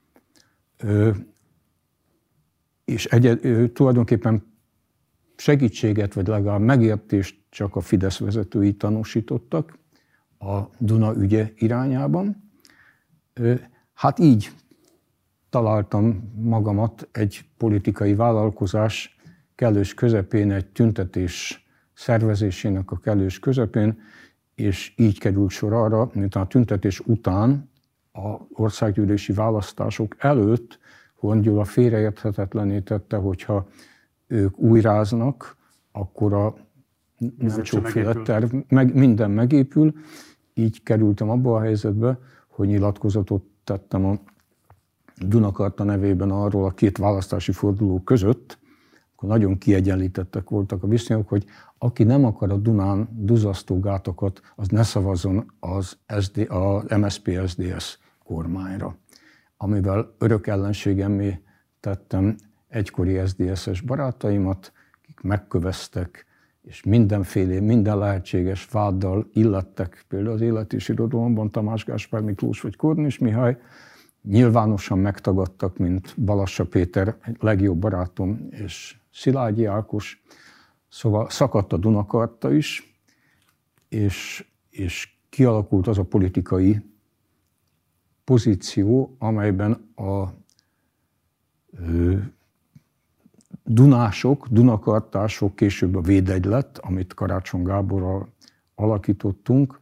és egy, tulajdonképpen segítséget, vagy legalább megértést csak a Fidesz vezetői tanúsítottak a Duna ügye irányában. Hát így találtam magamat egy politikai vállalkozás kellős közepén, egy tüntetés szervezésének a kellős közepén, és így került sor arra, mint a tüntetés után, a országgyűlési választások előtt Horn Gyula félreérthetetlenné tette, hogyha ők újráznak, akkor a Nemcsók-féle terv, meg, minden megépül. Így kerültem abba a helyzetbe, hogy nyilatkozatot tettem a Dunakarta nevében arról a két választási forduló között, akkor nagyon kiegyenlítettek voltak a viszonyok, hogy aki nem akar a Dunán duzasztógátakat, az ne szavazzon az es zé dé, a em es zé pé es zé dé es kormányra, amivel örök ellenségemmé tettem egykori es zé dé es-es barátaimat, akik megköveztek, és mindenféle, minden lehetséges váddal illettek, például az Élet és Irodalomban Tamás Gáspár Miklós vagy Kornis Mihály, nyilvánosan megtagadtak, mint Balassa Péter, legjobb barátom, és Szilágyi Ákos. Szóval szakadt a Dunakarta is, és, és kialakult az a politikai pozíció, amelyben a ö, dunások, dunakartások, később a Védegylet, amit Karácsony Gáborral alakítottunk,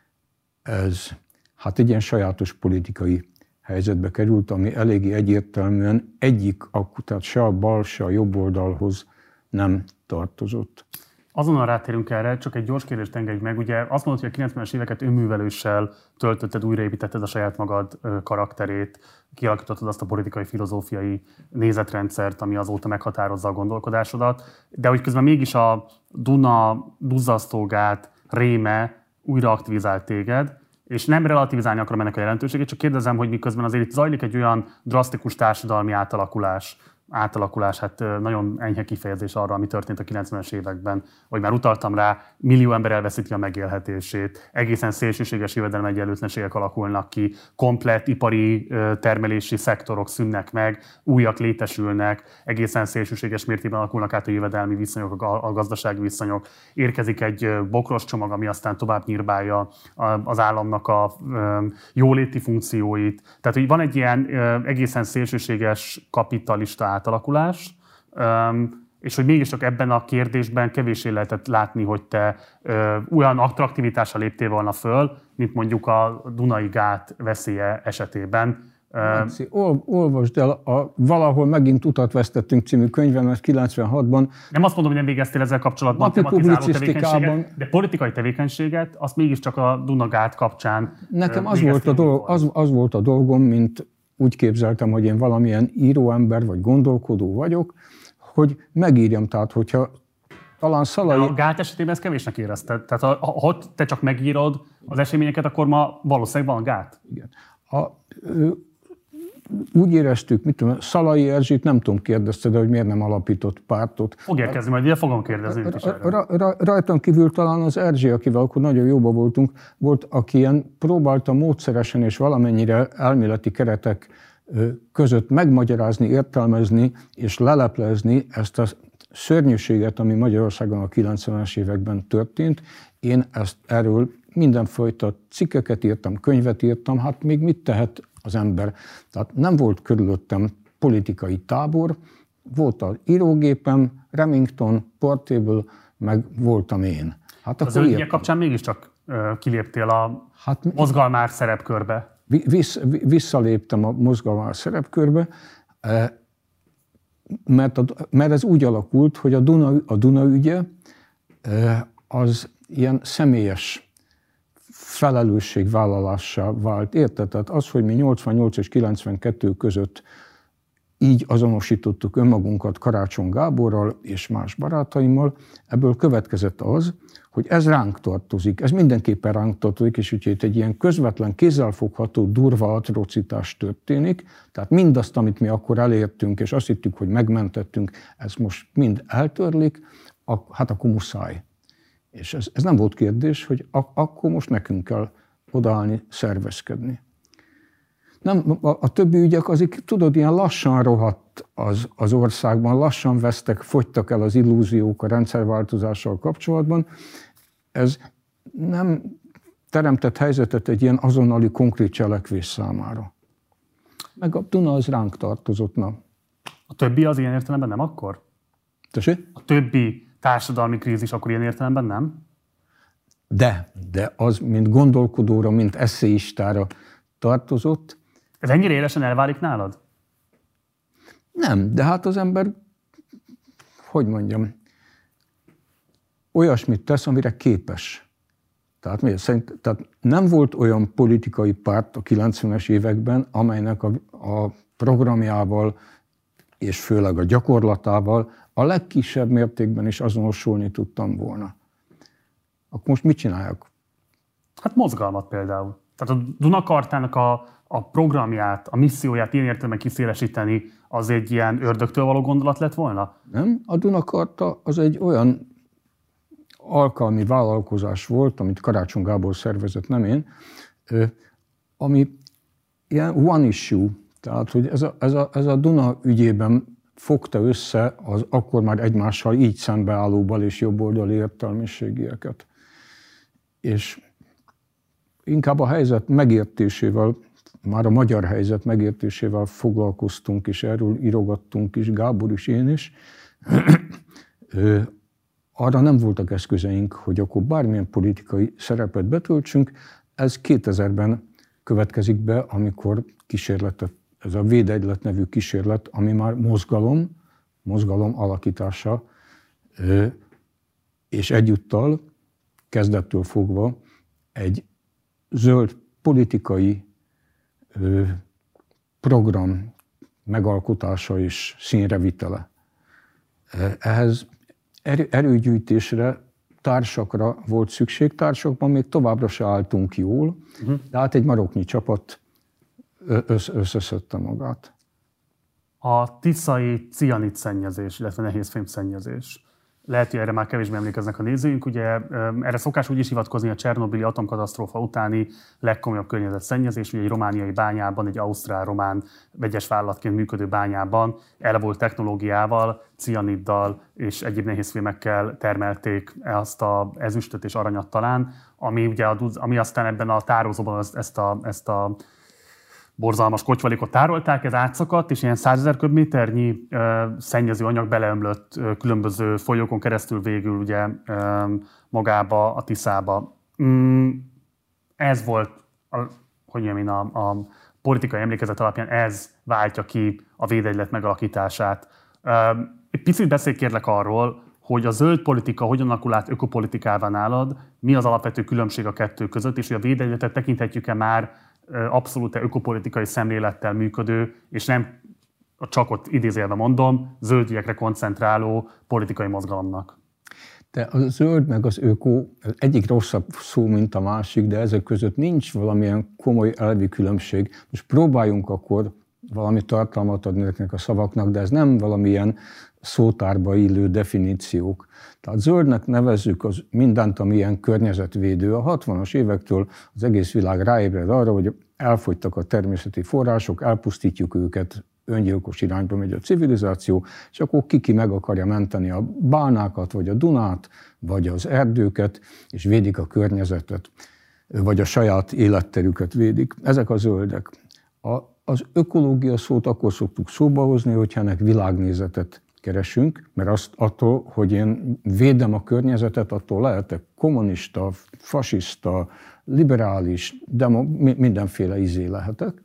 ez hát egy ilyen sajátos politikai helyzetbe került, ami eléggé egyértelműen egyik, tehát se a bal, se a jobb oldalhoz nem tartozott. Azonnal rátérünk erre, csak egy gyors kérdést engedj meg. Ugye azt mondod, hogy a kilencvenes éveket önművelőssel töltötted, újraépítetted a saját magad karakterét, kialakítottad azt a politikai, filozófiai nézetrendszert, ami azóta meghatározza a gondolkodásodat, de hogy közben mégis a Duna, duzzasztógát, réme újra aktivizált téged, és nem relativizálni akarom ennek a jelentőségét, csak kérdezem, hogy miközben azért itt zajlik egy olyan drasztikus társadalmi átalakulás, átalakulás, hát nagyon enyhe kifejezés arra, ami történt a kilencvenes években, hogy már utaltam rá, millió ember elveszíti a megélhetését, egészen szélsőséges jövedelem egyenlőtlenségek alakulnak ki, komplett ipari termelési szektorok szűnnek meg, újak létesülnek, egészen szélsőséges mértékben alakulnak át a jövedelmi viszonyok, a gazdasági viszonyok. Érkezik egy bokros csomag, ami aztán tovább nyírbálja az államnak a jóléti funkcióit. Tehát, hogy van egy ilyen egészen szélsőséges kapitalista átalakulás, és hogy mégiscsak ebben a kérdésben kevéssé lehetett látni, hogy te olyan attraktivitással léptél volna föl, mint mondjuk a Dunai gát veszélye esetében. Laci, ol, olvasd el, a Valahol megint utat vesztettünk című könyvemet kilencvenhatban. Nem azt mondom, hogy nem végeztél ezzel kapcsolatban tematizáló tevékenységet, de politikai tevékenységet, azt mégiscsak a Dunagát kapcsán Nekem az volt, a dolog, az, az volt a dolgom, mint úgy képzeltem, hogy én valamilyen íróember vagy gondolkodó vagyok, hogy megírjam, tehát hogyha talán Szalai... A Gát esetében ezt kevésnek érezted. Tehát ha, ha te csak megírod az eseményeket, akkor ma valószínűleg van Gát. Igen. A, ö, úgy éreztük, mit tudom, Szalai Erzsit nem tudom, kérdezte, de hogy miért nem alapított pártot. Fog érkezni, majd ide fogom kérdezni őt is erre. Ra, ra, rajtam kívül talán az Erzsi, akivel akkor nagyon jóban voltunk, volt, aki ilyen próbálta módszeresen és valamennyire elméleti keretek között megmagyarázni, értelmezni és leleplezni ezt a szörnyűséget, ami Magyarországon a kilencvenes években történt. Én ezt erről mindenfajta cikkeket írtam, könyvet írtam, hát még mit tehet az ember? Tehát nem volt körülöttem politikai tábor, volt az írógépem, Remington, Portable, meg voltam én. Hát az önügyek kapcsán mégiscsak uh, kiléptél a hát, mozgalmár szerepkörbe. Vissz, visszaléptem a mozgalmár szerepkörbe, mert, a, mert ez úgy alakult, hogy a Duna, a Duna ügye az ilyen személyes felelősségvállalássá vált. Érted? Tehát az, hogy mi nyolcvannyolc és kilencvenkettő között így azonosítottuk önmagunkat Karácsony Gáborral és más barátaimmal, ebből következett az, hogy ez ránk tartozik, ez mindenképpen ránk tartozik, és úgyhogy egy ilyen közvetlen, kézzelfogható, durva atrocitás történik, tehát mindazt, amit mi akkor elértünk, és azt hittük, hogy megmentettünk, ez most mind eltörlik, hát akkor muszáj. És ez, ez nem volt kérdés, hogy ak- akkor most nekünk kell odaállni, szervezkedni. Nem, a, a többi ügyek azok, tudod, ilyen lassan rohadt az, az országban, lassan vesztek, fogytak el az illúziók a rendszerváltozással kapcsolatban. Ez nem teremtett helyzetet egy ilyen azonnali konkrét cselekvés számára. Meg a Duna az ránk tartozott, na. A többi az ilyen értelemben nem akkor? Tessék? A többi társadalmi krízis akkor ilyen értelemben nem? De, de az, mint gondolkodóra, mint eszéistára tartozott. Ez ennyire élesen elválik nálad? Nem, de hát az ember, hogy mondjam, olyasmit tesz, amire képes. Tehát, miért? Szerint, tehát nem volt olyan politikai párt a kilencvenes években, amelynek a, a programjával és főleg a gyakorlatával a legkisebb mértékben is azonosulni tudtam volna. Akkor most mit csináljak? Hát mozgalmat például. Tehát a Dunakartának a, a programját, a misszióját ilyen értelemben kiszélesíteni, az egy ilyen ördögtől való gondolat lett volna? Nem, a Dunakarta az egy olyan alkalmi vállalkozás volt, amit Karácsony Gábor szervezett, nem én, ami ilyen one issue, tehát hogy ez a, ez a, ez a Duna ügyében fogta össze az akkor már egymással így szembeálló bal és jobboldali értelmiségieket. És inkább a helyzet megértésével, már a magyar helyzet megértésével foglalkoztunk, és erről írogattunk is, Gábor is, én is. Arra nem voltak eszközeink, hogy akkor bármilyen politikai szerepet betöltsünk. Ez kétezerben következik be, amikor kísérletet, ez a Védegylet nevű kísérlet, ami már mozgalom, mozgalom alakítása, és egyúttal kezdettől fogva egy zöld politikai program megalkotása és színrevitele. Ehhez erőgyűjtésre, társakra volt szükség, társakban még továbbra se álltunk jól, uh-huh. de hát egy maroknyi csapat össz- összeszedte magát. A tiszai cianid szennyezés, illetve nehézfém szennyezés. Lehet, hogy erre már kevésbé emlékeznek a nézőink. Ugye erre szokás úgy is hivatkozni, a Csernobili atomkatasztrófa utáni legkomolyabb környezetszennyezés, ugye egy romániai bányában, egy ausztrál-román vegyes vállalatként működő bányában elvolt technológiával, cianiddal és egyéb nehézfémekkel termelték ezt a ezüstöt és aranyat talán, ami, ugye, ami aztán ebben a tározóban ezt a, ezt a borzalmas kocsvalikot tárolták, ez átszakadt, és ilyen százezer köbméternyi ö, szennyező anyag beleömlött ö, különböző folyókon keresztül végül ugye ö, magába, a Tiszába. Mm, ez volt, a, hogy mondjam én, a, a politikai emlékezet alapján ez váltja ki a védegylet megalakítását. Ö, egy picit beszélj kérlek arról, hogy a zöld politika hogyan alakul át ökopolitikává nálad, mi az alapvető különbség a kettő között, és hogy a védegyletet tekinthetjük-e már abszolút ökopolitikai szemlélettel működő, és nem csak ott idézélve mondom, zöldügyekre koncentráló politikai mozgalomnak. De a zöld meg az öko egyik rosszabb szó, mint a másik, de ezek között nincs valamilyen komoly elvi különbség. Most próbáljunk akkor valami tartalmat adni neknek a szavaknak, de ez nem valamilyen szótárba illő definíciók. Tehát zöldnek nevezzük az mindent, ami ilyen környezetvédő. A hatvanas évektől az egész világ ráébred arra, hogy elfogytak a természeti források, elpusztítjuk őket, öngyilkos irányba megy a civilizáció, és akkor ki-ki meg akarja menteni a bálnákat, vagy a Dunát, vagy az erdőket, és védik a környezetet, vagy a saját életterüket védik. Ezek a zöldek. A, az ökológia szót akkor szoktuk szóba hozni, hogyha ennek világnézetet keresünk, mert azt attól, hogy én védem a környezetet, attól lehetek kommunista, fasiszta, liberális, demo, mindenféle izé lehetek.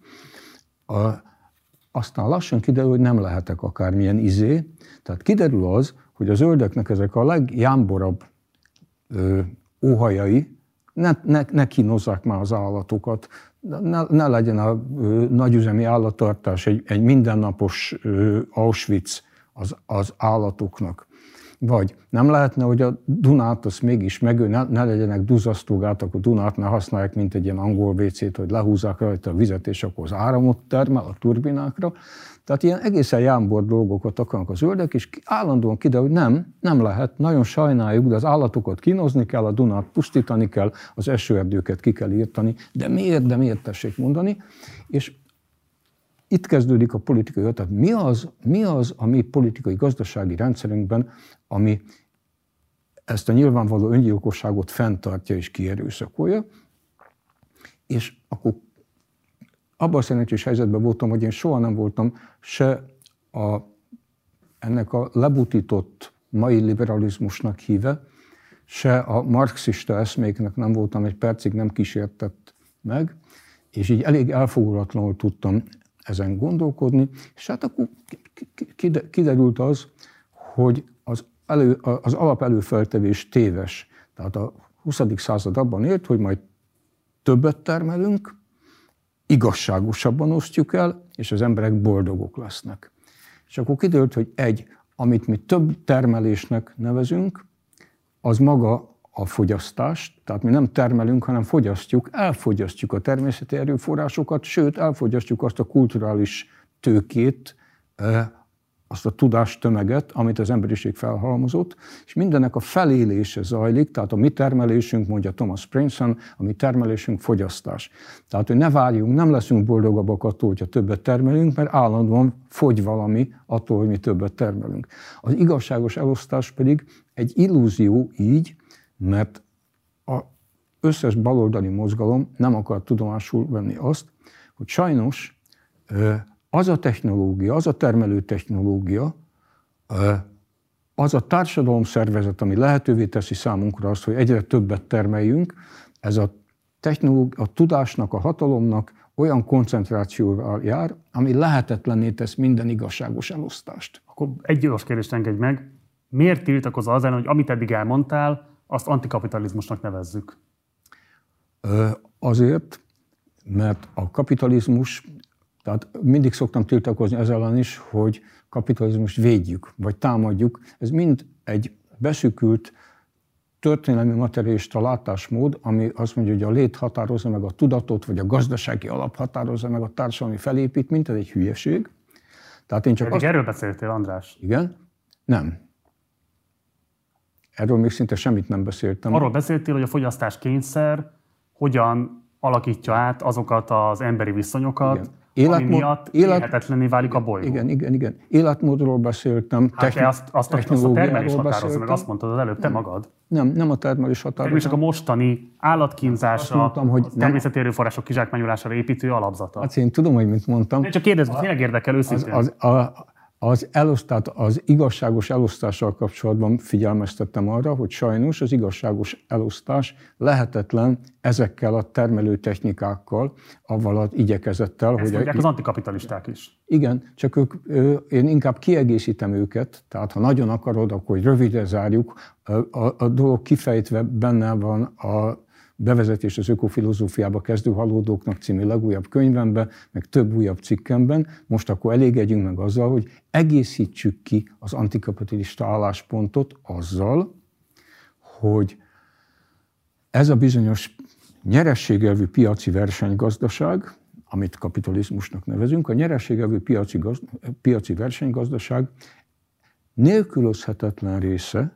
A, aztán lassan kiderül, hogy nem lehetek akármilyen izé. Tehát kiderül az, hogy a zöldeknek ezek a legjámborabb ö, óhajai, ne, ne, ne kínozzák már az állatokat, ne, ne legyen a ö, nagyüzemi állattartás egy, egy mindennapos ö, Auschwitz az, az állatoknak. Vagy nem lehetne, hogy a Dunát azt mégis megő, ne, ne legyenek duzzasztógátak a Dunát, ne használják, mint egy ilyen angol vécét, hogy lehúzzák rajta a vizet, és akkor az áramot termel a turbinákra. Tehát ilyen egészen jámbor dolgokat akarnak a zöldek, és állandóan kiderül, hogy nem, nem lehet, nagyon sajnáljuk, de az állatokat kínozni kell, a Dunát pusztítani kell, az esőerdőket ki kell írtani, de miért, de miért tessék mondani. És itt kezdődik a politikai, tehát mi az, mi az a mi politikai gazdasági rendszerünkben, ami ezt a nyilvánvaló öngyilkosságot fenntartja és kierőszakolja, és akkor abban a szerencsés helyzetben voltam, hogy én soha nem voltam se a, ennek a lebutított mai liberalizmusnak híve, se a marxista eszméknek nem voltam, egy percig nem kísértett meg, és így elég elfogulatlanul tudtam ezen gondolkodni, és hát akkor kiderült az, hogy az, elő, az alapelőfeltevés téves. Tehát a huszadik század abban élt, hogy majd többet termelünk, igazságosabban osztjuk el, és az emberek boldogok lesznek. És akkor kiderült, hogy egy, amit mi több termelésnek nevezünk, az maga a fogyasztást, tehát mi nem termelünk, hanem fogyasztjuk, elfogyasztjuk a természeti erőforrásokat, sőt, elfogyasztjuk azt a kulturális tőkét, azt a tudástömeget, amit az emberiség felhalmozott, és mindennek a felélése zajlik, tehát a mi termelésünk, mondja Thomas Princeton, a mi termelésünk fogyasztás. Tehát, hogy ne várjunk, nem leszünk boldogabbak attól, hogyha többet termelünk, mert állandóan fogy valami attól, hogy mi többet termelünk. Az igazságos elosztás pedig egy illúzió így, mert az összes baloldali mozgalom nem akar tudomásul venni azt, hogy sajnos az a technológia, az a termelő technológia, az a társadalomszervezet, ami lehetővé teszi számunkra azt, hogy egyre többet termeljünk, ez a, technológia, a tudásnak, a hatalomnak olyan koncentrációval jár, ami lehetetlenné tesz minden igazságos elosztást. Akkor egy gyors kérdést engedj meg. Miért tiltakozol az ellen, hogy amit eddig elmondtál, azt antikapitalizmusnak nevezzük? Azért, mert a kapitalizmus, tehát mindig szoktam tiltakozni ezzel ellen is, hogy kapitalizmust védjük, vagy támadjuk. Ez mind egy beszűkült történelmi materialista látásmód, ami azt mondja, hogy a lét határozza meg a tudatot, vagy a gazdasági alap határozza meg a társadalmi felépítményt, ez egy hülyeség. Tehát én csak Pedig azt... erről beszéltél, András? Igen? Nem. Erről még szinte semmit nem beszéltem. Arról beszéltél, hogy a fogyasztás kényszer hogyan alakítja át azokat az emberi viszonyokat, igen. Életmód, ami miatt élet, élhetetlenné válik a bolygó. Igen, igen, igen. Életmódról beszéltem, hát techni, azt, azt, azt a termelés határozza meg, azt mondtad az előbb, te nem, magad. Nem, nem a termelés határozza. Csak a mostani állatkínzásra, a természeti erőforrások kizsákmányolására építő alapzata. Hát én tudom, hogy mit mondtam. Én csak kérdezem, tényleg érdekel őszintén. Az, az, a, az, elosztát, az igazságos elosztással kapcsolatban figyelmeztettem arra, hogy sajnos az igazságos elosztás lehetetlen ezekkel a termelő technikákkal, avval az igyekezettel. Ezt hogy mondják a, az antikapitalisták is. Igen, csak ők, én inkább kiegészítem őket, tehát ha nagyon akarod, akkor hogy rövidre zárjuk, a, a, a dolog kifejtve benne van a Bevezetés az ökofilozófiába kezdő halódóknak című legújabb könyvemben, meg több újabb cikkemben. Most akkor elégedjünk meg azzal, hogy egészítsük ki az antikapitalista álláspontot azzal, hogy ez a bizonyos nyerességelvű piaci versenygazdaság, amit kapitalizmusnak nevezünk, a nyerességelvű piaci, gazd, piaci versenygazdaság nélkülözhetetlen része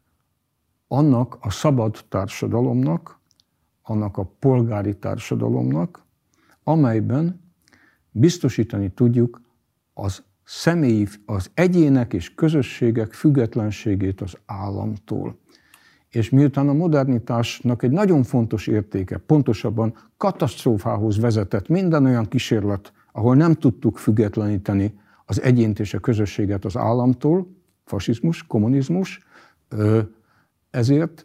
annak a szabad társadalomnak, annak a polgári társadalomnak, amelyben biztosítani tudjuk az személyi, az egyének és közösségek függetlenségét az államtól. És miután a modernitásnak egy nagyon fontos értéke, pontosabban katasztrófához vezetett minden olyan kísérlet, ahol nem tudtuk függetleníteni az egyént és a közösséget az államtól, fasizmus, kommunizmus, ezért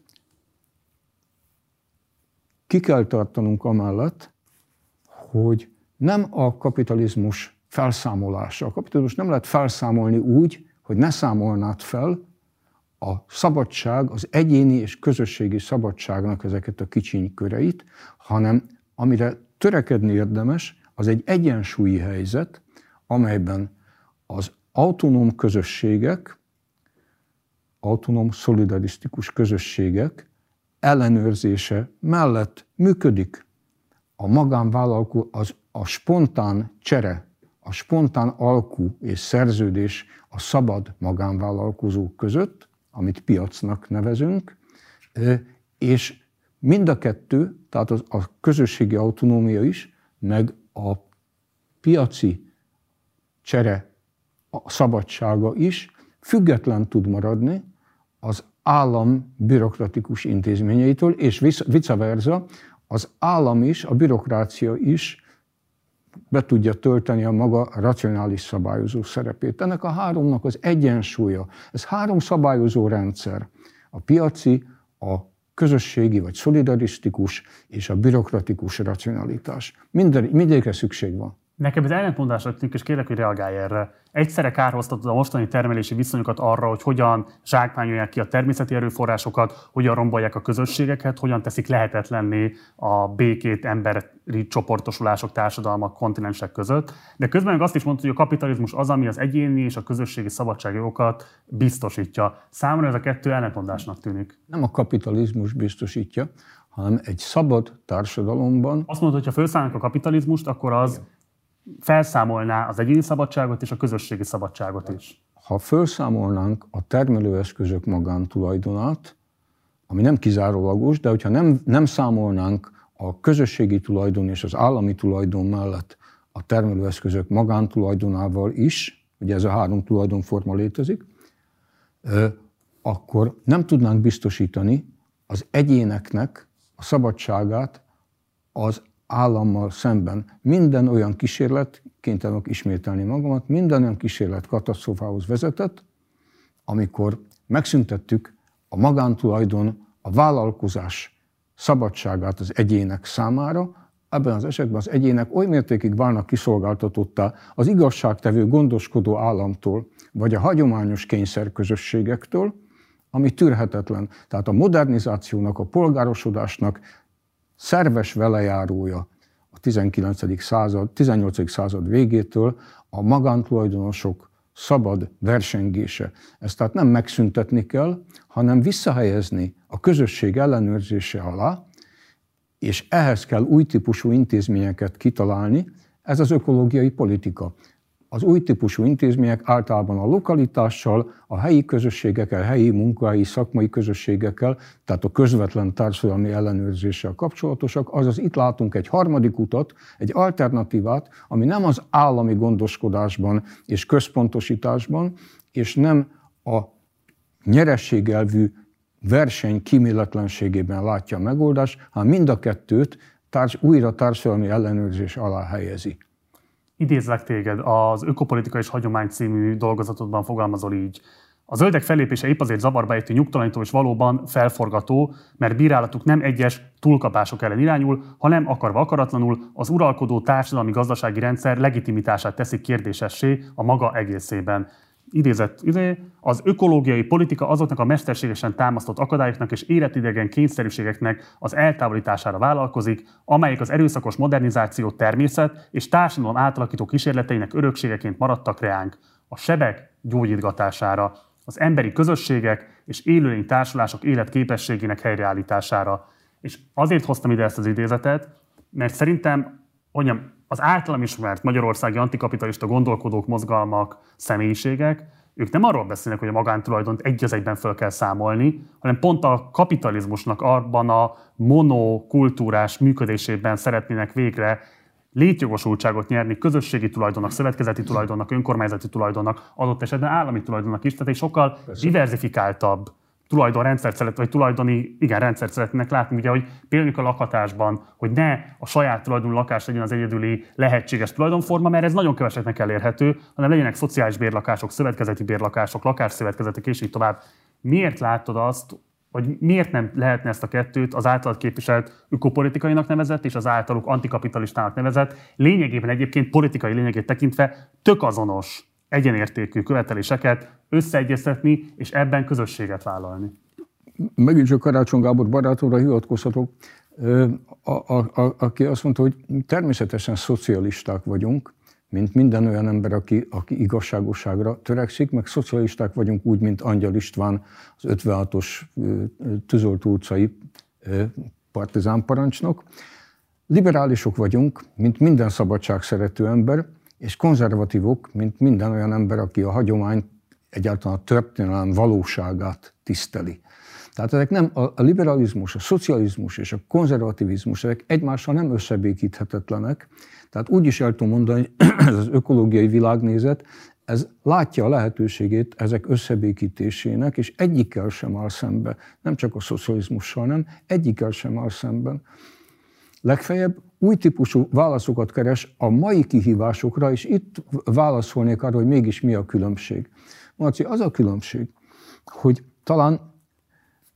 ki kell tartanunk amellett, hogy nem a kapitalizmus felszámolása. A kapitalizmus nem lehet felszámolni úgy, hogy ne számolnád fel a szabadság, az egyéni és közösségi szabadságnak ezeket a kicsiny köreit, hanem amire törekedni érdemes, az egy egyensúlyi helyzet, amelyben az autonóm közösségek, autonóm szolidarisztikus közösségek ellenőrzése mellett működik a magánvállalkozó, az, a spontán csere, a spontán alkú és szerződés a szabad magánvállalkozók között, amit piacnak nevezünk, és mind a kettő, tehát a közösségi autonómia is, meg a piaci csere a szabadsága is független tud maradni az állam bürokratikus intézményeitől, és vice versa, az állam is, a bürokrácia is be tudja tölteni a maga racionális szabályozó szerepét. Ennek a háromnak az egyensúlya, ez három szabályozó rendszer, a piaci, a közösségi vagy szolidarisztikus és a bürokratikus racionalitás. Minden, mindegyikre szükség van. Nekem ez ellentmondásra tűnik, és kérlek, hogy reagálj erre. Egyszerre kárhoztatod a mostani termelési viszonyokat arra, hogy hogyan zsákmányolják ki a természeti erőforrásokat, hogyan rombolják a közösségeket, hogyan teszik lehetetlenné a békét emberi csoportosulások, társadalmak, kontinensek között. De közben meg azt is mondta, hogy a kapitalizmus az, ami az egyéni és a közösségi szabadságjogokat biztosítja. Számomra ez a kettő ellentmondásnak tűnik. Nem a kapitalizmus biztosítja, hanem egy szabad társadalomban. Azt mondod, hogy ha felszállnak a kapitalizmust, akkor az igen. felszámolná az egyéni szabadságot és a közösségi szabadságot is. Ha felszámolnánk a termelőeszközök magántulajdonát, ami nem kizárólagos, de hogyha nem, nem számolnánk a közösségi tulajdon és az állami tulajdon mellett a termelőeszközök magántulajdonával is, ugye ez a három tulajdonforma létezik, akkor nem tudnánk biztosítani az egyéneknek a szabadságát az állammal szemben. Minden olyan kísérlet, kénytelenek ismételni magamat, minden olyan kísérlet katasztrófához vezetett, amikor megszüntettük a magántulajdon, a vállalkozás szabadságát az egyének számára. Ebben az esetben az egyének oly mértékig válnak kiszolgáltatottá az igazságtevő, gondoskodó államtól, vagy a hagyományos kényszerközösségektől, ami tűrhetetlen. Tehát a modernizációnak, a polgárosodásnak szerves velejárója a tizenkilencedik század, tizennyolcadik század végétől a magántulajdonosok szabad versengése. Ezt tehát nem megszüntetni kell, hanem visszahelyezni a közösség ellenőrzése alá, és ehhez kell új típusú intézményeket kitalálni, ez az ökológiai politika. Az új típusú intézmények általában a lokalitással, a helyi közösségekkel, helyi munkahelyi, szakmai közösségekkel, tehát a közvetlen társadalmi ellenőrzéssel kapcsolatosak, azaz itt látunk egy harmadik utat, egy alternatívát, ami nem az állami gondoskodásban és központosításban, és nem a nyerességelvű verseny kíméletlenségében látja a megoldást, hanem mind a kettőt társ, újra társadalmi ellenőrzés alá helyezi. Idézlek téged, az Ökopolitika és Hagyomány című dolgozatodban fogalmazol így. A zöldek fellépése épp azért zavarba ejtő, nyugtalanító és valóban felforgató, mert bírálatuk nem egyes túlkapások ellen irányul, hanem akarva akaratlanul az uralkodó társadalmi-gazdasági rendszer legitimitását teszik kérdésessé a maga egészében. Idézett ide, az ökológiai politika azoknak a mesterségesen támasztott akadályoknak és életidegen kényszerűségeknek az eltávolítására vállalkozik, amelyek az erőszakos modernizáció természet és társadalom átalakító kísérleteinek örökségeként maradtak reánk, a sebek gyógyítgatására, az emberi közösségek és élőlény társulások életképességének helyreállítására. És azért hoztam ide ezt az idézetet, mert szerintem, mondjam, az általam ismert magyarországi antikapitalista gondolkodók, mozgalmak, személyiségek, ők nem arról beszélnek, hogy a magántulajdont egy az egyben föl kell számolni, hanem pont a kapitalizmusnak abban a monokultúrás működésében szeretnének végre létjogosultságot nyerni közösségi tulajdonnak, szövetkezeti tulajdonnak, önkormányzati tulajdonnak, adott esetben állami tulajdonnak is, tehát egy sokkal diversifikáltabb tulajdonrendszert szeret, vagy tulajdoni igen, rendszert szeretnének látni, ugye, hogy például a lakhatásban, hogy ne a saját tulajdonú lakás legyen az egyedüli lehetséges tulajdonforma, mert ez nagyon keveseknek elérhető, hanem legyenek szociális bérlakások, szövetkezeti bérlakások, lakásszövetkezetek és így tovább. Miért látod azt, hogy miért nem lehetne ezt a kettőt az általad képviselt ökopolitikainak nevezett és az általuk antikapitalistának nevezett, lényegében egyébként politikai lényegét tekintve tök azonos egyenértékű követeléseket összeegyeztetni, és ebben közösséget vállalni? Megint csak Karácsony Gábor barátomra hivatkozhatok, a, a, a, aki azt mondta, hogy természetesen szocialisták vagyunk, mint minden olyan ember, aki, aki igazságosságra törekszik, meg szocialisták vagyunk úgy, mint Angyal István, az ötvenhatos Tűzoltó utcai partizánparancsnok. Liberálisok vagyunk, mint minden szabadságszerető ember, és konzervatívok, mint minden olyan ember, aki a hagyomány, egyáltalán a történelem valóságát tiszteli. Tehát ezek nem, a liberalizmus, a szocializmus és a konzervativizmus, ezek egymással nem összebékíthetetlenek. Tehát úgy is el tudom mondani, hogy ez az ökológiai világnézet, ez látja a lehetőségét ezek összebékítésének, és egyikkel sem áll szembe, nem csak a szocializmussal, nem, egyikkel sem áll szemben. Legfeljebb új típusú válaszokat keres a mai kihívásokra, és itt válaszolnék arra, hogy mégis mi a különbség. Marci, az a különbség, hogy talán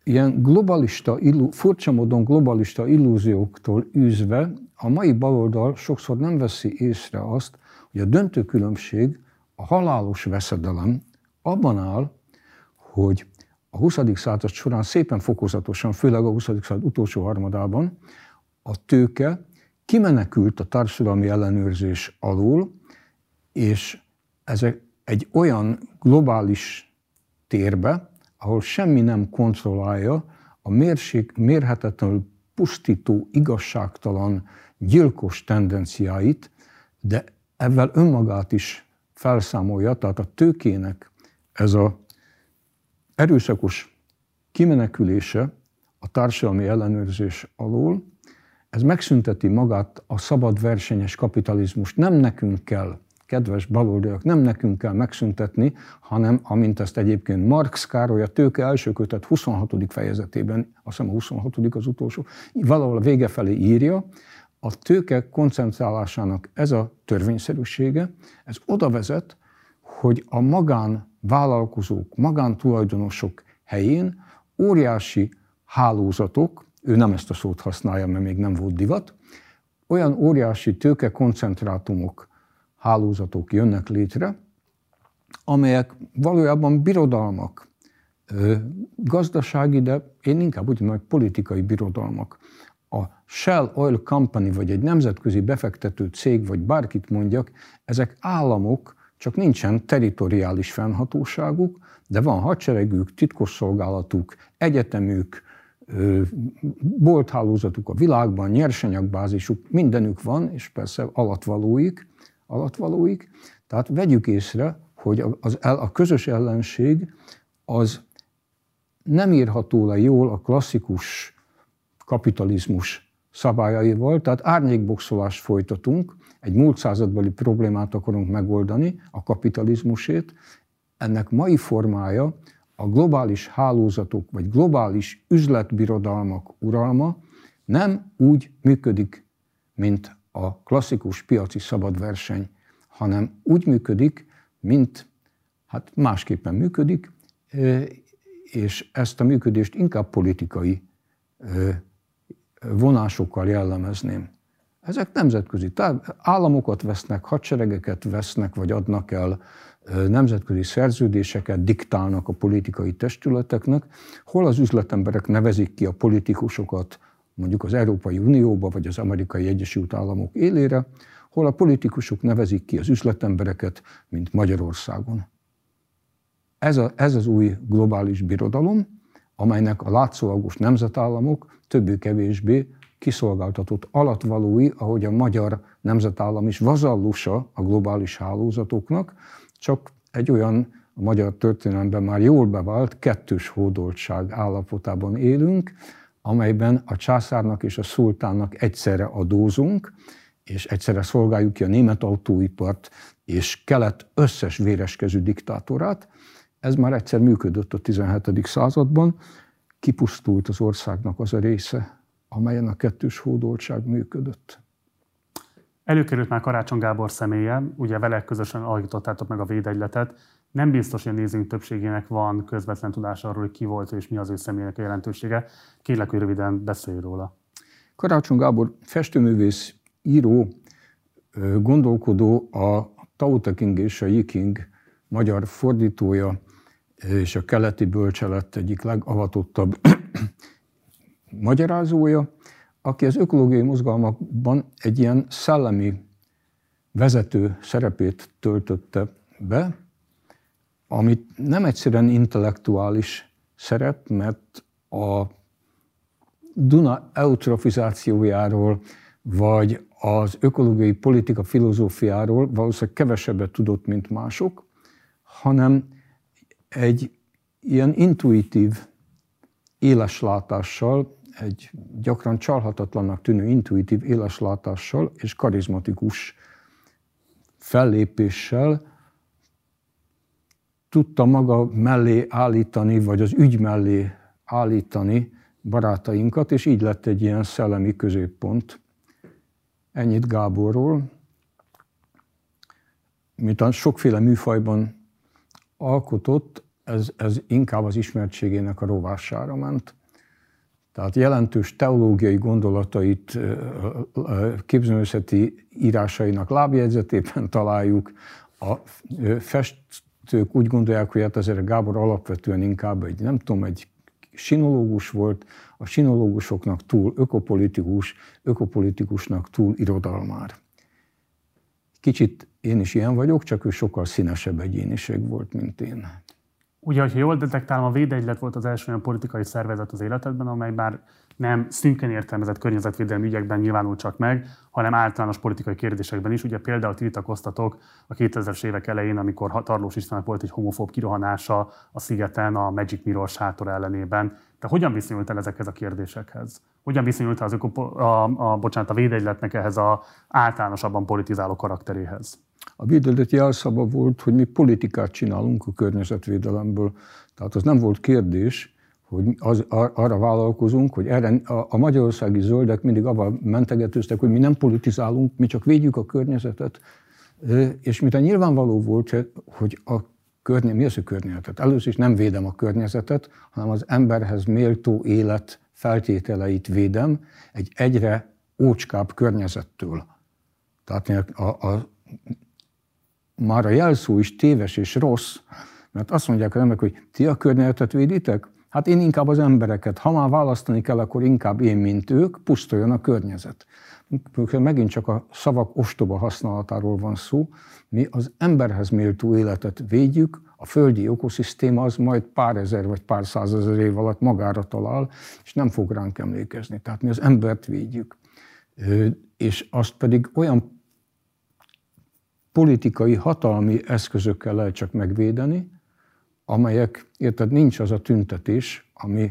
ilyen globalista, furcsa módon globalista illúzióktól űzve a mai baloldal sokszor nem veszi észre azt, hogy a döntő különbség, a halálos veszedelem abban áll, hogy a huszadik század során szépen fokozatosan, főleg a huszadik század utolsó harmadában a tőke kimenekült a társadalmi ellenőrzés alól, és ezek egy olyan globális térbe, ahol semmi nem kontrollálja a mérség, mérhetetlenül pusztító, igazságtalan, gyilkos tendenciáit, de ezzel önmagát is felszámolja, tehát a tőkének ez a erőszakos kimenekülése a társadalmi ellenőrzés alól, ez megszünteti magát a szabad versenyes kapitalizmust. Nem nekünk kell, kedves baloldaliak, nem nekünk kell megszüntetni, hanem, amint ezt egyébként Marx Károly a Tőke első kötet huszonhatodik fejezetében, azt hiszem a huszonhatodik az utolsó, valahol a vége felé írja, a tőke koncentrálásának ez a törvényszerűsége, ez oda vezet, hogy a magánvállalkozók, magántulajdonosok helyén óriási hálózatok, ő nem ezt a szót használja, mert még nem volt divat, olyan óriási tőkekoncentrátumok, hálózatok jönnek létre, amelyek valójában birodalmak, gazdasági, de én inkább úgy mondom, hogy politikai birodalmak. A Shell Oil Company, vagy egy nemzetközi befektető cég, vagy bárkit mondjak, ezek államok, csak nincsen territoriális fennhatóságuk, de van hadseregük, titkosszolgálatuk, egyetemük, bolthálózatuk a világban, nyersanyagbázisuk, mindenük van, és persze alatvalóik, alatvalóik. Tehát vegyük észre, hogy az, a közös ellenség az nem írható le jól a klasszikus kapitalizmus szabályaival, tehát árnyékboxolást folytatunk, egy múlt századbeli problémát akarunk megoldani, a kapitalizmusét. Ennek mai formája a globális hálózatok vagy globális üzletbirodalmak uralma nem úgy működik, mint a klasszikus piaci szabad verseny, hanem úgy működik, mint, hát másképpen működik, és ezt a működést inkább politikai vonásokkal jellemezném. Ezek nemzetközi államokat vesznek, hadseregeket vesznek, vagy adnak el, nemzetközi szerződéseket diktálnak a politikai testületeknek, hol az üzletemberek nevezik ki a politikusokat mondjuk az Európai Unióba, vagy az Amerikai Egyesült Államok élére, hol a politikusok nevezik ki az üzletembereket, mint Magyarországon. Ez, a, ez az új globális birodalom, amelynek a látszólagos nemzetállamok többé-kevésbé kiszolgáltatott alatvalói, ahogy a magyar nemzetállam is vazallusa a globális hálózatoknak, csak egy olyan a magyar történelemben már jól bevált kettős hódoltság állapotában élünk, amelyben a császárnak és a szultánnak egyszerre adózunk, és egyszerre szolgáljuk ki a német autóipart és kelet összes véreskezű diktátorát. Ez már egyszer működött a tizenhetedik században, kipusztult az országnak az a része, amelyen a kettős hódoltság működött. Előkerült már Karácsony Gábor személye, ugye vele közösen alakítottátok meg a védegyletet. Nem biztos, hogy a nézőink többségének van közvetlen tudása arról, hogy ki volt és mi az ő személynek a jelentősége. Kérlek, hogy röviden beszélj róla. Karácsony Gábor festőművész, író, gondolkodó, a Tao Te Ching és a Yi King magyar fordítója, és a keleti bölcselet egyik legavatottabb magyarázója, aki az ökológiai mozgalmakban egy ilyen szellemi vezető szerepét töltötte be, amit nem egyszerűen intellektuális szerep, mert a Duna eutrofizációjáról, vagy az ökológiai politika filozófiáról valószínűleg kevesebbet tudott, mint mások, hanem egy ilyen intuitív éleslátással, egy gyakran csalhatatlannak tűnő intuitív éleslátással és karizmatikus fellépéssel tudta maga mellé állítani, vagy az ügy mellé állítani barátainkat, és így lett egy ilyen szellemi középpont. Ennyit Gáborról. Miután sokféle műfajban alkotott, ez, ez inkább az ismertségének a rovására ment. Tehát jelentős teológiai gondolatait képzőművészeti írásainak lábjegyzetében találjuk. A festők úgy gondolják, hogy hát ezért Gábor alapvetően inkább egy, nem tudom, egy sinológus volt, a sinológusoknak túl ökopolitikus, ökopolitikusnak túl irodalmár. Kicsit én is ilyen vagyok, csak ő sokkal színesebb egyéniség volt, mint én. Ugye, ha jól detektálom, a Védegylet volt az első olyan politikai szervezet az életedben, amely már nem szűken értelmezett környezetvédelmi ügyekben nyilvánul csak meg, hanem általános politikai kérdésekben is. Ugye például tiltakoztatok a kétezres évek elején, amikor Tarlós Istvánnak volt egy homofób kirohanása a szigeten a Magic Mirror sátor ellenében. Te hogyan viszonyultál ezekhez a kérdésekhez? Hogyan viszonyultál az öko, a, a, bocsánat, a Védegyletnek ehhez az általánosabban politizáló karakteréhez? A Védegylet jelszava volt, hogy mi politikát csinálunk a környezetvédelemből. Tehát az nem volt kérdés, hogy az, arra vállalkozunk, hogy erre a, a magyarországi zöldek mindig avval mentegetőztek, hogy mi nem politizálunk, mi csak védjük a környezetet. És mintha nyilvánvaló volt, hogy a környe, mi az a környezetet? Először is nem védem a környezetet, hanem az emberhez méltó élet feltételeit védem egy egyre ócskább környezettől. Tehát a, a már a jelszó is téves és rossz, mert azt mondják az emberek, hogy ti a környezetet véditek? Hát én inkább az embereket. Ha már választani kell, akkor inkább én, mint ők, pusztuljon a környezet. Megint csak a szavak ostoba használatáról van szó. Mi az emberhez méltó életet védjük, a földi ökoszisztéma az majd pár ezer vagy pár százezer év alatt magára talál, és nem fog ránk emlékezni. Tehát mi az embert védjük. És azt pedig olyan politikai, hatalmi eszközökkel lehet csak megvédeni, amelyek, érted, nincs az a tüntetés, ami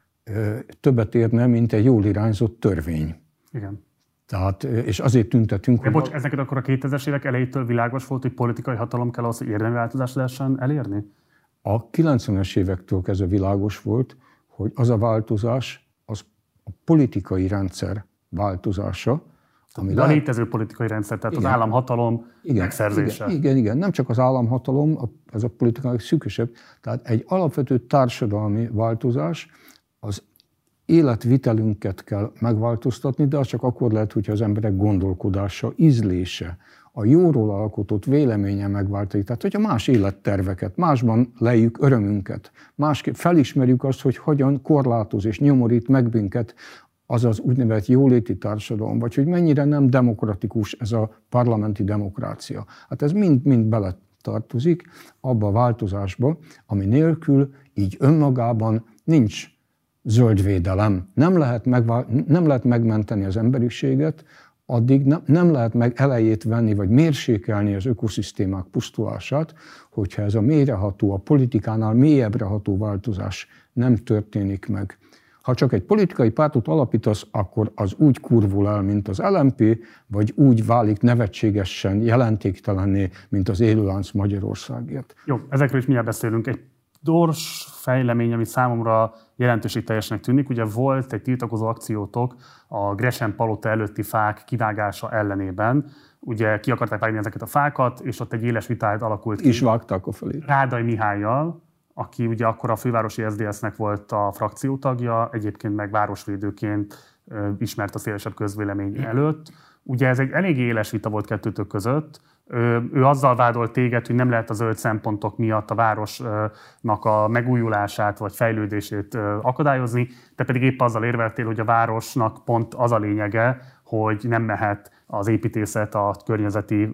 ö, többet érne, mint egy jól irányzott törvény. Igen. Tehát, és azért tüntetünk, De hogy... bocs, ez neked akkor a kétezres évek elejétől világos volt, hogy politikai hatalom kell ahhoz, hogy érdemi változást lehessen elérni? A kilencvenes évektől kezdve világos volt, hogy az a változás, az a politikai rendszer változása, ami a lehet... létező politikai rendszer, tehát igen. Az államhatalom igen, megszerzése. Igen, igen, igen, nem csak az államhatalom, ez a politikai szűkösebb. Tehát egy alapvető társadalmi változás, az életvitelünket kell megváltoztatni, de az csak akkor lehet, hogyha az emberek gondolkodása, ízlése, a jóról alkotott véleménye megváltozik. Tehát, hogyha más életterveket, másban lejjük örömünket, másképp felismerjük azt, hogy hogyan korlátoz és nyomorít meg minket az az úgynevezett jóléti társadalom, vagy hogy mennyire nem demokratikus ez a parlamenti demokrácia. Hát ez mind-mind bele tartozik abba a változásba, ami nélkül így önmagában nincs zöld védelem. Nem lehet, megvál, nem lehet megmenteni az emberiséget, addig ne, nem lehet meg elejét venni, vagy mérsékelni az ökoszisztémák pusztulását, hogyha ez a mélyreható, a politikánál mélyebbre ható változás nem történik meg. Ha csak egy politikai pártot alapítasz, akkor az úgy kurvul el, mint az el em pé, vagy úgy válik nevetségesen, jelentéktelenné, mint az Élőlánc Magyarországért. Jó, ezekről is mindjárt beszélünk. Egy gyors fejlemény, ami számomra jelentőségteljesnek tűnik. Ugye volt egy tiltakozó akciótok a Gresham palota előtti fák kivágása ellenében. Ugye ki akarták vágni ezeket a fákat, és ott egy éles vitát alakult ki. És vágták a felé. Rádai Mihállyal, aki ugye akkor a fővárosi es zé dé es-nek volt a frakciótagja, egyébként meg városvédőként ismert a szélesebb közvélemény előtt. Ugye ez egy elég éles vita volt kettőtök között. Ő, ő azzal vádolt téged, hogy nem lehet a zöld szempontok miatt a városnak a megújulását vagy fejlődését akadályozni, te pedig épp azzal érveltél, hogy a városnak pont az a lényege, hogy nem mehet az építészet a környezeti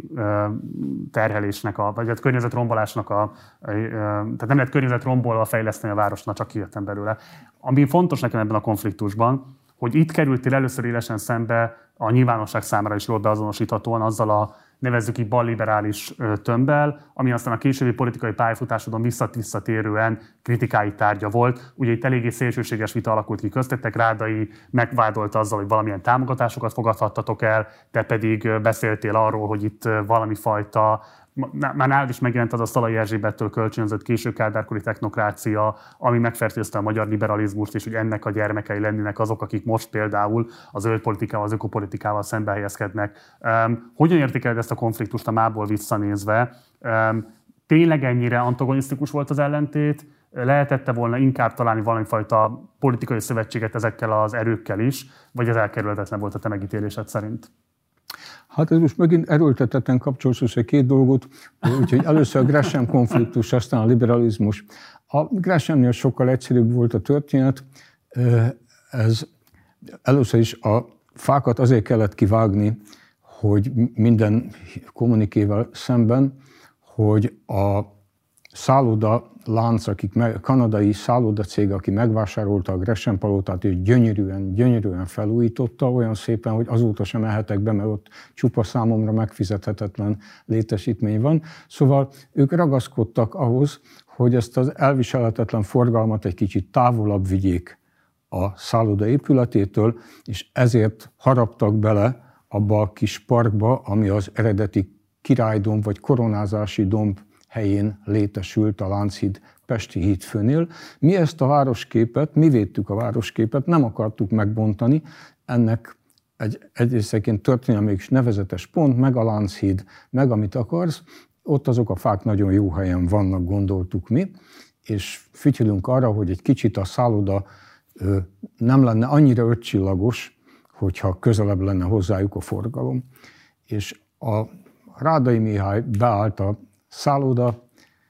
terhelésnek, a, vagy a környezetrombolásnak, a, tehát nem lehet környezetrombolva fejleszteni a városnak, csak kijöttem belőle. Ami fontos nekem ebben a konfliktusban, hogy itt kerültél először élesen szembe a nyilvánosság számára is jól beazonosíthatóan azzal a nevezzük így balliberális tömbbel, ami aztán a későbbi politikai pályafutásodon visszatérően kritikái tárgya volt. Ugye itt eléggé szélsőséges vita alakult ki köztetek, Rádai megvádolta azzal, hogy valamilyen támogatásokat fogadhattatok el, te pedig beszéltél arról, hogy itt valami fajta, már nálad is megjelent az a Szalai Erzsébettől kölcsönzött késő kádárkori technokrácia, ami megfertőzte a magyar liberalizmust, és hogy ennek a gyermekei lennének azok, akik most például a zöld politikával, az ökopolitikával szembe helyezkednek. Um, hogyan értékeled ezt a konfliktust a mából visszanézve? Um, tényleg ennyire antagonisztikus volt az ellentét? Lehetette volna inkább találni valamifajta politikai szövetséget ezekkel az erőkkel is, vagy ez elkerülhetetlen volt a te megítélésed szerint? Hát ez most megint erőltetetten kapcsolsz össze két dolgot, úgyhogy először a Gresham konfliktus, aztán a liberalizmus. A Greshamnél sokkal egyszerűbb volt a történet. Ez először is a fákat azért kellett kivágni, hogy minden kommunikével szemben, hogy a szálloda lánc, akik meg, kanadai szálloda cég, aki megvásárolta a Gresham palotát, és gyönyörűen, gyönyörűen felújította, olyan szépen, hogy azóta sem mehetek be, mert ott csupa számomra megfizethetetlen létesítmény van. Szóval ők ragaszkodtak ahhoz, hogy ezt az elviselhetetlen forgalmat egy kicsit távolabb vigyék a szálloda épületétől, és ezért haraptak bele abba a kis parkba, ami az eredeti királydomb vagy koronázási domb helyén létesült a Lánchíd Pesti hídfőnél. Mi ezt a városképet, mi védtük a városképet, nem akartuk megbontani. Ennek egy egyébként történelmi és nevezetes pont, meg a Lánchíd, meg amit akarsz, ott azok a fák nagyon jó helyen vannak, gondoltuk mi, és fütyülünk arra, hogy egy kicsit a szálloda ö, nem lenne annyira ötcsillagos, hogyha közelebb lenne hozzájuk a forgalom. És a Rádai Mihály beállt a szálloda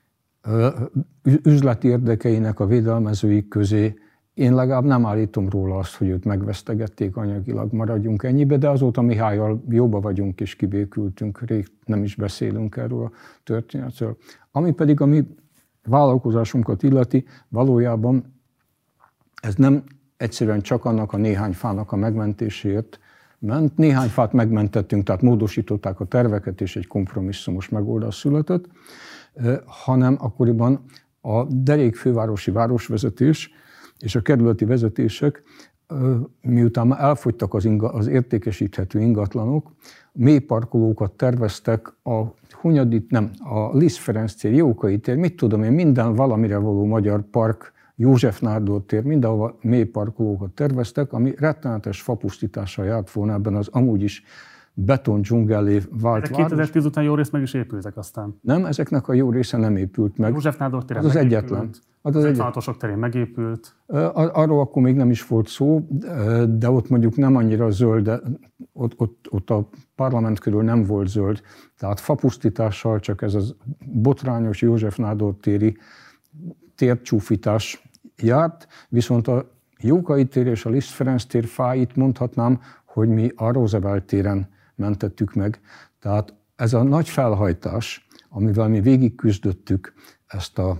üzleti érdekeinek a védelmezői közé. Én legalább nem állítom róla azt, hogy őt megvesztegették anyagilag, maradjunk ennyibe, de azóta Mihályal jóba vagyunk és kibékültünk, rég nem is beszélünk erről a történetről. Ami pedig a mi vállalkozásunkat illeti, valójában ez nem egyszerűen csak annak a néhány fának a megmentéséért ment. Néhány fát megmentettünk, tehát módosították a terveket, és egy kompromisszumos megoldás született, hanem akkoriban a derék fővárosi városvezetés és a kerületi vezetések, miután elfogytak az, inga, az értékesíthető ingatlanok, mély parkolókat terveztek a Hunyadi, nem, a Liszt Ferenc tér, Jókai tér, mit tudom én, minden valamire való magyar park, József Nárdor tér, mindenhol mély parkolókat terveztek, ami rettenetes fapusztítással járt volna ebben az amúgy is beton dzsungelé vált város. kétezer-tíz után jó rész meg is épültek aztán. Nem, ezeknek a jó része nem épült meg. József Nárdor téren az az egyetlen. Az az egyetlen. terén megépült. Arról akkor még nem is volt szó, de ott mondjuk nem annyira zöld, de ott, ott, ott a parlament körül nem volt zöld. Tehát fapusztítással csak ez az botrányos József Nárdor téri tércsúfítás járt, viszont a Jókai tér és a Liszt Ferenc tér fáit mondhatnám, hogy mi a Roosevelt téren mentettük meg. Tehát ez a nagy felhajtás, amivel mi végig küzdöttük ezt a,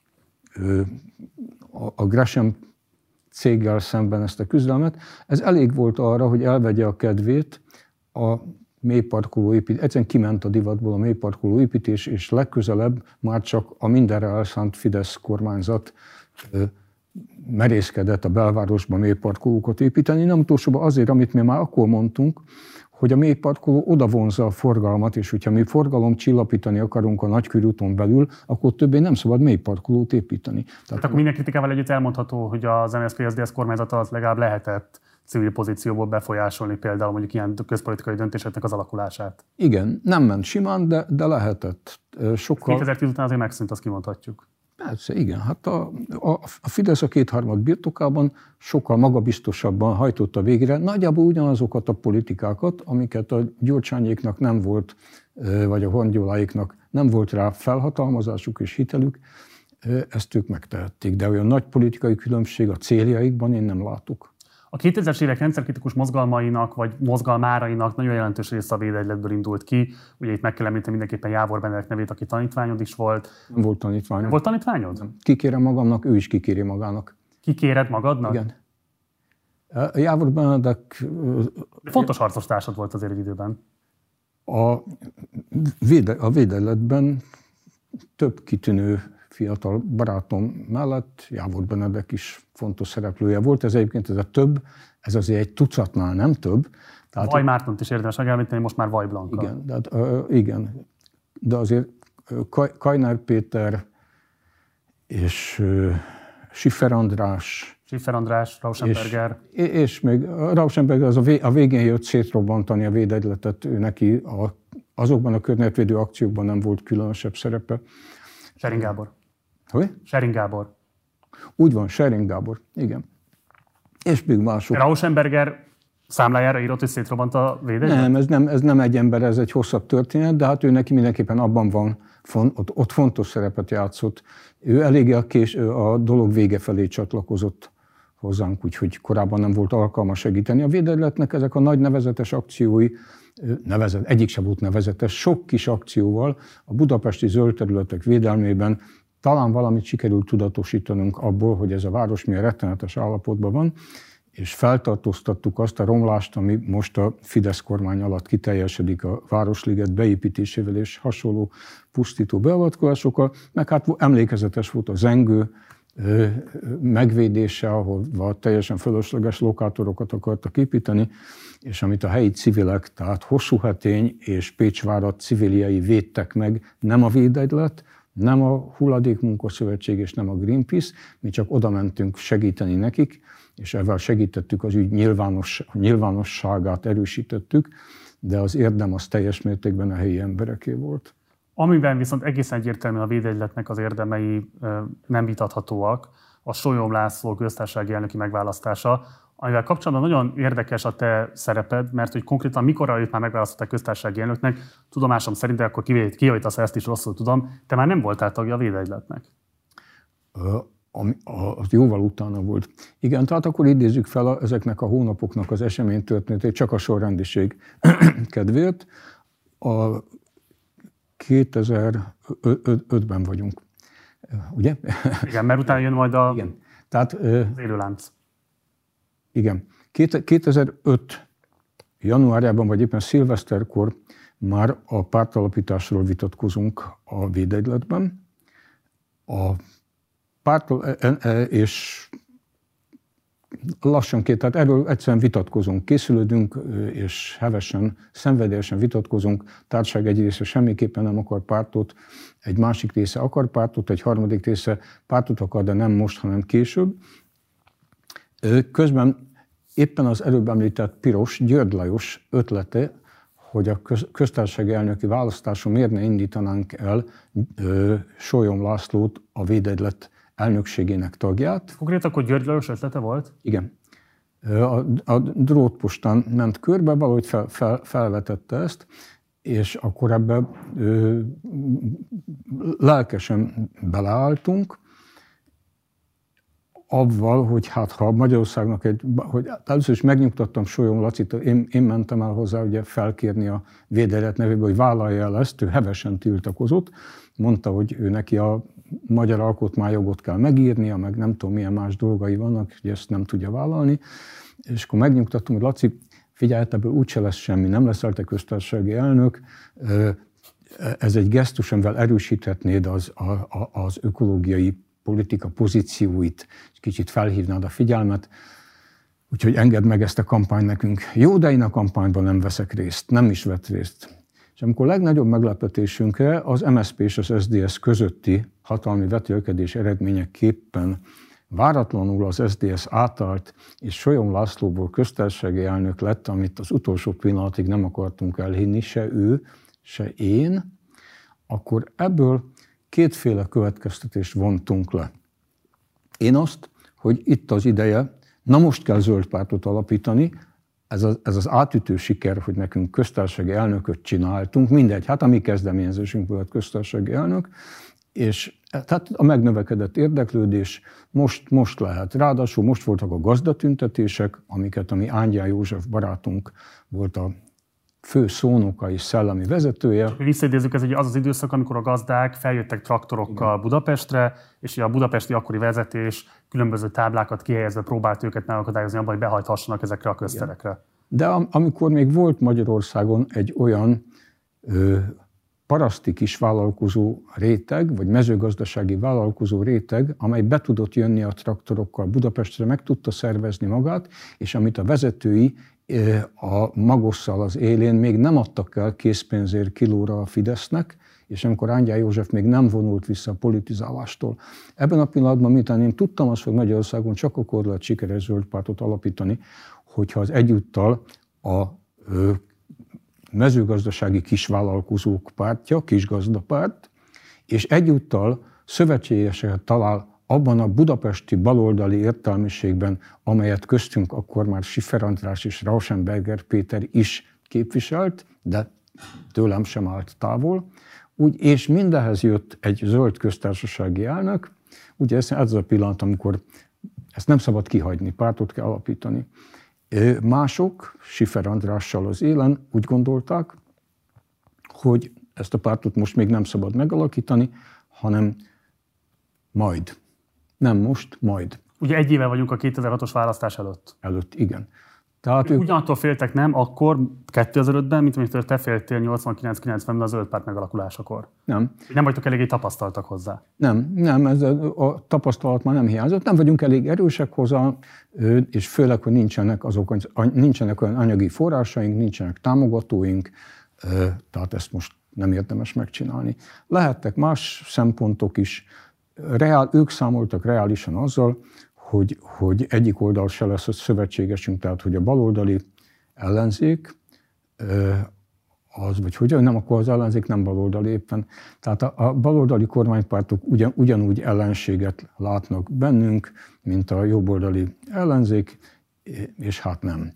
a Gresham céggel szemben ezt a küzdelmet, ez elég volt arra, hogy elvegye a kedvét a mélyparkoló építés. Egyszerűen kiment a divatból a mélyparkoló építés, és legközelebb már csak a mindenre elszánt Fidesz kormányzat merészkedett a belvárosban mélyparkolókat építeni. Nem utolsóban azért, amit mi már akkor mondtunk, hogy a mélyparkoló oda vonzza a forgalmat, és hogyha mi forgalom csillapítani akarunk a Nagykörúton belül, akkor többé nem szabad mélyparkolót építeni. Tehát, Tehát akkor minden kritikával együtt elmondható, hogy az em es zé pé es dé es kormányzata az legalább lehetett civil pozícióból befolyásolni például mondjuk ilyen közpolitikai döntéseknek az alakulását. Igen, nem ment simán, de, de lehetett. Sokkal... kétezer-tíz után azért megszűnt, azt kimondhatjuk. Persze, igen. Hát a, a, a Fidesz a kétharmad birtokában sokkal magabiztosabban hajtotta végre nagyjából ugyanazokat a politikákat, amiket a Gyurcsányéknak nem volt, vagy a Hongyóláéknak nem volt rá felhatalmazásuk és hitelük, ezt ők megtehették. De olyan nagy politikai különbség a céljaikban én nem látok. A kétezres évek rendszerkritikus mozgalmainak, vagy mozgalmárainak nagyon jelentős része a védegyletből indult ki. Ugye itt meg kell említeni mindenképpen Jávor Benedek nevét, aki tanítványod is volt. Nem volt tanítványod. Nem volt tanítványod? Nem. Kikérem magamnak, ő is kikéri magának. Kikéred magadnak? Igen. Jávor Benedek... De fontos harcostársad volt azért egy időben. A, véde, a védegyletben több kitűnő fiatal barátom mellett Jávor Benedek is fontos szereplője volt. Ez egyébként ez a több, ez azért egy tucatnál nem több. Tehát Vaj Mártont is érdemes megemlíteni, most már Vaj Blanka. Igen, de, hát, uh, igen, de azért Kaj, Kajnár Péter és uh, Schiffer András, Schiffer András, Rauschenberger. És, és még Rauschenberger az a, vé, a végén jött szétrobbantani a védegyletet, ő neki a, azokban a környezetvédő akciókban nem volt különösebb szerepe. Schering Gábor. Hogy? Schering Gábor. Úgy van, Schering Gábor, igen. És még mások. Rauschenberger számlájára írott, hogy szétrobbant a védegylet? Nem, ez nem, ez nem egy ember, ez egy hosszabb történet, de hát ő neki mindenképpen abban van, ott, ott fontos szerepet játszott. Ő eléggé a, kés, a dolog vége felé csatlakozott hozzánk, úgyhogy korábban nem volt alkalma segíteni. A védegyletnek ezek a nagy nevezetes akciói, nevezet, egyik sem volt nevezetes, sok kis akcióval a budapesti zöld területek védelmében talán valamit sikerült tudatosítanunk abból, hogy ez a város milyen rettenetes állapotban van, és feltartóztattuk azt a romlást, ami most a Fidesz kormány alatt kiteljesedik a Városliget beépítésével és hasonló pusztító beavatkozásokkal, meg hát emlékezetes volt a zengő megvédése, ahol teljesen fölösleges lokátorokat akartak építeni, és amit a helyi civilek, tehát Hossúhetény és Pécsvárad civiljei védtek meg, nem a védegylet, nem a Hulladékmunkaszövetség és nem a Greenpeace, mi csak oda mentünk segíteni nekik, és ezzel segítettük az ügy nyilvános, nyilvánosságát, erősítettük, de az érdem az teljes mértékben a helyi embereké volt. Amiben viszont egészen egyértelműen a védegyletnek az érdemei nem vitathatóak, a Sólyom László köztársasági elnöki megválasztása, amivel kapcsolatban nagyon érdekes a te szereped, mert hogy konkrétan mikorra őt már megválasztották köztársasági elnöknek, tudomásom szerint, de akkor kijavítasz, ezt is rosszul tudom, te már nem voltál tagja a védegyletnek. Az jóval utána volt. Igen, tehát akkor idézzük fel a, ezeknek a hónapoknak az eseménytörténetét, csak a sorrendiség kedvéért. A kétezer-ötben vagyunk, ugye? Igen, mert utána jön majd a, igen. Tehát, az élőlánc. Igen. kétezer-öt januárjában, vagy éppen szilveszterkor már a pártalapításról vitatkozunk a védegyletben. A pártal, és lassanként, tehát erről egyszerűen vitatkozunk, készülődünk, és hevesen, szenvedélyesen vitatkozunk. Társaság egy része semmiképpen nem akar pártot, egy másik része akar pártot, egy harmadik része pártot akar, de nem most, hanem később. Közben éppen az előbb említett Piros, György Lajos ötlete, hogy a köztársasági elnöki választáson miért ne indítanánk el Sólyom Lászlót, a védegylet elnökségének tagját. Konkrétan akkor György Lajos ötlete volt? Igen. A, a drótpostán ment körbe, valahogy fel, fel, felvetette ezt, és akkor ebbe ö, lelkesen beleálltunk, avval, hogy hát ha Magyarországnak egy, hogy először is megnyugtattam Sólyom Lacit, én, én mentem el hozzá ugye felkérni a védegylet nevében, hogy vállalja el ezt, ő hevesen tiltakozott, mondta, hogy ő neki a magyar alkotmányjogot kell megírnia, meg nem tudom milyen más dolgai vannak, hogy ezt nem tudja vállalni, és akkor megnyugtattam, hogy Laci, figyelj, ebből úgyse lesz semmi, nem leszel te köztársasági elnök, ez egy gesztus, amivel erősíthetnéd az, az ökológiai politika pozícióit, és kicsit felhívnád a figyelmet, úgyhogy engedd meg ezt a kampányt nekünk. Jó, de én a kampányban nem veszek részt, nem is vett részt. És amikor a legnagyobb meglepetésünkre az em es zé pé és az es zé dé es közötti hatalmi vetélkedés eredményeképpen váratlanul az es zé dé es átállt, és Sólyom Lászlóból köztársasági elnök lett, amit az utolsó pillanatig nem akartunk elhinni, se ő, se én, akkor ebből kétféle következtetést vontunk le. Én azt, hogy itt az ideje, na most kell zöld pártot alapítani, ez az, ez az átütő siker, hogy nekünk köztársasági elnököt csináltunk, mindegy, hát a mi kezdeményezésünk volt köztársasági elnök, és tehát a megnövekedett érdeklődés most, most lehet. Ráadásul most voltak a gazdatüntetések, amiket a mi Ángyán József barátunk volt a fő szónoka és szellemi vezetője. Visszaidézzük, ez az az időszak, amikor a gazdák feljöttek traktorokkal igen. Budapestre, és a budapesti akkori vezetés különböző táblákat kihelyezve próbált őket megakadályozni abban, hogy behajthassanak ezekre a közterekre. Igen. De am- amikor még volt Magyarországon egy olyan ö, paraszti kis vállalkozó réteg, vagy mezőgazdasági vállalkozó réteg, amely be tudott jönni a traktorokkal Budapestre, meg tudta szervezni magát, és amit a vezetői a Magosszal az élén még nem adtak el készpénzért kilóra a Fidesznek, és amikor Ángyán József még nem vonult vissza a politizálástól. Ebben a pillanatban, miután én tudtam azt, hogy Magyarországon csak akkor lehet sikeres zöld pártot alapítani, hogyha az egyúttal a ö, mezőgazdasági kisvállalkozók pártja, kisgazdapárt, és egyúttal szövetségeseket talál abban a budapesti baloldali értelmiségben, amelyet köztünk akkor már Schiffer András és Rauschenberger Péter is képviselt, de tőlem sem állt távol. Úgy, és mindehez jött egy zöld köztársasági elnök, ugye ez, ez a pillanat, amikor ezt nem szabad kihagyni, pártot kell alapítani. Mások, Schiffer Andrással az élen úgy gondolták, hogy ezt a pártot most még nem szabad megalakítani, hanem majd. Nem most, majd. Ugye egy éve vagyunk a kétezer-hatos választás előtt. Előtt, igen. Tehát ők... Ugyanattól féltek nem, akkor kétezer-ötben, mint amitől te féltél nyolcvankilenc-kilencvenben a zöld párt megalakulásakor. Nem. Nem vagytok eléggé tapasztaltak hozzá. Nem, nem, ez a, a tapasztalat már nem hiányzott. Nem vagyunk elég erősek hozzá, és főleg, hogy nincsenek, azok, nincsenek olyan anyagi forrásaink, nincsenek támogatóink, tehát ezt most nem érdemes megcsinálni. Lehettek más szempontok is. Reál, ők számoltak reálisan azzal, hogy, hogy egyik oldal se lesz a szövetségesünk, tehát hogy a baloldali ellenzék, az, vagy hogy nem, akkor az ellenzék nem baloldali éppen. Tehát a, a baloldali kormánypártok ugyan, ugyanúgy ellenséget látnak bennünk, mint a jobboldali ellenzék, és hát nem.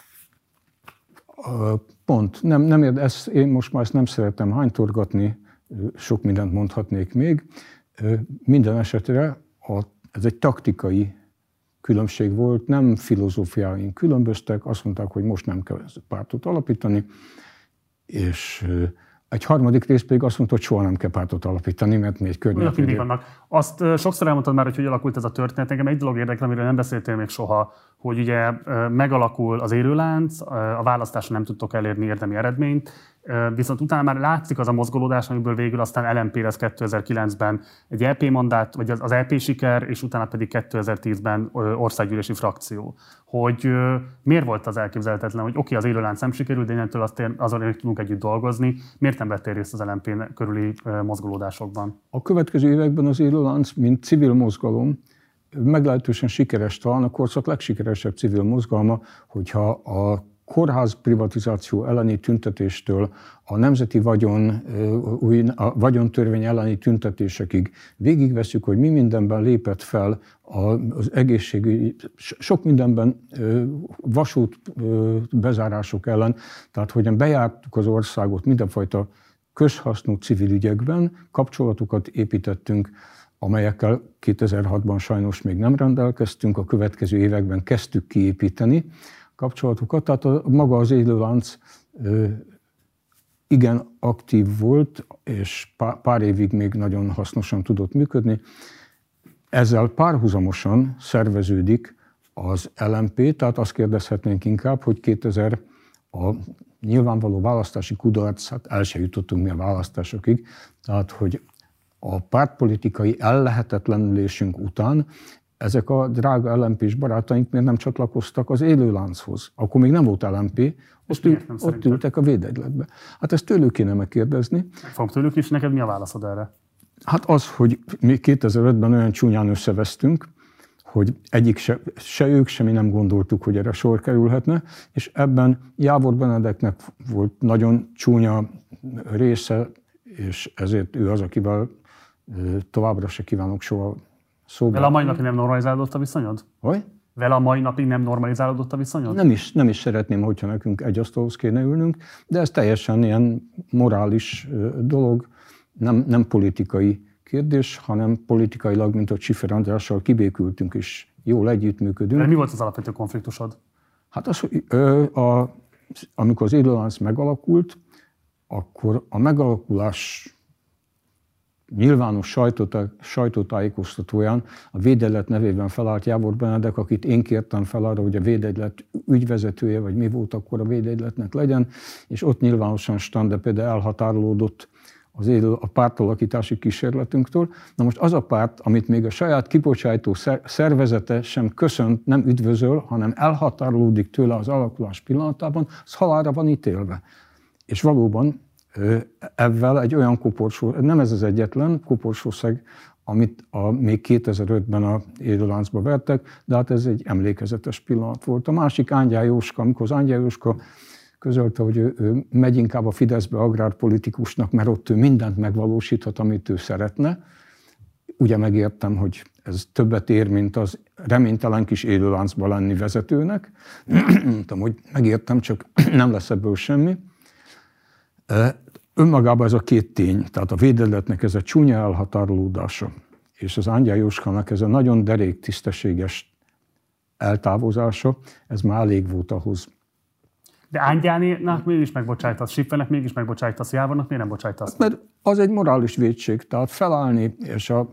Pont. Nem, nem érde, ezt, én most már ezt nem szeretem hánytorgatni, sok mindent mondhatnék még. Minden esetre a, ez egy taktikai különbség volt, nem filozófiáink különböztek, azt mondták, hogy most nem kell pártot alapítani, és egy harmadik rész pedig azt mondta, hogy soha nem kell pártot alapítani, mert mi egy környezetvédő. vannak. Azt sokszor elmondtad már, hogy hogy alakult ez a történet. Engem egy dolog érdekel, amiről nem beszéltél még soha, hogy ugye megalakul az élőlánc, a választáson nem tudtok elérni érdemi eredményt, viszont utána már látszik az a mozgolódás, amiből végül aztán el em pé lesz kétezer-kilencben egy é pé mandát, vagy az é pé siker, és utána pedig kétezer-tízben országgyűlési frakció. Hogy miért volt az elképzelhetetlen, hogy oké, okay, az élőlánc nem sikerült, de innentől azt azon tudunk együtt dolgozni. Miért nem vettél részt az el em pé körüli mozgolódásokban? A következő években az élőlánc, mint civil mozgalom, meglehetősen sikeres, talán a korszak legsikeresebb civil mozgalma, hogyha a kórház privatizáció elleni tüntetéstől a nemzeti vagyon, új, a vagyontörvény elleni tüntetésekig végigvesszük, hogy mi mindenben lépett fel az egészségügyi, sok mindenben vasút bezárások ellen, tehát hogyan bejártuk az országot mindenfajta közhasznú civil ügyekben, kapcsolatokat építettünk, amelyekkel kétezer-hatban sajnos még nem rendelkeztünk, a következő években kezdtük kiépíteni kapcsolatokat. Tehát a, maga az élőlánc igen aktív volt, és pár, pár évig még nagyon hasznosan tudott működni. Ezzel párhuzamosan szerveződik az el em pé, tehát azt kérdezhetnénk inkább, hogy kétezer a nyilvánvaló választási kudarc, hát el se jutottunk mi a választásokig, tehát hogy a pártpolitikai ellehetetlenülésünk után ezek a drága el em pés barátaink miért nem csatlakoztak az élőlánchoz? Akkor még nem volt el em pé, ott, ül, ott ültek a védegyletbe. Hát ezt tőlük kéne megkérdezni. Fogom tőlük is, neked mi a válaszod erre? Hát az, hogy mi kétezer-ötben olyan csúnyán összevesztünk, hogy egyik se, se ők, se mi nem gondoltuk, hogy erre sor kerülhetne, és ebben Jávor Benedeknek volt nagyon csúnya része, és ezért ő az, akivel továbbra se kívánok soha szóba. Vele a mai napig nem normalizálódott a viszonyod? Hogy? Vele a mai napig nem normalizálódott a viszonyod? Nem is, nem is szeretném, hogyha nekünk egy asztalhoz kéne ülnünk, de ez teljesen ilyen morális dolog, nem, nem politikai kérdés, hanem politikailag, mint a Schiffer Andrással kibékültünk és jól együttműködünk. De mi volt az alapvető konfliktusod? Hát az, hogy ö, a, amikor az élőlánc megalakult, akkor a megalakulás nyilvános sajtótájékoztatóján a Védegylet nevében felállt Jávor Benedek, akit én kértem fel arra, hogy a Védegylet ügyvezetője, vagy mi volt akkor a Védegyletnek legyen, és ott nyilvánosan standepede elhatárolódott az élő, a pártalakítási kísérletünktől. Na most az a párt, amit még a saját kibocsátó szervezete sem köszönt, nem üdvözöl, hanem elhatárolódik tőle az alakulás pillanatában, az halálra van ítélve. És valóban ezzel egy olyan koporsó, nem ez az egyetlen koporsószeg, amit a, még kétezer-ötben a élőláncba vertek, de hát ez egy emlékezetes pillanat volt. A másik Ángyál Jóska, amikor az Ángyál Jóska közölte, hogy ő, ő megy inkább a Fideszbe agrárpolitikusnak, mert ott ő mindent megvalósíthat, amit ő szeretne, ugye megértem, hogy ez többet ér, mint az reménytelen kis élőláncban lenni vezetőnek. Mondtam, hogy megértem, csak nem lesz ebből semmi. Önmagában ez a két tény, tehát a védeletnek ez a csúnya elhatárolódása, és az Angyal Jóskának ez a nagyon derék, tisztességes eltávozása, ez már elég volt ahhoz. De Ángyánénak mégis megbocsájtasz, Schiffernek mégis megbocsájtasz, Jávornak miért nem bocsájtasz? Mert az egy morális vétség, tehát felállni, és a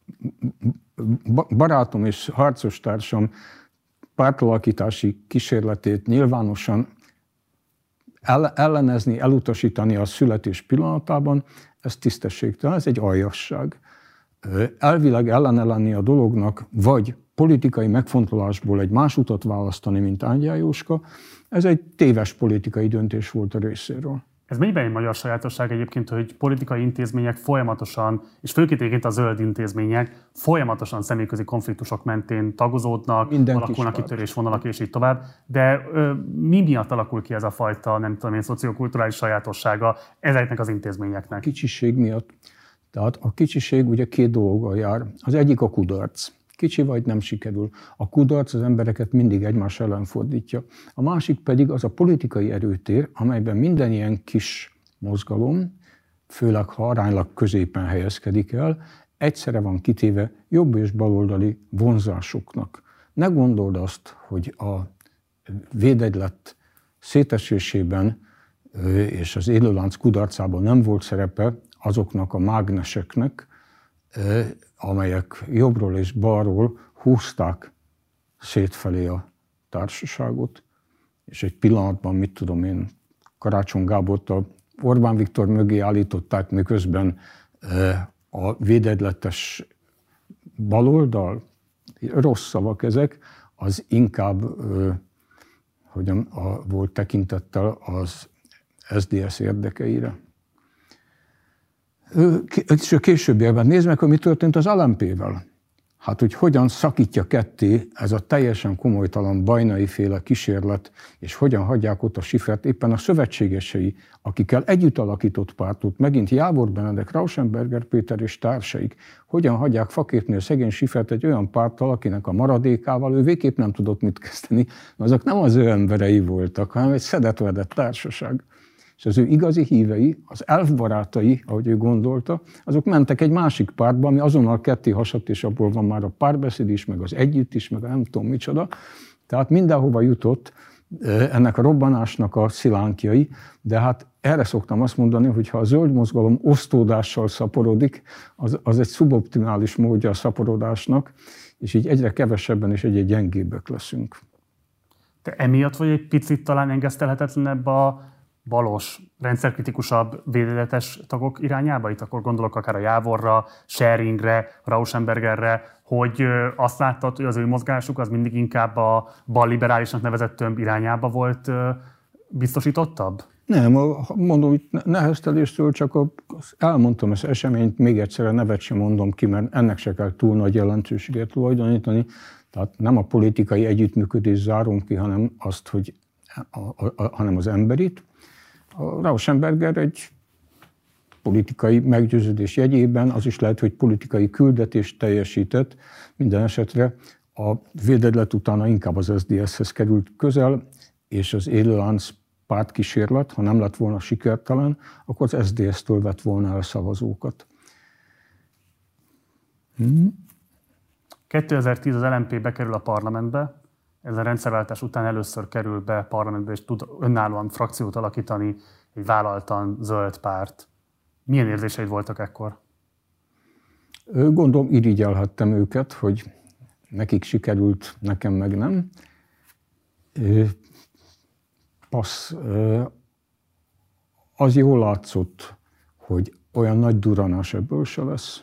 barátom és harcos társam pártalakítási kísérletét nyilvánosan ellenezni, elutasítani a születés pillanatában, ez tisztességtelen, ez egy aljasság. Elvileg ellene lenni a dolognak, vagy politikai megfontolásból egy más utat választani, mint Angyal Jóska, ez egy téves politikai döntés volt a részéről. Ez mennyiben egy magyar sajátosság egyébként, hogy politikai intézmények folyamatosan, és főként egyébként a zöld intézmények folyamatosan személyközi konfliktusok mentén tagozódnak, Minden alakulnak ki törésvonalak és így tovább. De ö, mi miatt alakul ki ez a fajta, nem tudom én, szociokulturális sajátossága ezeknek az intézményeknek? A kicsiség miatt. Tehát a kicsiség ugye két dologgal jár. Az egyik a kudarc. Kicsi vagy nem sikerül. A kudarc az embereket mindig egymás ellen fordítja. A másik pedig az a politikai erőtér, amelyben minden ilyen kis mozgalom, főleg ha aránylag középen helyezkedik el, egyszerre van kitéve jobb és baloldali vonzásoknak. Ne gondold azt, hogy a védegylet szétesésében és az élőlánc kudarcában nem volt szerepe azoknak a mágneseknek, amelyek jobbról és balról húzták szétfelé a társaságot, és egy pillanatban, mit tudom én, Karácsony Gábort a Orbán Viktor mögé állították, miközben a védegyletes baloldal, rossz szavak ezek, az inkább, hogyan a, volt tekintettel az es zé dé es érdekeire. És a későbbiekben nézd meg, hogy mi történt az el em pé-vel. Hát, hogy hogyan szakítja ketté ez a teljesen komolytalan Bajnai-féle kísérlet, és hogyan hagyják ott a Schiffert éppen a szövetségesei, akikkel együtt alakított pártot, megint Jávor Benedek, Rauschenberger Péter és társaik, hogyan hagyják faképni a szegény Schiffert egy olyan párttal, akinek a maradékával ő végképp nem tudott mit kezdeni, azok nem az ő emberei voltak, hanem egy szedetvedett társaság. És az ő igazi hívei, az elfbarátai, ahogy ő gondolta, azok mentek egy másik pártba, ami azonnal ketté hasadt, és abból van már a párbeszéd is, meg az együtt is, meg a nem tudom micsoda. Tehát mindenhova jutott ennek a robbanásnak a szilánkjai, de hát erre szoktam azt mondani, hogy ha a zöld mozgalom osztódással szaporodik, az, az egy szuboptimális módja a szaporodásnak, és így egyre kevesebben és egyre gyengébbek leszünk. Te emiatt vagy egy picit talán engesztelhetetlenebb a balos, rendszerkritikusabb védetes tagok irányába? Itt akkor gondolok akár a Jávorra, Scheringre, Rauschenbergerre, hogy azt láttad, hogy az ő mozgásuk az mindig inkább a balliberálisnak nevezett tömb irányába volt biztosítottabb? Nem, mondom, hogy nehezteléstől csak elmondtam ezt eseményt, még egyszer a nevet sem mondom ki, mert ennek se kell túl nagy jelentőséget tulajdonítani. Tehát nem a politikai együttműködést zárom ki, hanem azt, hogy a, a, a, hanem az emberit. A Rauschenberger egy politikai meggyőződés jegyében, az is lehet, hogy politikai küldetést teljesített, minden esetre a védegylet utána inkább az es zé dé es-hez került közel, és az élőlánc pártkísérlet, ha nem lett volna sikertelen, akkor az es zé dé es-től vett volna el szavazókat. Hmm. kétezer-tíz az el em pé bekerül a parlamentbe, ez a rendszerváltás után először kerül be parlamentbe, és tud önállóan frakciót alakítani, egy vállaltan zöld párt. Milyen érzéseid voltak ekkor? Gondolom, irigyelhettem őket, hogy nekik sikerült, nekem meg nem. Passz, az jól látszott, hogy olyan nagy duranás ebből se lesz.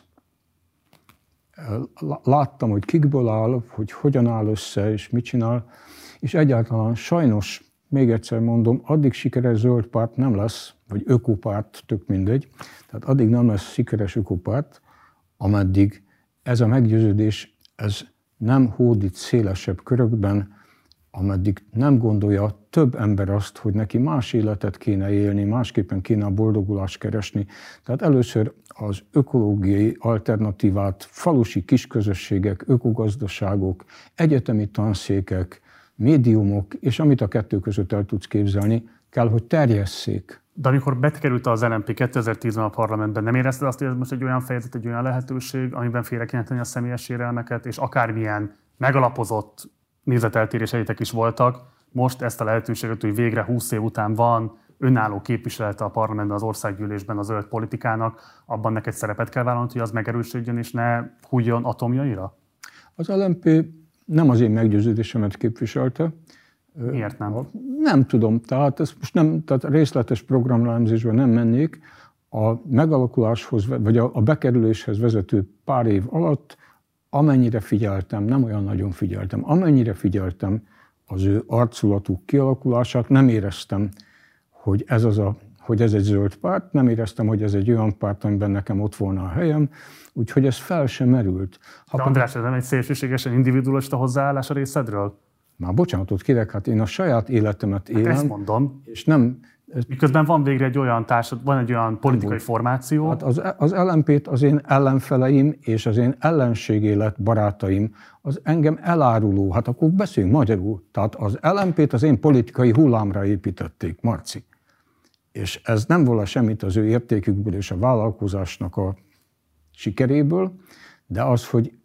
Láttam, hogy kikből áll, hogy hogyan áll össze, és mit csinál, és egyáltalán sajnos, még egyszer mondom, addig sikeres zöld párt nem lesz, vagy ökopárt, tök mindegy, tehát addig nem lesz sikeres ökopárt, ameddig ez a meggyőződés, ez nem hódít szélesebb körökben ameddig nem gondolja több ember azt, hogy neki más életet kéne élni, másképpen kéne a boldogulást keresni. Tehát először az ökológiai alternatívát falusi kisközösségek, ökogazdaságok, egyetemi tanszékek, médiumok, és amit a kettő között el tudsz képzelni, kell, hogy terjesszék. De amikor bekerült az el em pé kétezer-tízben a parlamentben, nem érezted azt, hogy ez most egy olyan fejezet, egy olyan lehetőség, amiben félre kéne tenni a személyes sérelmeket, és akármilyen megalapozott nézeteltéréseitek is voltak, most ezt a lehetőséget, hogy végre húsz év után van önálló képviselete a parlamentben, az országgyűlésben a zöld politikának, abban neked szerepet kell vállalnod, hogy az megerősödjön és ne hújjon atomjaira? Az el em pé nem az én meggyőződésemet képviselte. Miért nem? Nem tudom, tehát ez most nem, tehát részletes programelemzésben nem mennék. A megalakuláshoz, vagy a bekerüléshez vezető pár év alatt, amennyire figyeltem, nem olyan nagyon figyeltem, amennyire figyeltem az ő arculatuk kialakulását, nem éreztem, hogy ez, az a, hogy ez egy zöld párt, nem éreztem, hogy ez egy olyan párt, amiben nekem ott volna a helyem, úgyhogy ez fel sem merült. Ha De András, ez nem egy szélsőségesen individualista hozzáállás a részedről? Már bocsánatot kérek, hát én a saját életemet élem. Hát ezt mondom. És nem... Miközben van végre egy olyan társad, van egy olyan politikai formáció. Hát az, az el em pét az én ellenfeleim és az én ellenségé lett barátaim, az engem eláruló, hát akkor beszéljünk magyarul. Tehát az el em pét az én politikai hullámra építették, Marci. És ez nem volna semmit az ő értékükből és a vállalkozásnak a sikeréből, de az, hogy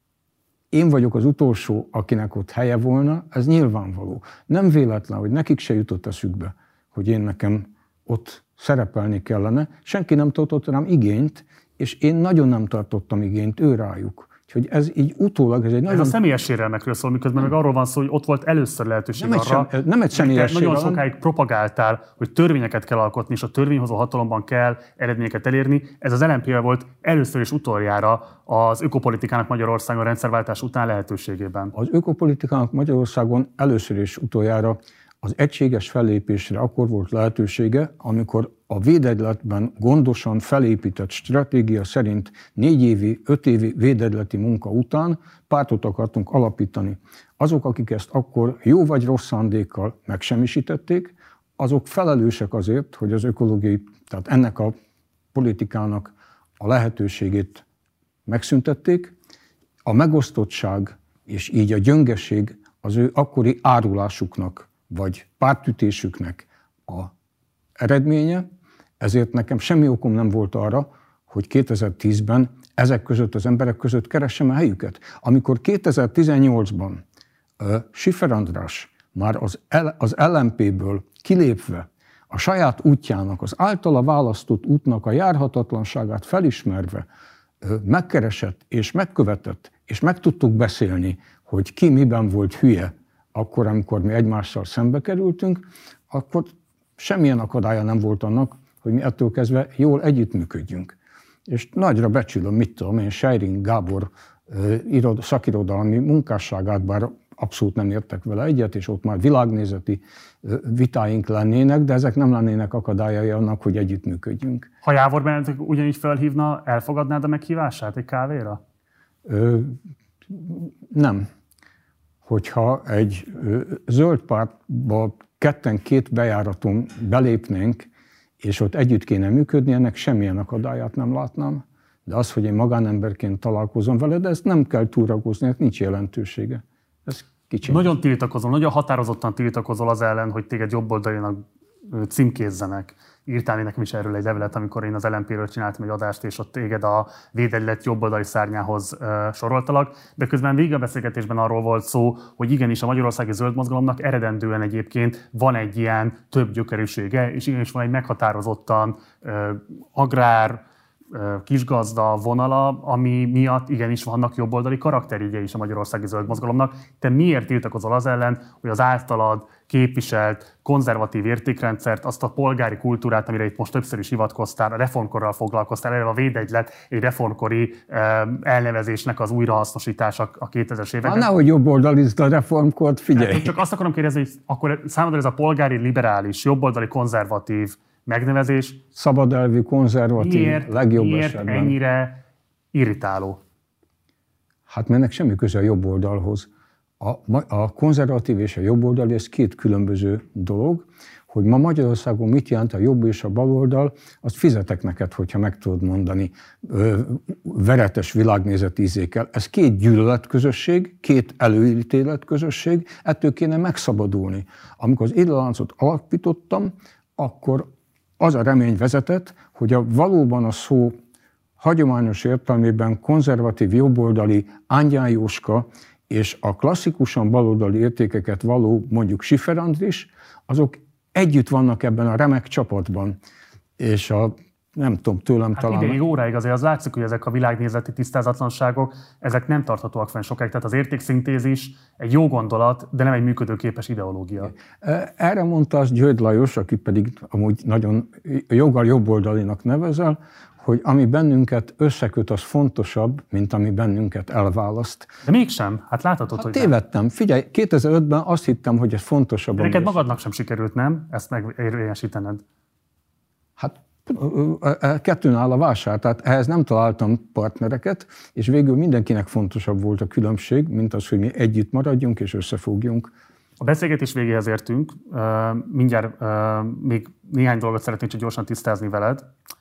én vagyok az utolsó, akinek ott helye volna, ez nyilvánvaló. Nem véletlen, hogy nekik se jutott eszükbe, hogy én nekem ott szerepelni kellene. Senki nem tartott rám igényt, és én nagyon nem tartottam igényt ő rájuk. Úgyhogy ez így utólag, ez egy nagyon... Ez a személyes sérelmekről szól, miközben meg arról van szó, hogy ott volt először lehetőség nem arra, egy sem, nem egy személyes nagyon sérelem. sokáig propagáltál, hogy törvényeket kell alkotni, és a törvényhozó hatalomban kell eredményeket elérni. Ez az el em pé-vel volt először és utoljára az ökopolitikának Magyarországon rendszerváltás után lehetőségében. Az ökopolitikának Magyarországon először és utoljára az egységes fellépésre akkor volt lehetősége, amikor a védegyletben gondosan felépített stratégia szerint négy évi, öt évi védegyleti munka után pártot akartunk alapítani. Azok, akik ezt akkor jó vagy rossz szándékkal megsemmisítették, azok felelősek azért, hogy az ökológiai, tehát ennek a politikának a lehetőségét megszüntették. A megosztottság és így a gyöngeség az ő akkori árulásuknak vagy pártütésüknek a eredménye, ezért nekem semmi okom nem volt arra, hogy kétezer-tízben ezek között az emberek között keressem a helyüket. Amikor kétezer-tizennyolcban uh, Schiffer András már az, L, az el em pé-ből kilépve a saját útjának, az általa választott útnak a járhatatlanságát felismerve uh, megkeresett és megkövetett, és meg tudtuk beszélni, hogy ki miben volt hülye, akkor, amikor mi egymással szembe kerültünk, akkor semmilyen akadálya nem volt annak, hogy mi ettől kezdve jól együttműködjünk. És nagyra becsülöm, mit tudom én, Seiring Gábor szakirodalmi munkásságát, bár abszolút nem értek vele egyet, és ott már világnézeti vitáink lennének, de ezek nem lennének akadályai annak, hogy együttműködjünk. Ha Jávor Benedek ugyanígy felhívna, elfogadnád a meghívását egy kávéra? Ö, nem. Hogyha egy zöld pártba ketten két bejáraton belépnénk, és ott együtt kéne működni, ennek semmilyen akadályát nem látnám. De az, hogy én magánemberként találkozom vele, de ezt nem kell túragozni, ennek nincs jelentősége. Ez kicsi. Nagyon tiltakozol, nagyon határozottan tiltakozol az ellen, hogy téged jobboldalinak címkézzenek. Írtál nekem is erről egy levelet, amikor én az el em pé-ről csináltam egy adást, és ott téged a védegylet jobboldali szárnyához uh, soroltalak, de közben végig a beszélgetésben arról volt szó, hogy igenis a magyarországi zöld mozgalomnak eredendően egyébként van egy ilyen több gyökerűsége, és igenis van egy meghatározottan uh, agrár, uh, kisgazda vonala, ami miatt igenis vannak jobboldali karakterjegyei is a magyarországi zöld mozgalomnak. Te miért tiltakozol az ellen, hogy az általad képviselt konzervatív értékrendszert, azt a polgári kultúrát, amire itt most többször is hivatkoztál, a reformkorral foglalkoztál, erre a védegylet egy reformkori elnevezésnek az újrahasznosítása a kétezres években. Hát nehogy jobboldalizd a reformkort, figyelj! Hát, csak azt akarom kérdezni, hogy akkor számodra ez a polgári liberális, jobboldali konzervatív megnevezés szabadelvű konzervatív, miért, legjobb miért esetben. ennyire irritáló? Hát mennek semmi köze a jobb oldalhoz. A, a konzervatív és a jobboldali, ez két különböző dolog. Hogy ma Magyarországon mit jelent a jobb és a baloldal, azt fizetek neked, hogyha meg tudod mondani ö, veretes világnézet ízékkel. Ez két gyűlöletközösség, két előítéletközösség, ettől kéne megszabadulni. Amikor az Élőláncot alapítottam, akkor az a remény vezetett, hogy a valóban a szó hagyományos értelmében konzervatív jobboldali Ángyán Jóska és a klasszikusan baloldali értékeket való mondjuk Schiffer Andris, azok együtt vannak ebben a remek csapatban. És a, nem tudom, tőlem hát talán... ideig, óráig azért az látszik, hogy ezek a világnézeti tisztázatlanságok, ezek nem tarthatóak fenn sokáig. Tehát az értékszintézis egy jó gondolat, de nem egy működőképes ideológia. Erre mondta azt György Lajos, aki pedig amúgy nagyon joggal jobboldalinak nevezel, hogy ami bennünket összeköt, az fontosabb, mint ami bennünket elválaszt. De mégsem. Hát láthatod, hát hogy tévedtem. Nem. Figyelj, kétezer-ötben azt hittem, hogy ez fontosabb. De neked magadnak sem sikerült, nem? Ezt megérvényesítened. Hát kettőn áll a vásár, tehát ehhez nem találtam partnereket, és végül mindenkinek fontosabb volt a különbség, mint az, hogy mi együtt maradjunk és összefogjunk. A beszélgetés végéhez értünk. Mindjárt még néhány dolgot szeretnék csak gyorsan tisztázni veled.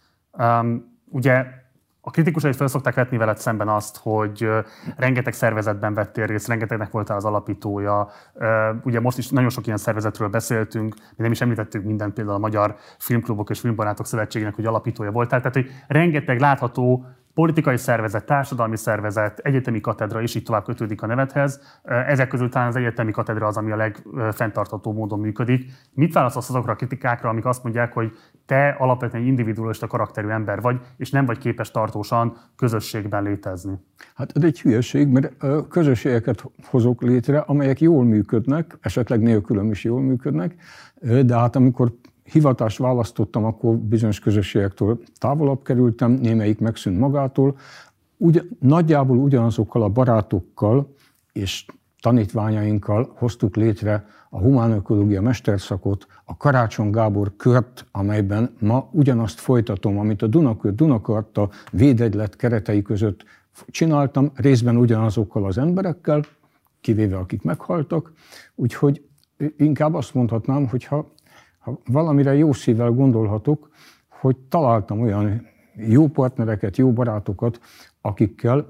Ugye a kritikusai fel szokták vetni veled szemben azt, hogy rengeteg szervezetben vettél részt, rengetegnek voltál az alapítója. Ugye most is nagyon sok ilyen szervezetről beszéltünk, mi nem is említettük mindent, például a Magyar Filmklubok és Filmbarátok Szövetségének, hogy alapítója voltál. Tehát, hogy rengeteg látható politikai szervezet, társadalmi szervezet, egyetemi katedra, és így tovább kötődik a nevedhez. Ezek közül talán az egyetemi katedra az, ami a legfenntartható módon működik. Mit válaszolsz azokra a kritikákra, amik azt mondják, hogy te alapvetően egy individualista karakterű ember vagy, és nem vagy képes tartósan közösségben létezni? Hát ez egy hülyeség, mert közösségeket hozok létre, amelyek jól működnek, esetleg nélkülön is jól működnek, de hát amikor hivatást választottam, akkor bizonyos közösségektől távolabb kerültem, némelyik megszűnt magától. Ugy, nagyjából ugyanazokkal a barátokkal és tanítványainkkal hoztuk létre a humánökológia mesterszakot, a Karácsony Gábor kört, amelyben ma ugyanazt folytatom, amit a Dunakör, Dunakarta védegylet keretei között csináltam, részben ugyanazokkal az emberekkel, kivéve akik meghaltak. Úgyhogy inkább azt mondhatnám, hogy ha Ha valamire jó szívvel gondolhatok, hogy találtam olyan jó partnereket, jó barátokat, akikkel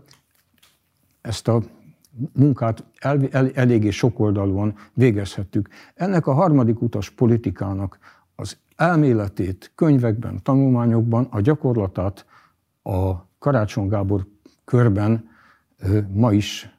ezt a munkát el, el, eléggé sokoldalúan végezhettük. Ennek a harmadik utas politikának az elméletét könyvekben, tanulmányokban, a gyakorlatát a Karácsony Gábor körben ma is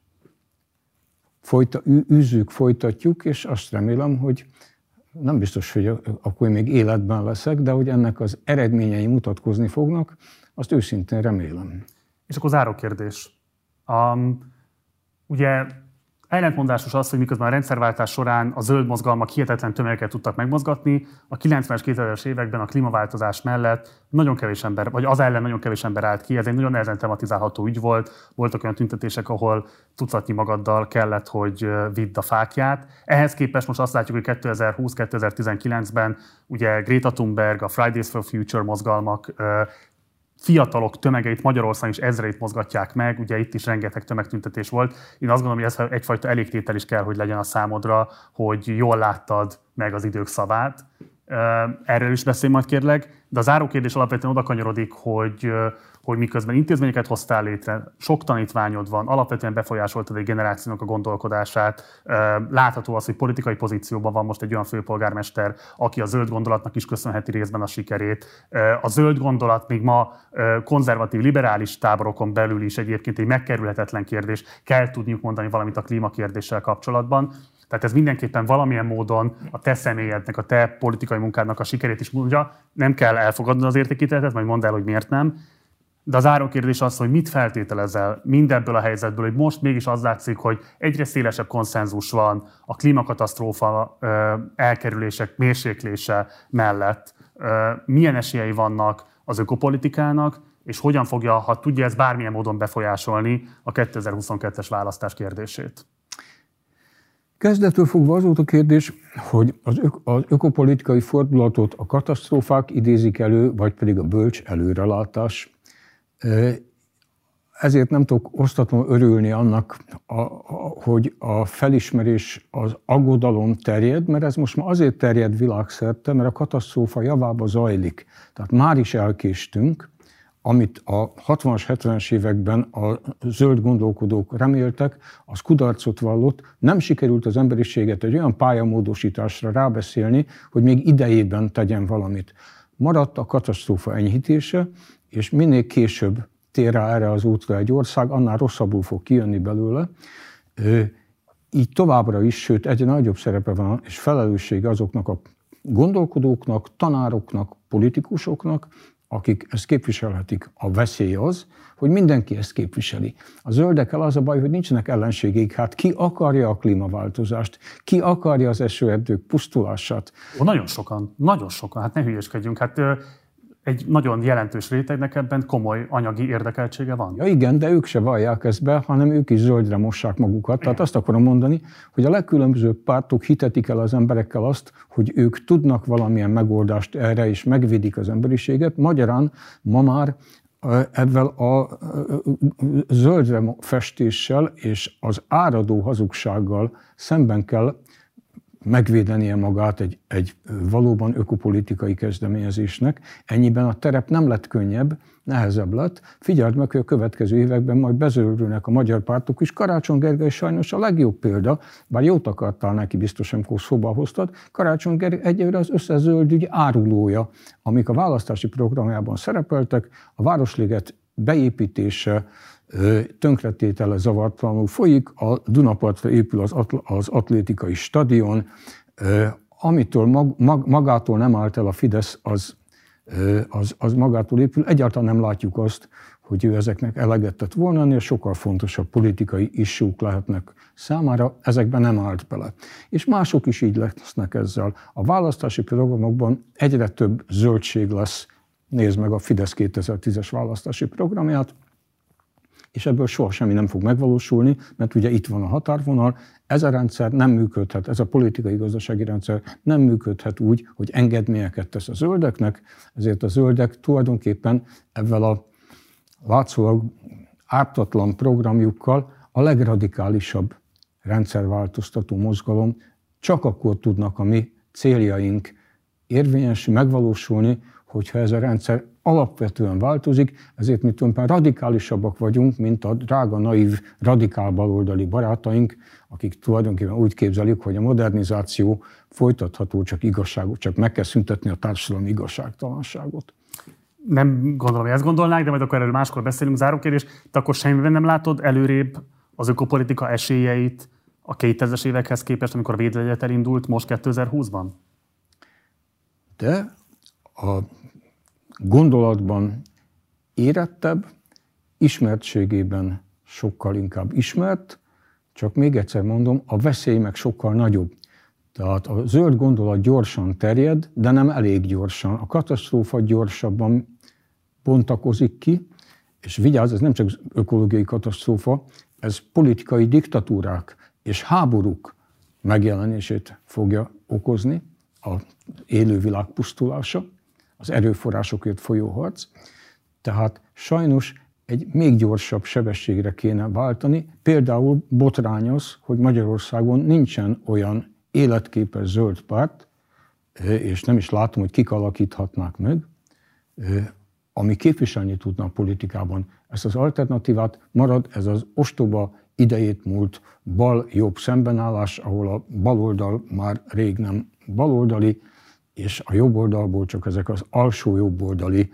folyta, űzzük, folytatjuk, és azt remélem, hogy nem biztos, hogy akkor még életben leszek, de hogy ennek az eredményei mutatkozni fognak, azt őszintén remélem. És akkor záró kérdés. Um, ugye ellentmondásos az, hogy miközben a rendszerváltás során a zöld mozgalmak hihetetlen tömegeket tudtak megmozgatni, a kilencvenes, kétezres években a klímaváltozás mellett nagyon kevés ember, vagy az ellen nagyon kevés ember állt ki, ez egy nagyon nehezen tematizálható ügy volt. Voltak olyan tüntetések, ahol tucatnyi magaddal kellett, hogy vidd a fákját. Ehhez képest most azt látjuk, hogy kétezer-húsz kétezer-tizenkilencben ugye Greta Thunberg, a Fridays for Future mozgalmak fiatalok tömegeit Magyarországon is ezreit mozgatják meg, ugye itt is rengeteg tömegtüntetés volt. Én azt gondolom, hogy ez egyfajta elégtétel is kell, hogy legyen a számodra, hogy jól láttad meg az idők szavát. Erről is beszélj majd kérlek, de a záró kérdés alapvetően oda kanyarodik, hogy, hogy miközben intézményeket hoztál létre, sok tanítványod van, alapvetően befolyásoltad egy generációnak a gondolkodását, látható az, hogy politikai pozícióban van most egy olyan főpolgármester, aki a zöld gondolatnak is köszönheti részben a sikerét. A zöld gondolat még ma konzervatív, liberális táborokon belül is egyébként egy megkerülhetetlen kérdés, kell tudniuk mondani valamit a klímakérdéssel kapcsolatban. Tehát ez mindenképpen valamilyen módon a te személyednek, a te politikai munkádnak a sikerét is mondja. Nem kell elfogadnod az értékítéletet, majd mondd el, hogy miért nem. De a záró kérdés az, hogy mit feltételezel mindebből a helyzetből, hogy most mégis az látszik, hogy egyre szélesebb konszenzus van a klímakatasztrófa elkerülések, mérséklése mellett. Milyen esélyei vannak az ökopolitikának, és hogyan fogja, ha tudja ez bármilyen módon befolyásolni a kétezer-huszonkettes választás kérdését? Kezdettől fogva az volt a kérdés, hogy az, ök, az ökopolitikai fordulatot a katasztrófák idézik elő, vagy pedig a bölcs előrelátás. ezért nem tudok osztatlanul örülni annak, a, a, hogy a felismerés, az aggodalom terjed, mert ez most már azért terjed világszerte, mert a katasztrófa javába zajlik. Tehát már is elkéstünk, amit a hatvanas, hetvenes években a zöld gondolkodók reméltek, az kudarcot vallott, nem sikerült az emberiséget egy olyan pályamódosításra rábeszélni, hogy még idejében tegyen valamit. Maradt a katasztrófa enyhítése, és minél később tér rá erre az útra egy ország, annál rosszabbul fog kijönni belőle. Így továbbra is, sőt egyre nagyobb szerepe van, és felelőssége azoknak a gondolkodóknak, tanároknak, politikusoknak, akik ezt képviselhetik. A veszély az, hogy mindenki ezt képviseli. A zöldekkel az a baj, hogy nincsenek ellenségeik. Hát ki akarja a klímaváltozást? Ki akarja az esőerdők pusztulását? Ó, nagyon sokan, nagyon sokan. Hát ne hülyeskedjünk. Hát egy nagyon jelentős rétegnek ebben komoly anyagi érdekeltsége van. Ja igen, de ők se vallják ezt be, hanem ők is zöldre mossák magukat. Tehát azt akarom mondani, hogy a legkülönbözőbb pártok hitetik el az emberekkel azt, hogy ők tudnak valamilyen megoldást erre, és megvédik az emberiséget. Magyarán ma már ezzel a zöldre festéssel és az áradó hazugsággal szemben kell megvédenie magát egy, egy valóban ökopolitikai kezdeményezésnek. Ennyiben a terep nem lett könnyebb, nehezebb lett. Figyeld meg, hogy a következő években majd bezöldülnek a magyar pártok is. Karácsony Gergely sajnos a legjobb példa, bár jót akartál neki, biztos, amikor szóba hoztad. Karácsony Gergely egyelőre az összes zöldügy árulója, amik a választási programjában szerepeltek, a Városliget beépítése, tönkretétele zavartalanul folyik, a Dunapartra épül az, atl- az atlétikai stadion, amitől mag- mag- magától nem állt el a Fidesz, az, az, az magától épül. Egyáltalán nem látjuk azt, hogy ő ezeknek eleget tett volna, ennél sokkal fontosabb politikai issúk lehetnek számára, ezekben nem állt bele. És mások is így lesznek ezzel. A választási programokban egyre több zöldség lesz, nézd meg a Fidesz kétezer-tízes választási programját, és ebből soha semmi nem fog megvalósulni, mert ugye itt van a határvonal, ez a rendszer nem működhet, ez a politikai-gazdasági rendszer nem működhet úgy, hogy engedményeket tesz a zöldeknek, ezért a zöldek tulajdonképpen ezzel a látszólag ártatlan programjukkal a legradikálisabb rendszerváltoztató mozgalom, csak akkor tudnak a mi céljaink érvényesül megvalósulni, hogyha ez a rendszer alapvetően változik, ezért mi tulajdonképpen radikálisabbak vagyunk, mint a drága, naív, radikál baloldali barátaink, akik tulajdonképpen úgy képzelik, hogy a modernizáció folytatható, csak igazságot, csak meg kell szüntetni a társadalmi igazságtalanságot. Nem gondolom, hogy ezt gondolnák, de majd akkor erről máskor beszélünk. Záró kérdés, te akkor semmiben nem látod előrébb az ökopolitika esélyeit a kétezres évekhez képest, amikor a védjegyet elindult most kétezer-húszban? De a gondolatban érettebb, ismertségében sokkal inkább ismert, csak még egyszer mondom, a veszély meg sokkal nagyobb. Tehát a zöld gondolat gyorsan terjed, de nem elég gyorsan. A katasztrófa gyorsabban bontakozik ki, és vigyázz, ez nem csak ökológiai katasztrófa, ez politikai diktatúrák és háborúk megjelenését fogja okozni, az élővilág pusztulása, az erőforrásokért folyó harc. Tehát sajnos egy még gyorsabb sebességre kéne váltani. Például botrány az, hogy Magyarországon nincsen olyan életképes zöld párt, és nem is látom, hogy kik alakíthatnák meg, ami képviselni tudna a politikában ezt az alternatívát. Marad ez az ostoba, idejét múlt bal-jobb szembenállás, ahol a baloldal már rég nem baloldali, és a jobb oldalból csak ezek az alsó jobboldali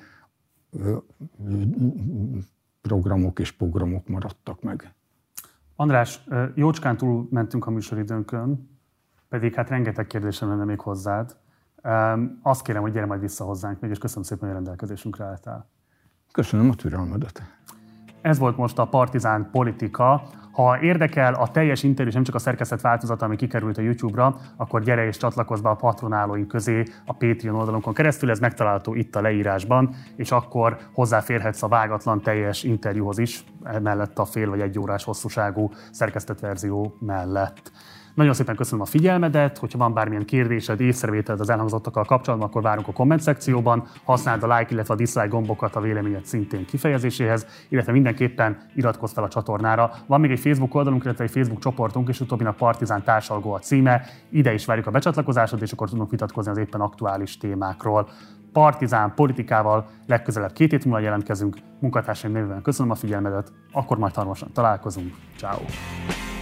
programok és programok maradtak meg. András, jócskán túl mentünk a műsoridőnkön, pedig hát rengeteg kérdésem lenne még hozzád. Azt kérem, hogy gyere majd vissza hozzánk még, és köszönöm szépen, hogy rendelkezésünkre álltál. Köszönöm a türelmedet. Ez volt most a Partizán Politika. Ha érdekel a teljes interjú, és nem csak a szerkesztett változata, ami kikerült a YouTube-ra, akkor gyere és csatlakozz be a patronálóink közé a Patreon oldalunkon keresztül, ez megtalálható itt a leírásban, és akkor hozzáférhetsz a vágatlan teljes interjúhoz is, mellett a fél vagy egy órás hosszúságú szerkesztett verzió mellett. Nagyon szépen köszönöm a figyelmedet, hogyha van bármilyen kérdésed, észrevételed az elhangzottakkal kapcsolatban, akkor várunk a komment szekcióban. Használd a like, illetve a dislike gombokat a véleményed szintén kifejezéséhez, illetve mindenképpen iratkozz fel a csatornára. Van még egy Facebook oldalunk, illetve egy Facebook csoportunk, és utóbbinak Partizán társalgó a címe. Ide is várjuk a becsatlakozásod, és akkor tudunk vitatkozni az éppen aktuális témákról. Partizán politikával legközelebb két hét múlva jelentkezünk. Munkatársaim nevében köszönöm a figyelmedet, akkor majd hamarosan találkozunk. Ciao.